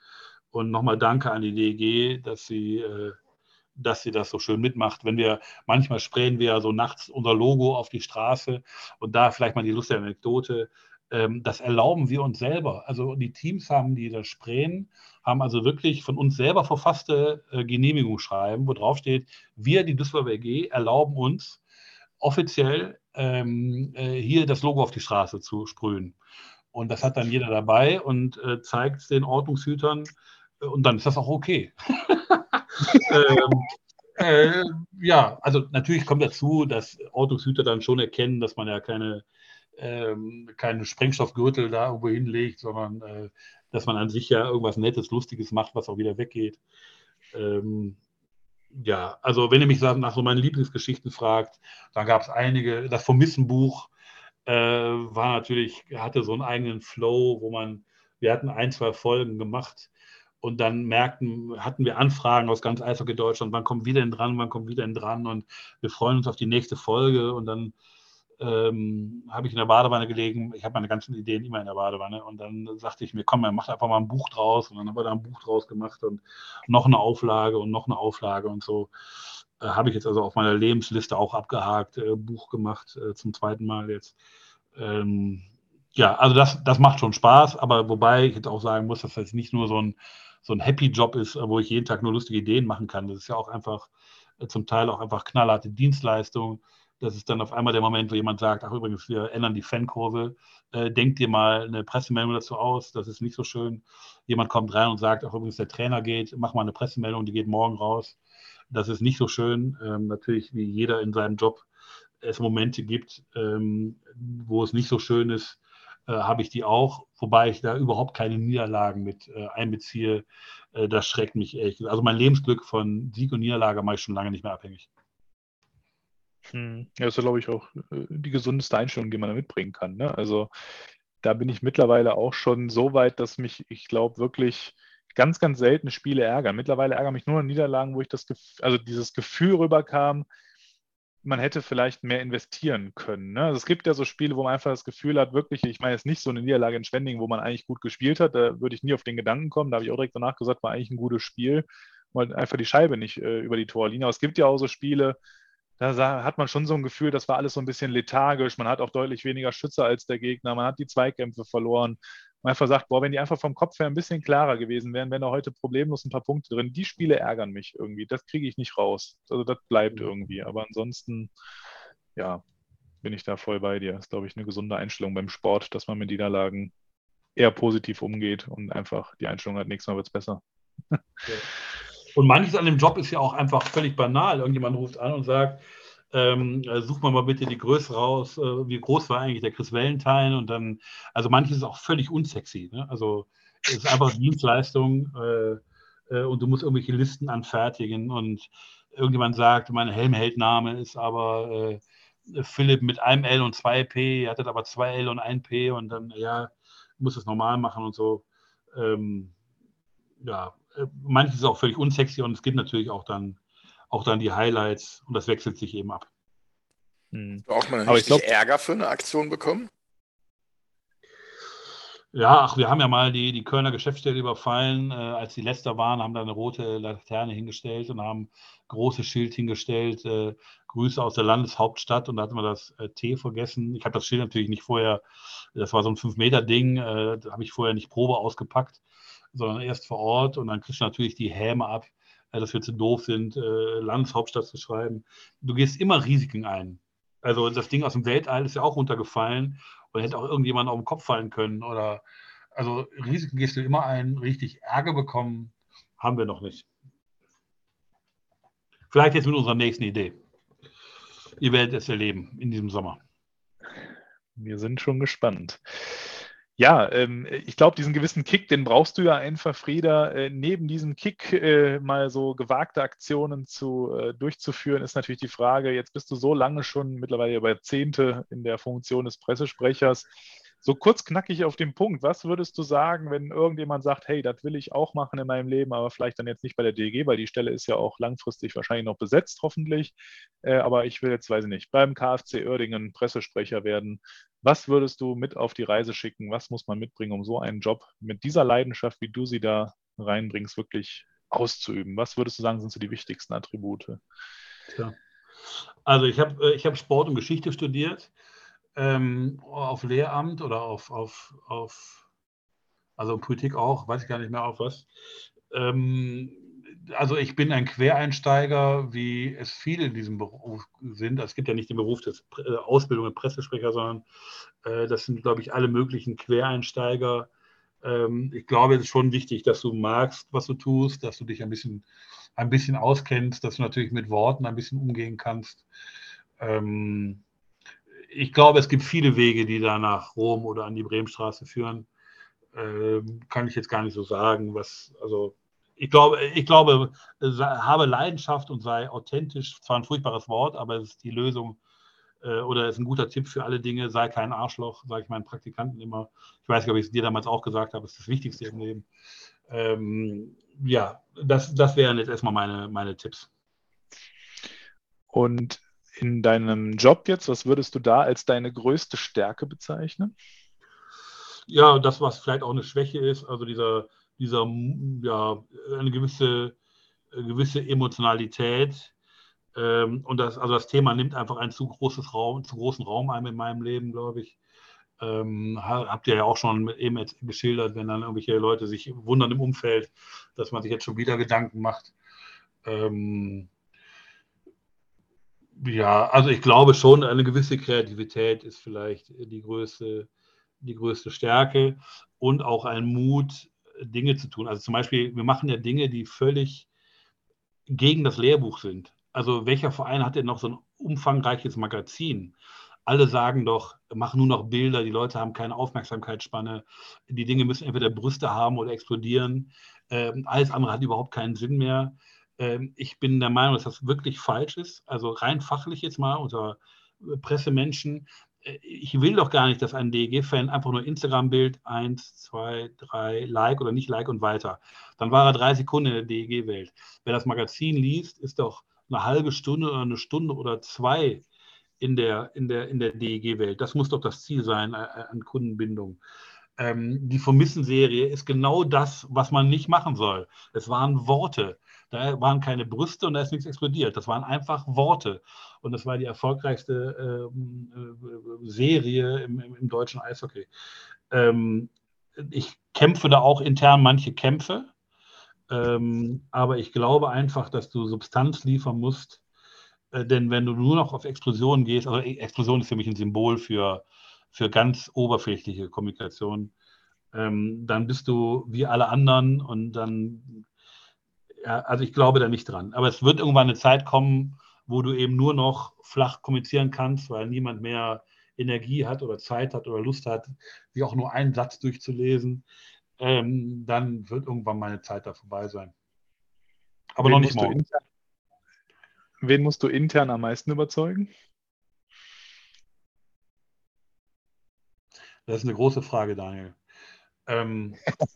Und nochmal danke an die D E G, dass sie, äh, dass sie das so schön mitmacht. Wenn wir, manchmal sprayen wir ja so nachts unser Logo auf die Straße und da vielleicht mal die lustige Anekdote. Ähm, das erlauben wir uns selber. Also die Teams haben, die das sprayen, haben also wirklich von uns selber verfasste äh, Genehmigungsschreiben, wo drauf steht, wir, die Düsseldorfer E G, erlauben uns offiziell ähm, äh, hier das Logo auf die Straße zu sprühen. Und das hat dann jeder dabei und äh, zeigt es den Ordnungshütern äh, und dann ist das auch okay. ähm, äh, ja, also natürlich kommt dazu, dass Ordnungshüter dann schon erkennen, dass man ja keine, ähm, keine Sprengstoffgürtel da irgendwo hinlegt, sondern äh, dass man an sich ja irgendwas Nettes, Lustiges macht, was auch wieder weggeht. Ähm, ja, also wenn ihr mich nach so meinen Lieblingsgeschichten fragt, dann gab es einige. Das Vermissenbuch äh, war natürlich, hatte so einen eigenen Flow, wo man, wir hatten ein, zwei Folgen gemacht und dann merkten, hatten wir Anfragen aus ganz Eishockey Deutschland, wann kommt wieder denn dran, wann kommt wieder denn dran und wir freuen uns auf die nächste Folge und dann ähm, habe ich in der Badewanne gelegen, ich habe meine ganzen Ideen immer in der Badewanne und dann sagte ich mir, komm, man macht einfach mal ein Buch draus und dann haben wir da ein Buch draus gemacht und noch eine Auflage und noch eine Auflage und so äh, habe ich jetzt also auf meiner Lebensliste auch abgehakt, äh, Buch gemacht, äh, zum zweiten Mal jetzt. Ähm, ja, also das, das macht schon Spaß, aber wobei ich jetzt auch sagen muss, dass das jetzt nicht nur so ein, so ein Happy-Job ist, wo ich jeden Tag nur lustige Ideen machen kann. Das ist ja auch einfach äh, zum Teil auch einfach knallharte Dienstleistung. Das ist dann auf einmal der Moment, wo jemand sagt, ach übrigens, wir ändern die Fankurve, äh, denk dir mal eine Pressemeldung dazu aus, das ist nicht so schön. Jemand kommt rein und sagt, ach übrigens, der Trainer geht, mach mal eine Pressemeldung, die geht morgen raus. Das ist nicht so schön. Ähm, natürlich, wie jeder in seinem Job es Momente gibt, ähm, wo es nicht so schön ist, äh, habe ich die auch, wobei ich da überhaupt keine Niederlagen mit äh, einbeziehe. Äh, das schreckt mich echt. Also mein Lebensglück von Sieg und Niederlage mache ich schon lange nicht mehr abhängig. Ja, das ist, glaube ich, auch äh, die gesundeste Einstellung, die man da mitbringen kann. Ne? Also da bin ich mittlerweile auch schon so weit, dass mich, ich glaube, wirklich ganz, ganz selten Spiele ärgern. Mittlerweile ärgern mich nur Niederlagen, wo ich das Gefühl, also dieses Gefühl rüberkam, man hätte vielleicht mehr investieren können. Ne? Also es gibt ja so Spiele, wo man einfach das Gefühl hat, wirklich, ich meine jetzt nicht so eine Niederlage in Schwendingen, wo man eigentlich gut gespielt hat, da würde ich nie auf den Gedanken kommen, da habe ich auch direkt danach gesagt, war eigentlich ein gutes Spiel, weil einfach die Scheibe nicht äh, über die Torlinie. Aber es gibt ja auch so Spiele, da hat man schon so ein Gefühl, das war alles so ein bisschen lethargisch. Man hat auch deutlich weniger Schütze als der Gegner. Man hat die Zweikämpfe verloren. Man einfach sagt, boah, wenn die einfach vom Kopf her ein bisschen klarer gewesen wären, wären da heute problemlos ein paar Punkte drin. Die Spiele ärgern mich irgendwie. Das kriege ich nicht raus. Also das bleibt irgendwie. Aber ansonsten, ja, bin ich da voll bei dir. Das ist, glaube ich, eine gesunde Einstellung beim Sport, dass man mit Niederlagen eher positiv umgeht und einfach die Einstellung hat, nächstes Mal wird es besser. Ja. Und manches an dem Job ist ja auch einfach völlig banal. Irgendjemand ruft an und sagt, ähm, such mal mal bitte die Größe raus, äh, wie groß war eigentlich der Chris Valentine und dann, also manches ist auch völlig unsexy. Ne? Also es ist einfach Dienstleistung äh, äh, und du musst irgendwelche Listen anfertigen und irgendjemand sagt, mein Helmheldname ist aber äh, Philipp mit einem L und zwei P, ihr hattet aber zwei L und ein P und dann, ja, muss es normal machen und so. Ähm, ja, manches ist auch völlig unsexy und es gibt natürlich auch dann, auch dann die Highlights und das wechselt sich eben ab. Hm. Auch mal Aber ich richtig glaub, Ärger für eine Aktion bekommen? Ja, ach, wir haben ja mal die, die Kölner Geschäftsstelle überfallen, äh, als die Leicester waren, haben da eine rote Laterne hingestellt und haben ein großes Schild hingestellt, äh, Grüße aus der Landeshauptstadt und da hatten wir das äh, T vergessen. Ich habe das Schild natürlich nicht vorher, das war so ein fünf Meter Ding, äh, da habe ich vorher nicht Probe ausgepackt, sondern erst vor Ort und dann kriegst du natürlich die Häme ab, äh, dass wir zu doof sind, äh, Landeshauptstadt zu schreiben. Du gehst immer Risiken ein. Also das Ding aus dem Weltall ist ja auch runtergefallen und hätte auch irgendjemand auf den Kopf fallen können oder also Risiken gehst du immer ein, richtig Ärger bekommen haben wir noch nicht. Vielleicht jetzt mit unserer nächsten Idee. Ihr werdet es erleben in diesem Sommer. Wir sind schon gespannt. Ja, ähm, ich glaube, diesen gewissen Kick, den brauchst du ja einfach, Frieda. Äh, neben diesem Kick äh, mal so gewagte Aktionen zu, äh, durchzuführen, ist natürlich die Frage, jetzt bist du so lange schon, mittlerweile über Jahrzehnte in der Funktion des Pressesprechers. So kurz knackig auf den Punkt, was würdest du sagen, wenn irgendjemand sagt, hey, das will ich auch machen in meinem Leben, aber vielleicht dann jetzt nicht bei der D E G, weil die Stelle ist ja auch langfristig wahrscheinlich noch besetzt, hoffentlich. Äh, aber ich will jetzt, weiß ich nicht, beim K F C Uerdingen Pressesprecher werden. Was würdest du mit auf die Reise schicken? Was muss man mitbringen, um so einen Job mit dieser Leidenschaft, wie du sie da reinbringst, wirklich auszuüben? Was würdest du sagen, sind so die wichtigsten Attribute? Tja. Also ich habe ich hab Sport und Geschichte studiert, ähm, auf Lehramt oder auf, auf, auf, also Politik auch, weiß ich gar nicht mehr auf was. Ähm, also ich bin ein Quereinsteiger, wie es viele in diesem Beruf sind. Es gibt ja nicht den Beruf des äh, Ausbildung und Pressesprecher, sondern äh, das sind, glaube ich, alle möglichen Quereinsteiger. Ähm, ich glaube, es ist schon wichtig, dass du magst, was du tust, dass du dich ein bisschen, ein bisschen auskennst, dass du natürlich mit Worten ein bisschen umgehen kannst. Ähm, ich glaube, es gibt viele Wege, die da nach Rom oder an die Bremenstraße führen. Ähm, kann ich jetzt gar nicht so sagen, was, also ich glaube, ich glaube, habe Leidenschaft und sei authentisch, zwar ein furchtbares Wort, aber es ist die Lösung äh, oder ist ein guter Tipp für alle Dinge, sei kein Arschloch, sage ich meinen Praktikanten immer. Ich weiß nicht, ob ich es dir damals auch gesagt habe, das ist das Wichtigste im Leben. Ähm, ja, das, das wären jetzt erstmal meine, meine Tipps. Und in deinem Job jetzt, was würdest du da als deine größte Stärke bezeichnen? Ja, das, was vielleicht auch eine Schwäche ist, also dieser, dieser ja, eine gewisse, gewisse Emotionalität. Ähm, und das, also das Thema nimmt einfach einen zu großes Raum, zu großen Raum ein in meinem Leben, glaube ich. Ähm, habt ihr ja auch schon eben geschildert, wenn dann irgendwelche Leute sich wundern im Umfeld, dass man sich jetzt schon wieder Gedanken macht. Ähm, ja, also ich glaube schon, eine gewisse Kreativität ist vielleicht die größte, die größte Stärke und auch ein Mut, Dinge zu tun. Also zum Beispiel, wir machen ja Dinge, die völlig gegen das Lehrbuch sind. Also welcher Verein hat denn noch so ein umfangreiches Magazin? Alle sagen doch, mach nur noch Bilder, die Leute haben keine Aufmerksamkeitsspanne, die Dinge müssen entweder Brüste haben oder explodieren. Ähm, alles andere hat überhaupt keinen Sinn mehr. Ähm, ich bin der Meinung, dass das wirklich falsch ist. Also rein fachlich jetzt mal unter Pressemenschen. Ich will doch gar nicht, dass ein D E G-Fan einfach nur Instagram-Bild eins, zwei, drei, Like oder nicht Like und weiter. Dann war er drei Sekunden in der D E G-Welt. Wer das Magazin liest, ist doch eine halbe Stunde oder eine Stunde oder zwei in der, in der, in der D E G-Welt. Das muss doch das Ziel sein an Kundenbindung. Ähm, die Vermissen-Serie ist genau das, was man nicht machen soll. Es waren Worte. Da waren keine Brüste und da ist nichts explodiert. Das waren einfach Worte. Und das war die erfolgreichste äh, Serie im, im, im deutschen Eishockey. Ähm, ich kämpfe da auch intern manche Kämpfe. Ähm, aber ich glaube einfach, dass du Substanz liefern musst. Äh, denn wenn du nur noch auf Explosionen gehst, also Explosion ist für mich ein Symbol für, für ganz oberflächliche Kommunikation, ähm, dann bist du wie alle anderen und dann, ja, also ich glaube da nicht dran. Aber es wird irgendwann eine Zeit kommen, wo du eben nur noch flach kommunizieren kannst, weil niemand mehr Energie hat oder Zeit hat oder Lust hat, sich auch nur einen Satz durchzulesen. Ähm, dann wird irgendwann meine Zeit da vorbei sein. Aber wen noch nicht musst morgen. Du intern, wen musst du intern am meisten überzeugen? Das ist eine große Frage, Daniel. Ähm,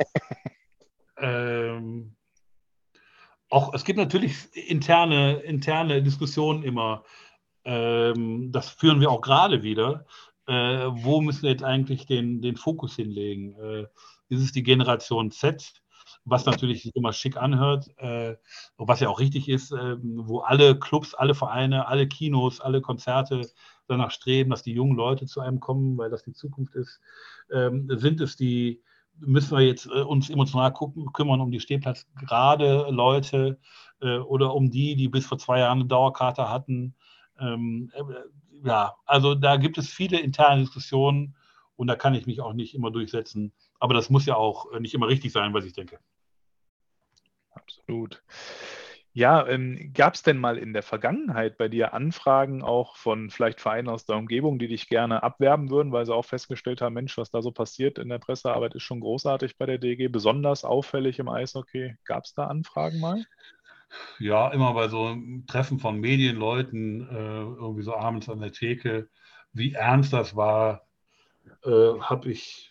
ähm, auch, es gibt natürlich interne, interne Diskussionen immer. Ähm, das führen wir auch gerade wieder. Äh, wo müssen wir jetzt eigentlich den, den Fokus hinlegen? Äh, ist es die Generation Z, was natürlich sich immer schick anhört, äh, was ja auch richtig ist, äh, wo alle Clubs, alle Vereine, alle Kinos, alle Konzerte danach streben, dass die jungen Leute zu einem kommen, weil das die Zukunft ist. Ähm, sind es die, müssen wir jetzt äh, uns emotional gucken, kümmern um die Stehplatz gerade Leute äh, oder um die, die bis vor zwei Jahren eine Dauerkarte hatten? Ähm, äh, ja, also da gibt es viele interne Diskussionen und da kann ich mich auch nicht immer durchsetzen. Aber das muss ja auch nicht immer richtig sein, was ich denke. Absolut. Ja, ähm, gab es denn mal in der Vergangenheit bei dir Anfragen auch von vielleicht Vereinen aus der Umgebung, die dich gerne abwerben würden, weil sie auch festgestellt haben, Mensch, was da so passiert in der Pressearbeit ist schon großartig bei der D E G, besonders auffällig im Eishockey. Gab es da Anfragen mal? Ja, immer bei so einem Treffen von Medienleuten, äh, irgendwie so abends an der Theke, wie ernst das war, äh, habe ich,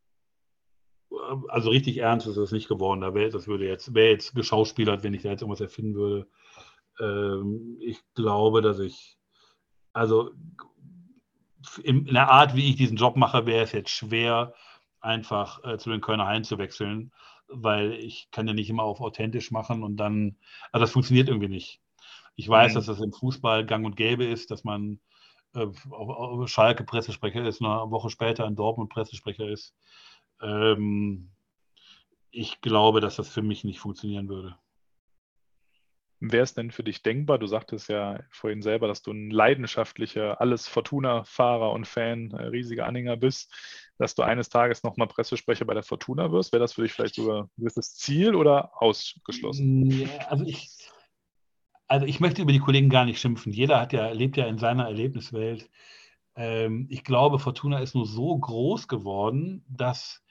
also richtig ernst ist es nicht geworden. Da wäre, das würde jetzt, wäre jetzt geschauspielert, wenn ich da jetzt irgendwas erfinden würde. Ähm, ich glaube, dass ich, also in, in der Art, wie ich diesen Job mache, wäre es jetzt schwer, einfach äh, zu den Kölner Haien zu wechseln, weil ich kann ja nicht immer auf authentisch machen und dann, also das funktioniert irgendwie nicht. Ich weiß, mhm. dass das im Fußball gang und gäbe ist, dass man äh, auf Schalke Pressesprecher ist, eine Woche später in Dortmund Pressesprecher ist. Ähm, ich glaube, dass das für mich nicht funktionieren würde. Wäre es denn für dich denkbar, du sagtest ja vorhin selber, dass du ein leidenschaftlicher, alles Fortuna-Fahrer und Fan, äh, riesiger Anhänger bist, dass du eines Tages nochmal Pressesprecher bei der Fortuna wirst? Wäre das für dich vielleicht sogar ein gewisses Ziel oder ausgeschlossen? Ja, also ich, also ich möchte über die Kollegen gar nicht schimpfen. Jeder hat ja, lebt ja in seiner Erlebniswelt. Ähm, ich glaube, Fortuna ist nur so groß geworden, dass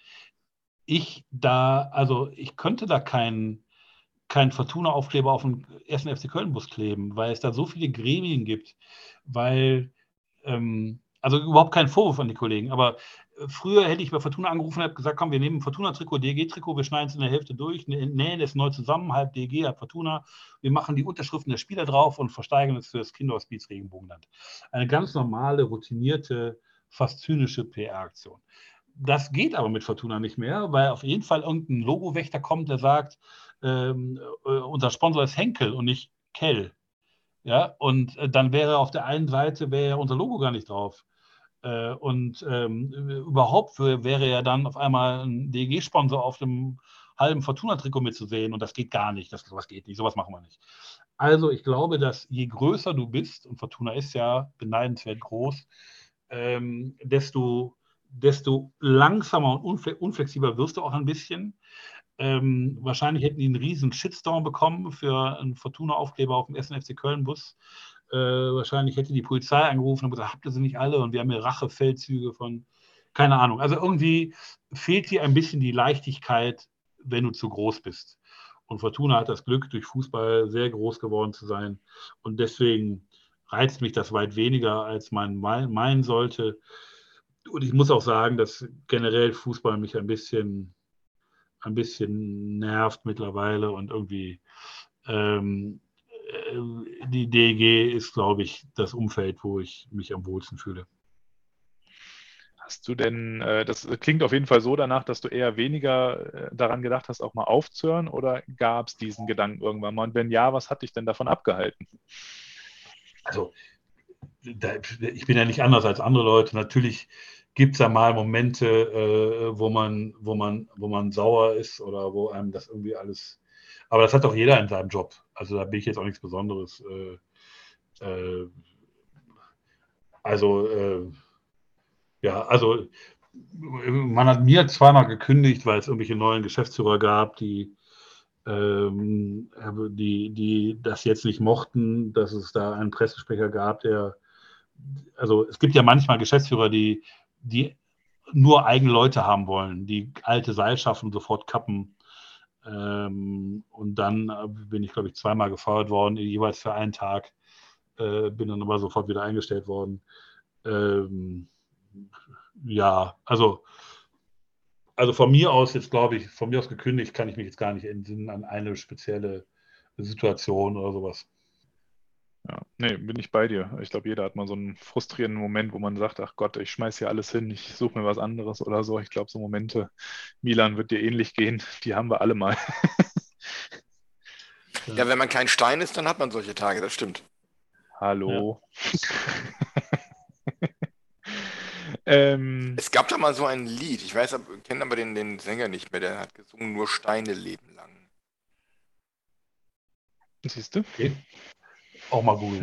ich da, also ich könnte da keinen kein Fortuna-Aufkleber auf dem ersten F C Köln-Bus kleben, weil es da so viele Gremien gibt, weil, ähm, also überhaupt kein Vorwurf an die Kollegen, aber früher hätte ich bei Fortuna angerufen und habe gesagt, komm, wir nehmen ein Fortuna-Trikot, D G-Trikot, wir schneiden es in der Hälfte durch, nähen es neu zusammen, halb D G, halb Fortuna, wir machen die Unterschriften der Spieler drauf und versteigern es für das Kinderhospiz Regenbogenland. Eine ganz normale, routinierte, fast zynische P R-Aktion. Das geht aber mit Fortuna nicht mehr, weil auf jeden Fall irgendein Logowächter kommt, der sagt, ähm, äh, unser Sponsor ist Henkel und nicht Kell. Ja, und äh, dann wäre auf der einen Seite wäre unser Logo gar nicht drauf. Äh, und ähm, überhaupt für, wäre ja dann auf einmal ein D G-Sponsor auf dem halben Fortuna-Trikot mitzusehen und das geht gar nicht. Das, sowas geht nicht, sowas machen wir nicht. Also ich glaube, dass je größer du bist, und Fortuna ist ja beneidenswert groß, ähm, desto desto langsamer und unfle- unflexibler wirst du auch ein bisschen. Ähm, wahrscheinlich hätten die einen riesen Shitstorm bekommen für einen Fortuna-Aufkleber auf dem ersten F C Köln-Bus. Äh, wahrscheinlich hätte die Polizei angerufen und gesagt, habt ihr sie nicht alle? Und wir haben hier Rachefeldzüge von, keine Ahnung. Also irgendwie fehlt dir ein bisschen die Leichtigkeit, wenn du zu groß bist. Und Fortuna hat das Glück, durch Fußball sehr groß geworden zu sein. Und deswegen reizt mich das weit weniger, als man meinen sollte. Und ich muss auch sagen, dass generell Fußball mich ein bisschen, ein bisschen nervt mittlerweile und irgendwie ähm, die D G ist, glaube ich, das Umfeld, wo ich mich am wohlsten fühle. Hast du denn, äh, das klingt auf jeden Fall so danach, dass du eher weniger äh, daran gedacht hast, auch mal aufzuhören, oder gab es diesen Gedanken irgendwann mal? Und wenn ja, was hat dich denn davon abgehalten? Also, da, ich bin ja nicht anders als andere Leute. Natürlich gibt es ja mal Momente, äh, wo man, wo man, wo man sauer ist oder wo einem das irgendwie alles. Aber das hat doch jeder in seinem Job. Also da bin ich jetzt auch nichts Besonderes. Äh, äh, also äh, ja, also man hat mir zweimal gekündigt, weil es irgendwelche neuen Geschäftsführer gab, die ähm, die, die das jetzt nicht mochten, dass es da einen Pressesprecher gab, der, also es gibt ja manchmal Geschäftsführer, die, die nur eigene Leute haben wollen, die alte Seilschaften und sofort kappen. Ähm, und dann bin ich, glaube ich, zweimal gefeuert worden, jeweils für einen Tag, äh, bin dann aber sofort wieder eingestellt worden. Ähm, ja, also Also von mir aus jetzt, glaube ich, von mir aus gekündigt, kann ich mich jetzt gar nicht entsinnen an eine spezielle Situation oder sowas. Ja, nee, bin ich bei dir. Ich glaube, jeder hat mal so einen frustrierenden Moment, wo man sagt, ach Gott, ich schmeiß hier alles hin, ich suche mir was anderes oder so. Ich glaube, so Momente, Milan, wird dir ähnlich gehen, die haben wir alle mal. Ja, wenn man kein Stein ist, dann hat man solche Tage, das stimmt. Hallo. Ja. ähm, es gab da mal so ein Lied, ich weiß, kenne aber den, den Sänger nicht mehr, der hat gesungen, nur Steine leben lang. Siehst du? Okay. Auch mal googeln.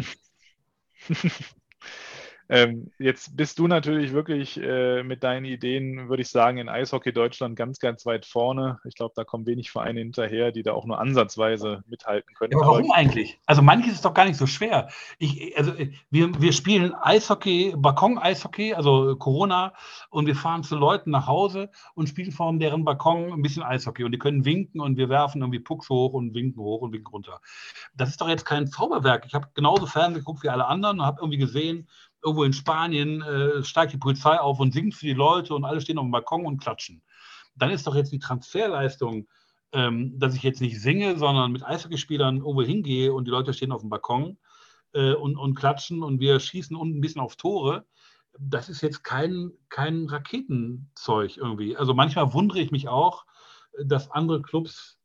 ähm, jetzt bist du natürlich wirklich äh, mit deinen Ideen, würde ich sagen, in Eishockey Deutschland ganz, ganz weit vorne. Ich glaube, da kommen wenig Vereine hinterher, die da auch nur ansatzweise mithalten können. Ja, aber warum aber eigentlich? Also manches ist doch gar nicht so schwer. Ich, also wir, wir spielen Eishockey, Balkon-Eishockey, also Corona, und wir fahren zu Leuten nach Hause und spielen von deren Balkon ein bisschen Eishockey. Und die können winken und wir werfen irgendwie Pucks hoch und winken hoch und winken runter. Das ist doch jetzt kein Zauberwerk. Ich habe genauso Fernsehen geguckt wie alle anderen und habe irgendwie gesehen, irgendwo in Spanien äh, steigt die Polizei auf und singt für die Leute und alle stehen auf dem Balkon und klatschen. Dann ist doch jetzt die Transferleistung, ähm, dass ich jetzt nicht singe, sondern mit Eishockeyspielern irgendwo hingehe und die Leute stehen auf dem Balkon äh, und, und klatschen und wir schießen unten ein bisschen auf Tore. das ist jetzt kein, kein Raketenzeug irgendwie. Also manchmal wundere ich mich auch, dass andere Clubs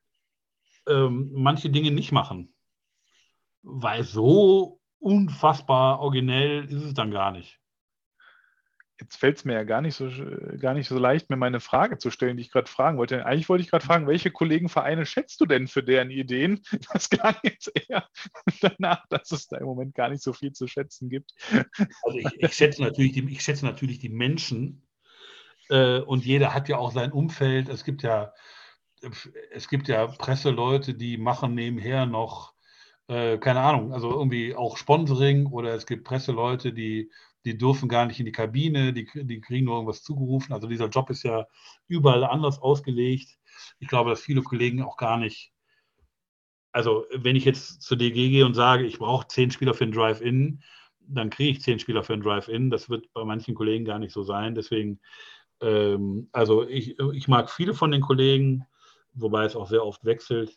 ähm, manche Dinge nicht machen. Weil so unfassbar originell ist es dann gar nicht. Jetzt fällt es mir ja gar nicht so gar nicht so leicht, mir meine Frage zu stellen, die ich gerade fragen wollte. Eigentlich wollte ich gerade fragen, welche Kollegenvereine schätzt du denn für deren Ideen? Das klang jetzt eher danach, dass es da im Moment gar nicht so viel zu schätzen gibt. Also ich, ich, schätze, natürlich die, ich schätze natürlich die Menschen äh, und jeder hat ja auch sein Umfeld. Es gibt ja, es gibt ja Presseleute, die machen nebenher noch, äh, keine Ahnung, also irgendwie auch Sponsoring, oder es gibt Presseleute, die Die dürfen gar nicht in die Kabine, die, die kriegen nur irgendwas zugerufen. Also dieser Job ist ja überall anders ausgelegt. Ich glaube, dass viele Kollegen auch gar nicht, also wenn ich jetzt zur D G gehe und sage, ich brauche zehn Spieler für ein Drive-In, dann kriege ich zehn Spieler für ein Drive-In. Das wird bei manchen Kollegen gar nicht so sein. Deswegen, ähm, also ich, ich mag viele von den Kollegen, wobei es auch sehr oft wechselt.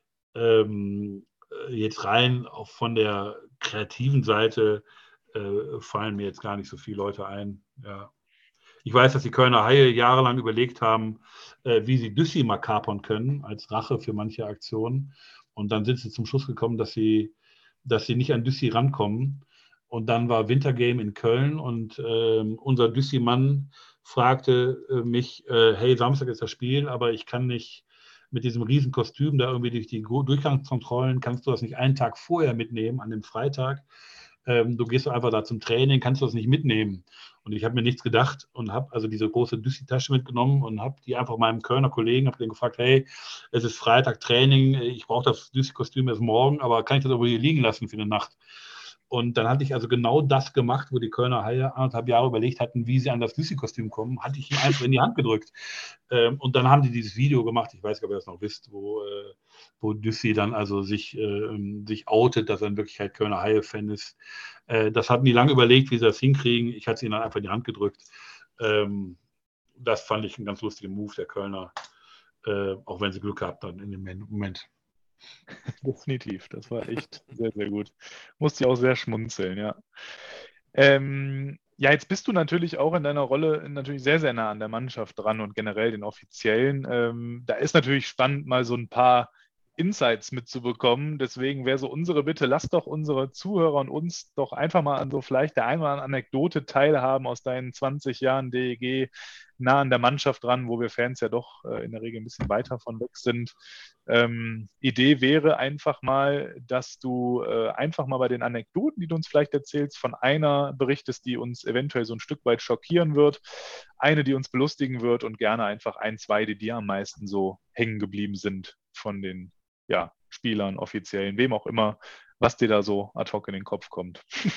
Ähm, jetzt rein auch von der kreativen Seite Äh, fallen mir jetzt gar nicht so viele Leute ein. Ja. Ich weiß, dass die Kölner Haie jahrelang überlegt haben, äh, wie sie Düssi mal kapern können, als Rache für manche Aktionen. Und dann sind sie zum Schluss gekommen, dass sie, dass sie nicht an Düssi rankommen. Und dann war Wintergame in Köln und äh, unser Düssi-Mann fragte äh, mich, äh, hey, Samstag ist das Spiel, aber ich kann nicht mit diesem riesen Kostüm da irgendwie durch die Durchgangskontrollen, kannst du das nicht einen Tag vorher mitnehmen, an dem Freitag? Ähm, du gehst einfach da zum Training, kannst du das nicht mitnehmen. Und ich habe mir nichts gedacht und habe also diese große Düssi-Tasche mitgenommen und habe die einfach meinem Kölner Kollegen, habe den gefragt, hey, es ist Freitag Training, ich brauche das Düssi-Kostüm erst morgen, aber kann ich das aber hier liegen lassen für eine Nacht? Und dann hatte ich also genau das gemacht, wo die Kölner Haie anderthalb Jahre überlegt hatten, wie sie an das Düssi-Kostüm kommen, hatte ich ihm einfach in die Hand gedrückt. Ähm, und dann haben die dieses Video gemacht, ich weiß nicht, ob ihr das noch wisst, wo, äh, wo Düssi dann also sich, äh, sich outet, dass er in Wirklichkeit Kölner Haie-Fan ist. Äh, das hatten die lange überlegt, wie sie das hinkriegen. Ich hatte es ihnen dann einfach in die Hand gedrückt. Ähm, das fand ich einen ganz lustigen Move der Kölner, äh, auch wenn sie Glück gehabt haben in dem Moment. Definitiv, das war echt sehr, sehr gut. Musste ich auch sehr schmunzeln, ja. Ähm, ja, jetzt bist du natürlich auch in deiner Rolle natürlich sehr, sehr nah an der Mannschaft dran und generell den Offiziellen. Ähm, da ist natürlich spannend, mal so ein paar Insights mitzubekommen. Deswegen wäre so unsere Bitte, lasst doch unsere Zuhörer und uns doch einfach mal an so vielleicht der einen oder anderen Anekdote teilhaben aus deinen zwanzig Jahren D E G, nah an der Mannschaft dran, wo wir Fans ja doch äh, in der Regel ein bisschen weiter von weg sind. Ähm, Idee wäre einfach mal, dass du äh, einfach mal bei den Anekdoten, die du uns vielleicht erzählst, von einer berichtest, die uns eventuell so ein Stück weit schockieren wird, eine, die uns belustigen wird und gerne einfach ein, zwei, die dir am meisten so hängen geblieben sind von den ja, Spielern, Offiziellen, wem auch immer, was dir da so ad hoc in den Kopf kommt.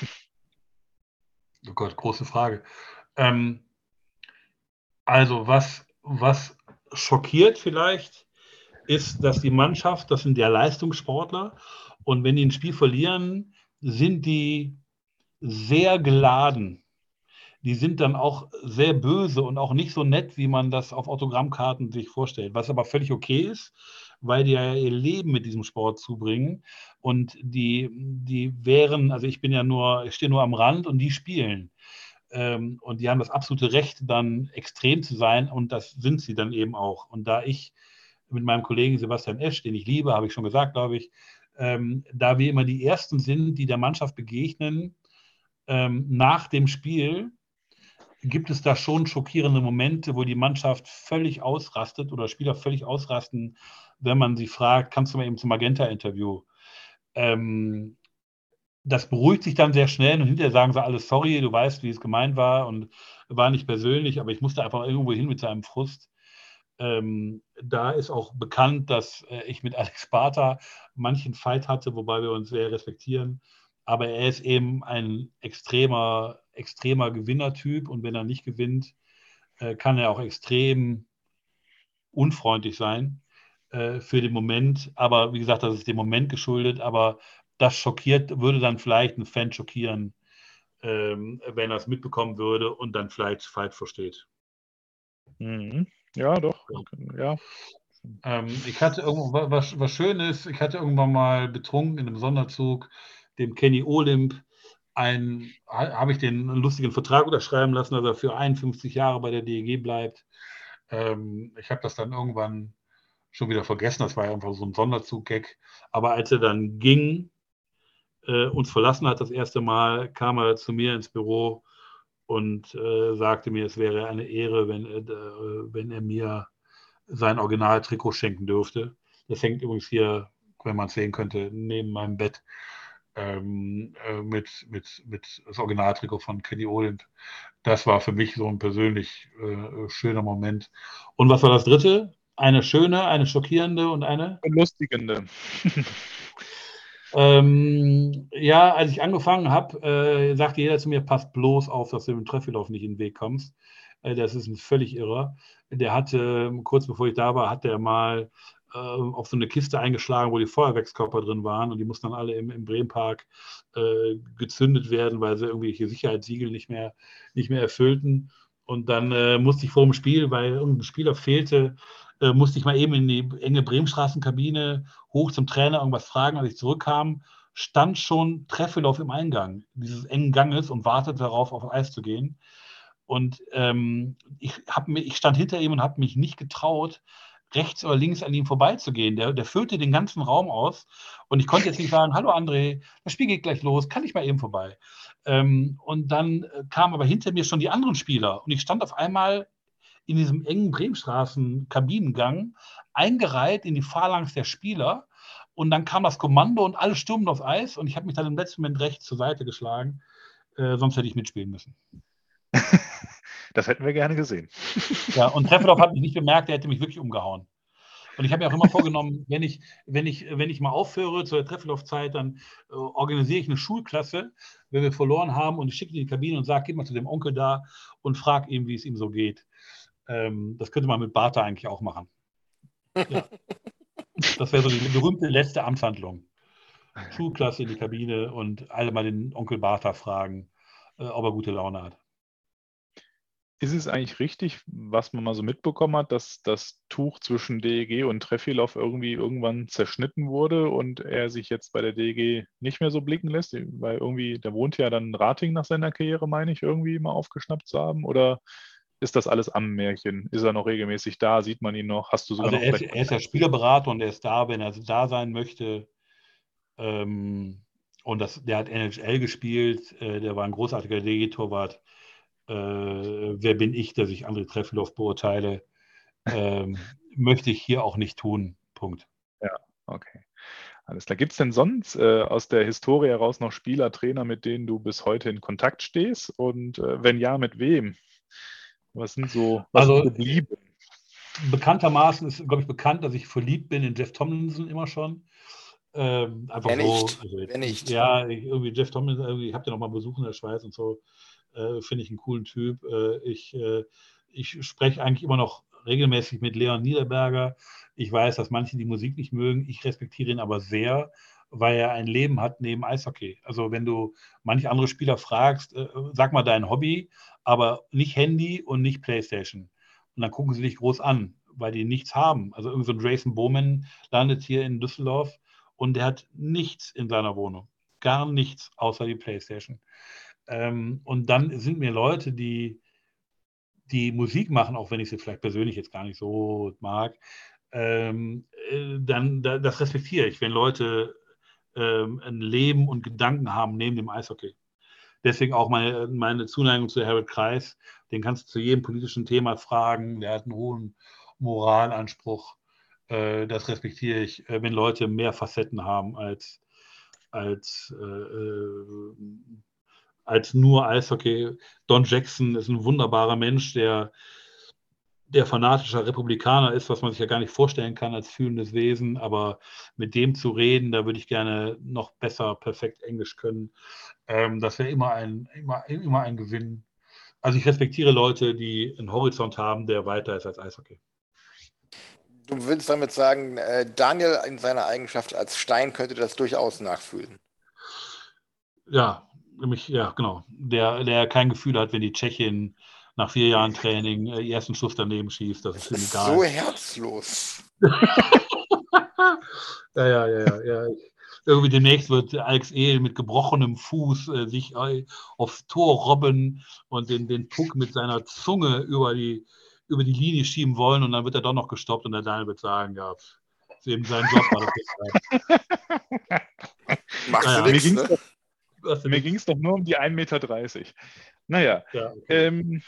Oh Gott, große Frage. Ähm, also was, was schockiert vielleicht, ist, dass die Mannschaft, das sind ja Leistungssportler, und wenn die ein Spiel verlieren, sind die sehr geladen. Die sind dann auch sehr böse und auch nicht so nett, wie man das auf Autogrammkarten sich vorstellt, was aber völlig okay ist, weil die ja ihr Leben mit diesem Sport zubringen und die, die wären, also ich bin ja nur, ich stehe nur am Rand und die spielen. Ähm, und die haben das absolute Recht, dann extrem zu sein, und das sind sie dann eben auch. Und da ich mit meinem Kollegen Sebastian Esch, den ich liebe, habe ich schon gesagt, glaube ich, ähm, da wir immer die Ersten sind, die der Mannschaft begegnen, ähm, nach dem Spiel, gibt es da schon schockierende Momente, wo die Mannschaft völlig ausrastet oder Spieler völlig ausrasten, wenn man sie fragt, kannst du mal eben zum Magenta-Interview? Ähm, das beruhigt sich dann sehr schnell und hinterher sagen sie alles, sorry, du weißt, wie es gemeint war und war nicht persönlich, aber ich musste einfach irgendwo hin mit seinem Frust. Ähm, da ist auch bekannt, dass äh, ich mit Alex Sparta manchen Fight hatte, wobei wir uns sehr respektieren. Aber er ist eben ein extremer, extremer Gewinnertyp, und wenn er nicht gewinnt, äh, kann er auch extrem unfreundlich sein äh, für den Moment. Aber wie gesagt, das ist dem Moment geschuldet. Aber das schockiert, würde dann vielleicht einen Fan schockieren, ähm, wenn er es mitbekommen würde und dann vielleicht falsch versteht. Mhm. Ja, doch. Ja. Ähm, ich hatte irgendwo was, was Schönes, ich hatte irgendwann mal betrunken in einem Sonderzug dem Kenny Olymp ein, habe ich den einen lustigen Vertrag unterschreiben lassen, dass er für einundfünfzig Jahre bei der D E G bleibt. Ähm, ich habe das dann irgendwann schon wieder vergessen, das war ja einfach so ein Sonderzug-Gag. Aber als er dann ging, äh, uns verlassen hat das erste Mal, kam er zu mir ins Büro und äh, sagte mir, es wäre eine Ehre, wenn, äh, wenn er mir sein Originaltrikot schenken dürfte. Das hängt übrigens hier, wenn man es sehen könnte, neben meinem Bett ähm, äh, mit, mit, mit das Originaltrikot von Kenny Oland. Das war für mich so ein persönlich äh, schöner Moment. Und was war das dritte? Eine schöne, eine schockierende und eine? Belustigende. Ähm, ja, als ich angefangen habe, äh, sagte jeder zu mir, passt bloß auf, dass du mit dem Treffilauf nicht in den Weg kommst. Äh, das ist ein völlig irrer. Der hatte, kurz bevor ich da war, hat der mal äh, auf so eine Kiste eingeschlagen, wo die Feuerwerkskörper drin waren und die mussten dann alle im, im Bremenpark äh, gezündet werden, weil sie irgendwelche Sicherheitssiegel nicht mehr, nicht mehr erfüllten. Und dann äh, musste ich vor dem Spiel, weil irgendein Spieler fehlte, äh, musste ich mal eben in die enge Bremenstraßenkabine hoch zum Trainer irgendwas fragen. Als ich zurückkam, stand schon Treffilauf im Eingang dieses engen Ganges und wartete darauf, auf Eis zu gehen. Und ähm, ich, hab mir, ich stand hinter ihm und habe mich nicht getraut, rechts oder links an ihm vorbeizugehen. Der, der füllte den ganzen Raum aus und ich konnte jetzt nicht sagen, hallo André, das Spiel geht gleich los, kann ich mal eben vorbei. Ähm, und dann äh, kamen aber hinter mir schon die anderen Spieler und ich stand auf einmal in diesem engen Bremenstraßen-Kabinengang eingereiht in die Phalanx der Spieler und dann kam das Kommando und alle stürmten aufs Eis und ich habe mich dann im letzten Moment rechts zur Seite geschlagen, äh, sonst hätte ich mitspielen müssen. Das hätten wir gerne gesehen. Ja, und Treffilauf hat mich nicht bemerkt, der hätte mich wirklich umgehauen. Und ich habe mir auch immer vorgenommen, wenn ich, wenn ich, wenn ich mal aufhöre zur Treffilauf-Zeit, dann äh, organisiere ich eine Schulklasse, wenn wir verloren haben und ich schicke ihn in die Kabine und sage, geh mal zu dem Onkel da und frag ihm, wie es ihm so geht. Ähm, das könnte man mit Bartha eigentlich auch machen. Ja. Das wäre so die berühmte letzte Amtshandlung. Schulklasse in die Kabine und alle mal den Onkel Bartha fragen, äh, ob er gute Laune hat. Ist es eigentlich richtig, was man mal so mitbekommen hat, dass das Tuch zwischen D E G und Treffilauf irgendwie irgendwann zerschnitten wurde und er sich jetzt bei der D E G nicht mehr so blicken lässt? Weil irgendwie, der wohnt ja dann in Rating nach seiner Karriere, meine ich, irgendwie mal aufgeschnappt zu haben. Oder ist das alles am Märchen? Ist er noch regelmäßig da? Sieht man ihn noch? Hast du sogar also noch er ist, vielleicht er ist ja Spielerberater und er ist da, wenn er da sein möchte. Ähm, und das, der hat N H L gespielt, äh, der war ein großartiger D E G-Torwart. Äh, wer bin ich, dass ich André Treffilauf beurteile? Ähm, möchte ich hier auch nicht tun. Punkt. Ja, okay. Alles klar. Gibt es denn sonst äh, aus der Historie heraus noch Spieler, Trainer, mit denen du bis heute in Kontakt stehst? Und äh, wenn ja, mit wem? Was sind so was Also, sind geblieben? Bekanntermaßen ist, glaube ich, bekannt, dass ich verliebt bin in Jeff Tomlinson immer schon. Ähm, einfach Wer so. nicht? Also, Wer nicht? Ja, ich, irgendwie Jeff Tomlinson, irgendwie, ich habe den noch mal besucht in der Schweiz und so. Äh, Finde ich einen coolen Typ. Äh, ich äh, ich spreche eigentlich immer noch regelmäßig mit Leon Niederberger. Ich weiß, dass manche die Musik nicht mögen. Ich respektiere ihn aber sehr, weil er ein Leben hat neben Eishockey. Also wenn du manche andere Spieler fragst, äh, sag mal dein Hobby, aber nicht Handy und nicht Playstation. Und dann gucken sie dich groß an, weil die nichts haben. Also irgend so ein Jason Bowman landet hier in Düsseldorf und der hat nichts in seiner Wohnung. Gar nichts außer die Playstation. Ähm, und dann sind mir Leute, die, die Musik machen, auch wenn ich sie vielleicht persönlich jetzt gar nicht so mag, ähm, äh, dann da, das respektiere ich, wenn Leute ähm, ein Leben und Gedanken haben neben dem Eishockey. Deswegen auch meine, meine Zuneigung zu Harold Kreis. Den kannst du zu jedem politischen Thema fragen. Der hat einen hohen Moralanspruch. Äh, das respektiere ich, äh, wenn Leute mehr Facetten haben als, als äh, äh, als nur Eishockey. Don Jackson ist ein wunderbarer Mensch, der, der fanatischer Republikaner ist, was man sich ja gar nicht vorstellen kann als fühlendes Wesen. Aber mit dem zu reden, da würde ich gerne noch besser perfekt Englisch können. Ähm, das wäre immer ein, immer, immer ein Gewinn. Also ich respektiere Leute, die einen Horizont haben, der weiter ist als Eishockey. Du würdest damit sagen, äh, Daniel in seiner Eigenschaft als Stein könnte das durchaus nachfühlen. Ja, nämlich, ja, genau. Der, der kein Gefühl hat, wenn die Tschechin nach vier Jahren Training äh, ersten Schuss daneben schießt. Das ist ihm ist egal. so herzlos. ja, ja, ja, ja. Ich, irgendwie demnächst wird Alex Ehl mit gebrochenem Fuß äh, sich äh, aufs Tor robben und den, den Puck mit seiner Zunge über die, über die Linie schieben wollen und dann wird er doch noch gestoppt und der Daniel wird sagen, ja, ist eben sein Job war das. Machst Naja, du Mir nichts, ging's ne? Was Mir ging es doch nur um die ein Meter dreißig. Naja, Ja, okay. ähm,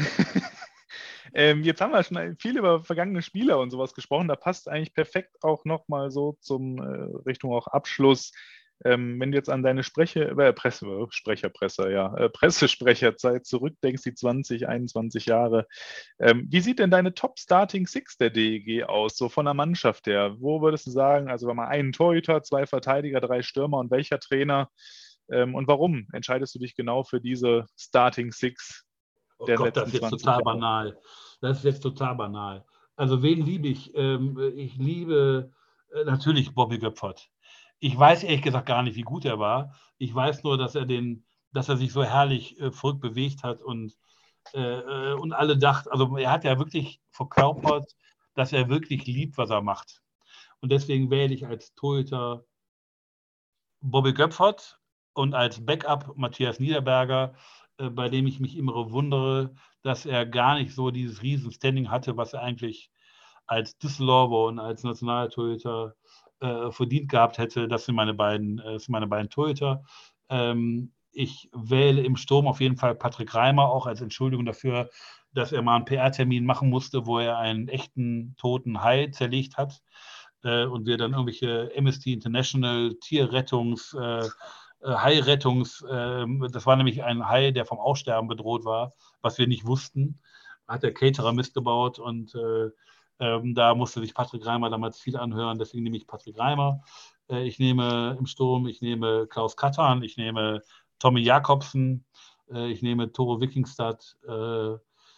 ähm, jetzt haben wir schon viel über vergangene Spieler und sowas gesprochen. Da passt eigentlich perfekt auch nochmal so zum äh, Richtung auch Abschluss. Ähm, wenn du jetzt an deine Spreche, äh, Presse, Sprecherpresse, ja, äh, Pressesprecherzeit zurückdenkst, die zwanzig, einundzwanzig Jahre, ähm, wie sieht denn deine Top-Starting Six der D E G aus, so von der Mannschaft her? Wo würdest du sagen, also wenn man einen Torhüter, zwei Verteidiger, drei Stürmer und welcher Trainer? Ähm, und warum entscheidest du dich genau für diese Starting Six Oh der Gott, das letzten ist jetzt zwanzig total Jahre? banal. Das ist jetzt total banal. Also wen liebe ich? Ähm, ich liebe äh, natürlich Bobby Göpfert. Ich weiß ehrlich gesagt gar nicht, wie gut er war. Ich weiß nur, dass er den, dass er sich so herrlich äh, verrückt bewegt hat und, äh, und alle dachten, also er hat ja wirklich verkörpert, dass er wirklich liebt, was er macht. Und deswegen wähle ich als Torhüter Bobby Göpfert und als Backup Matthias Niederberger, äh, bei dem ich mich immer wundere, dass er gar nicht so dieses Riesen-Standing hatte, was er eigentlich als Düsseldorfer und als Nationaltorhüter äh, verdient gehabt hätte. Das sind meine beiden, äh, sind meine beiden Torhüter. Ähm, ich wähle im Sturm auf jeden Fall Patrick Reimer, auch als Entschuldigung dafür, dass er mal einen P R-Termin machen musste, wo er einen echten toten Hai zerlegt hat äh, und wir dann irgendwelche Amnesty International Tierrettungs, äh, Hai-Rettungs, äh, das war nämlich ein Hai, der vom Aussterben bedroht war, was wir nicht wussten. Hat der Caterer missgebaut und äh, ähm, da musste sich Patrick Reimer damals viel anhören, deswegen nehme ich Patrick Reimer. Äh, ich nehme im Sturm, ich nehme Klaus Kattan, ich nehme Tommy Jakobsen, äh, ich nehme Toro Wikingstad, äh,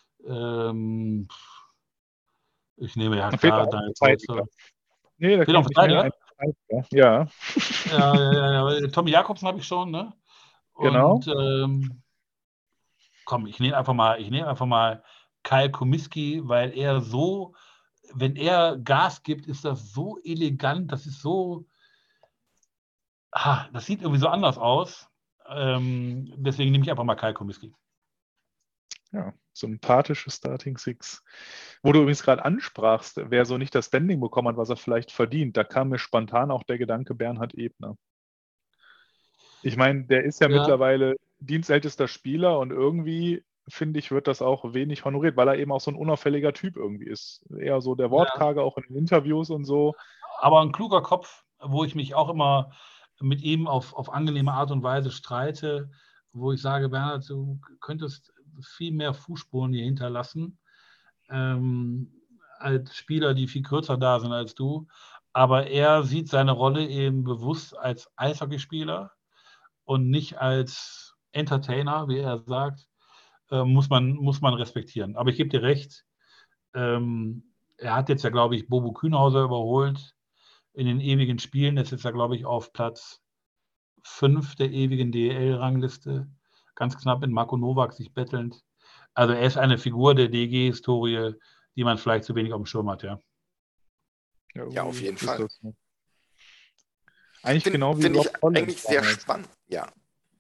ähm, ich nehme ja Da fehlt klar noch ein Daniel Verteidiger. Tolzer. Nee, da Fehlt noch kommt ein nicht mehr ein Verteidiger? Verteidiger. Ja, Ja, ja, ja, ja. Tommy Jakobsen habe ich schon, ne? genau. Und ähm, komm, ich nehme einfach mal, ich nehme einfach mal Kyle Komiski, weil er so, wenn er Gas gibt, ist das so elegant, das ist so, ah, das sieht irgendwie so anders aus. Ähm, deswegen nehme ich einfach mal Kyle Komiski. Ja, sympathische Starting Six. Wo du übrigens gerade ansprachst, wer so nicht das Standing bekommen hat, was er vielleicht verdient, da kam mir spontan auch der Gedanke Bernhard Ebner. Ich meine, der ist ja, Ja, mittlerweile dienstältester Spieler und irgendwie, finde ich, wird das auch wenig honoriert, weil er eben auch so ein unauffälliger Typ irgendwie ist. Eher so der ja, Wortkarge auch in den Interviews und so. aber ein kluger Kopf, wo ich mich auch immer mit ihm auf, auf angenehme Art und Weise streite, wo ich sage, Bernhard, du könntest viel mehr Fußspuren hier hinterlassen, ähm, als Spieler, die viel kürzer da sind als du. Aber er sieht seine Rolle eben bewusst als Eishockeyspieler und nicht als Entertainer, wie er sagt, äh, muss, man, muss man respektieren. Aber ich gebe dir recht, ähm, er hat jetzt ja, glaube ich, Bobo Kühnhauser überholt in den ewigen Spielen. Jetzt ist er, glaube ich, auf Platz fünf der ewigen D E L-Rangliste. Ganz knapp mit Marco Nowak sich bettelnd. Also er ist eine Figur der D E G-Historie, die man vielleicht zu wenig auf dem Schirm hat, ja. Ja, auf jeden ist Fall. das so. Eigentlich Finde genau wie find Rob ich Collins eigentlich sehr damals. spannend. Ja,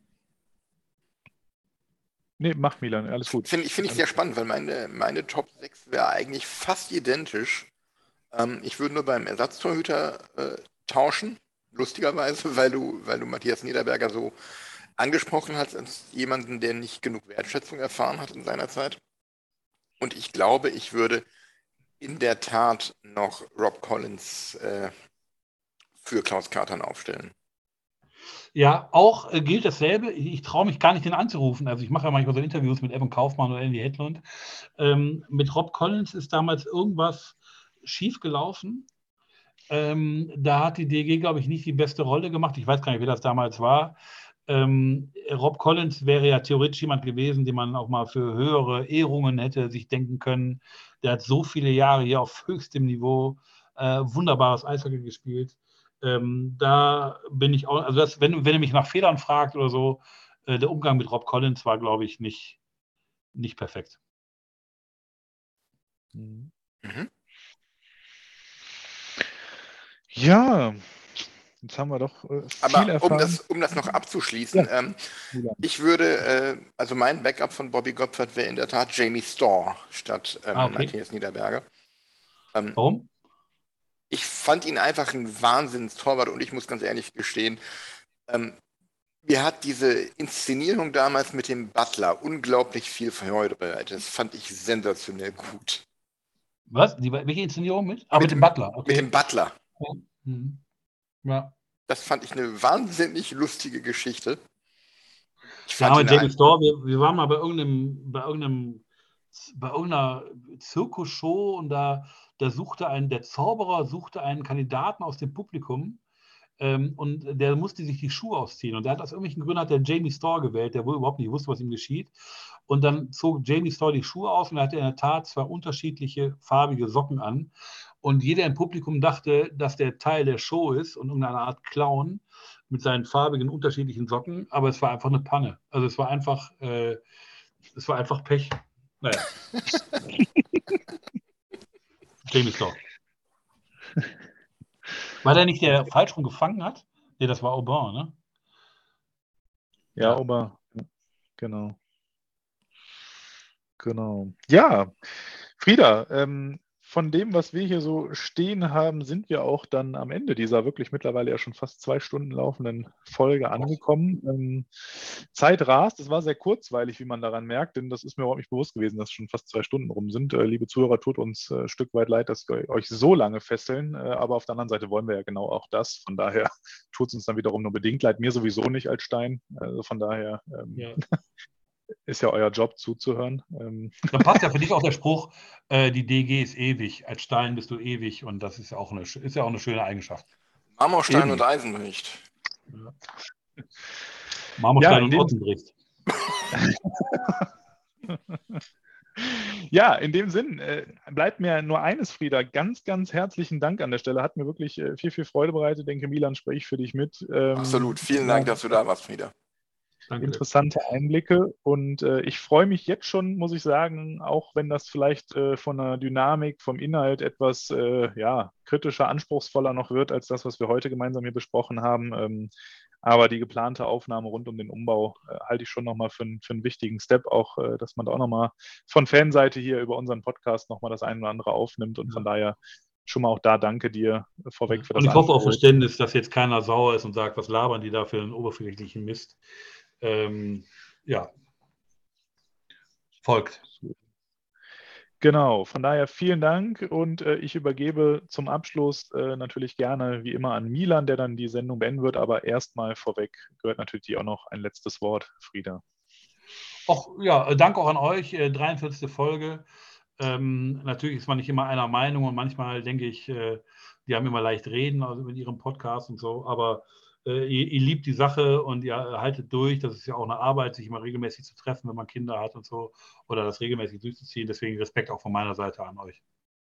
Nee, mach Milan, alles gut. finde ich, find ich sehr spannend, weil meine, meine Top sechs wäre eigentlich fast identisch. Ähm, ich würde nur beim Ersatztorhüter äh, tauschen, lustigerweise, weil du, weil du Matthias Niederberger so angesprochen hast als jemanden, der nicht genug Wertschätzung erfahren hat in seiner Zeit. Und ich glaube, ich würde in der Tat noch Rob Collins äh, für Klaus Kattan aufstellen. Ja, auch äh, gilt dasselbe. Ich, ich traue mich gar nicht, den anzurufen. Also ich mache ja manchmal so Interviews mit Evan Kaufmann oder Andy Hedlund. Ähm, mit Rob Collins ist damals irgendwas schiefgelaufen. Ähm, da hat die D G, glaube ich, nicht die beste Rolle gemacht. Ich weiß gar nicht, wer das damals war. Ähm, Rob Collins wäre ja theoretisch jemand gewesen, den man auch mal für höhere Ehrungen hätte sich denken können. Der hat so viele Jahre hier auf höchstem Niveau äh, wunderbares Eishockey gespielt. Ähm, da bin ich auch, also das, wenn, wenn ihr mich nach Fehlern fragt oder so, äh, der Umgang mit Rob Collins war, glaube ich, nicht, nicht perfekt. Mhm. Mhm. Ja, Jetzt haben wir doch äh, viel Aber erfahren. um das, um das noch abzuschließen, Ja. ähm, ich würde, äh, also mein Backup von Bobby Gottfried wäre in der Tat Jamie Storr statt ähm, Ah, okay. Matthias Niederberger. Ähm, Warum? ich fand ihn einfach ein Wahnsinns-Torwart und ich muss ganz ehrlich gestehen, ähm, mir hat diese Inszenierung damals mit dem Butler unglaublich viel Freude bereitet. Das fand ich sensationell gut. Was? Die, welche Inszenierung mit? Ah, mit, Mit dem dem- Butler. Okay. Mit dem Butler. Mhm. Ja. Das fand ich eine wahnsinnig lustige Geschichte. Ich Der fand arme ihn Jamie ein- Storr, wir, wir waren mal bei irgendeinem, bei irgendeinem, bei irgendeiner Zirkusshow und da, da suchte ein, der Zauberer suchte einen Kandidaten aus dem Publikum ähm, und der musste sich die Schuhe ausziehen. Und der hat aus irgendwelchen Gründen hat der Jamie Storr gewählt, der wohl überhaupt nicht wusste, was ihm geschieht. Und dann zog Jamie Storr die Schuhe aus und er hatte in der Tat zwei unterschiedliche farbige Socken an. Und jeder im Publikum dachte, dass der Teil der Show ist und irgendeine Art Clown mit seinen farbigen unterschiedlichen Socken, aber es war einfach eine Panne. Also es war einfach, äh, es war einfach Pech. Naja. Jamie Storr. War der nicht, der falsch rum gefangen hat? Nee, das war Aubin, ne? Ja, Ja. aber genau. Genau. Ja, Frieda, ähm, von dem, was wir hier so stehen haben, sind wir auch dann am Ende dieser wirklich mittlerweile ja schon fast zwei Stunden laufenden Folge angekommen. Ähm, Zeit rast, es war sehr kurzweilig, wie man daran merkt, denn das ist mir überhaupt nicht bewusst gewesen, dass schon fast zwei Stunden rum sind. Äh, liebe Zuhörer, tut uns äh, ein Stück weit leid, dass wir euch so lange fesseln, äh, aber auf der anderen Seite wollen wir ja genau auch das. Von daher tut es uns dann wiederum nur bedingt leid, mir sowieso nicht als Stein. Also von daher ähm, Ja. ist ja euer Job zuzuhören. Ähm, Dann passt ja für dich auch der Spruch, äh, die D G ist ewig. Als Stein bist du ewig und das ist ja auch eine, ist ja auch eine schöne Eigenschaft. Marmorstein Eben. und Eisenbricht. Marmorstein Ja, in und dem- Ottenbricht. Ja, in dem Sinn äh, bleibt mir nur eines, Frieda. Ganz, ganz herzlichen Dank an der Stelle. Hat mir wirklich äh, viel, viel Freude bereitet. Denke, Milan, spreche ich für dich mit. Ähm, Absolut. Vielen Dank, dass du da warst, Frieda. Danke. Interessante Einblicke und äh, ich freue mich jetzt schon, muss ich sagen, auch wenn das vielleicht äh, von der Dynamik, vom Inhalt etwas äh, ja, kritischer, anspruchsvoller noch wird als das, was wir heute gemeinsam hier besprochen haben. Ähm, aber die geplante Aufnahme rund um den Umbau äh, halte ich schon nochmal für, für einen wichtigen Step, auch äh, dass man da auch nochmal von Fanseite hier über unseren Podcast nochmal das eine oder andere aufnimmt und von daher schon mal auch da danke dir äh, vorweg für das Und ich hoffe auf Angebot. Verständnis, dass jetzt keiner sauer ist und sagt, was labern die da für einen oberflächlichen Mist. Ähm, ja, folgt. Genau, von daher vielen Dank und äh, ich übergebe zum Abschluss äh, natürlich gerne wie immer an Milan, der dann die Sendung beenden wird, aber erstmal vorweg gehört natürlich dir auch noch ein letztes Wort, Frieda. Auch, ja, danke auch an euch, äh, dreiundvierzigste Folge. Ähm, natürlich ist man nicht immer einer Meinung und manchmal denke ich, äh, die haben immer leicht reden, also mit ihrem Podcast und so, aber äh, ihr, ihr liebt die Sache und ihr haltet durch. Das ist ja auch eine Arbeit, sich immer regelmäßig zu treffen, wenn man Kinder hat und so, oder das regelmäßig durchzuziehen. Deswegen Respekt auch von meiner Seite an euch.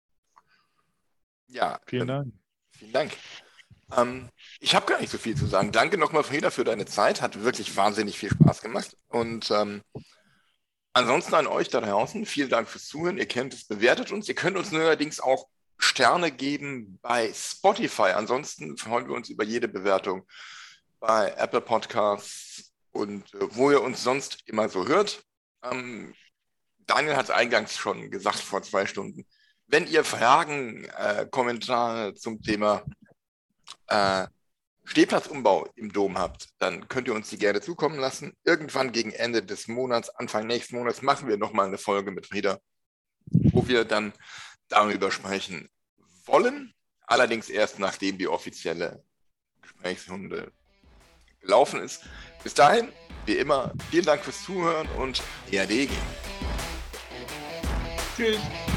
Ja, Vielen ähm, Dank. vielen Dank. Ähm, ich habe gar nicht so viel zu sagen. Danke nochmal, Frieda, für deine Zeit. Hat wirklich wahnsinnig viel Spaß gemacht. Und ähm, ansonsten an euch da draußen, vielen Dank fürs Zuhören. Ihr kennt es, bewertet uns. Ihr könnt uns neuerdings auch Sterne geben bei Spotify. Ansonsten freuen wir uns über jede Bewertung bei Apple Podcasts und äh, wo ihr uns sonst immer so hört. Ähm, Daniel hat es eingangs schon gesagt vor zwei Stunden. Wenn ihr Fragen, äh, Kommentare zum Thema äh, Stehplatzumbau im Dom habt, dann könnt ihr uns die gerne zukommen lassen. Irgendwann gegen Ende des Monats, Anfang nächsten Monats, machen wir nochmal eine Folge mit Frieda, wo wir dann darüber sprechen wollen. Allerdings erst, nachdem die offizielle Gesprächsrunde gelaufen ist. Bis dahin, wie immer, vielen Dank fürs Zuhören und E A D G. Tschüss.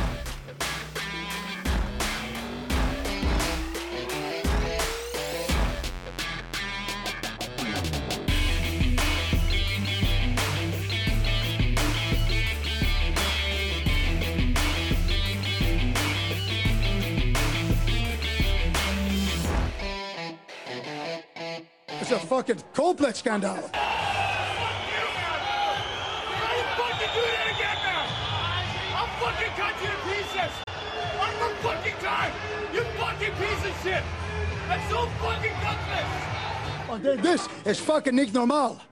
It's a fucking complex scandal. How you fucking do that again now? I'll fucking cut you to pieces. One more fucking time. You fucking piece of shit. Und this is fucking nicht normal.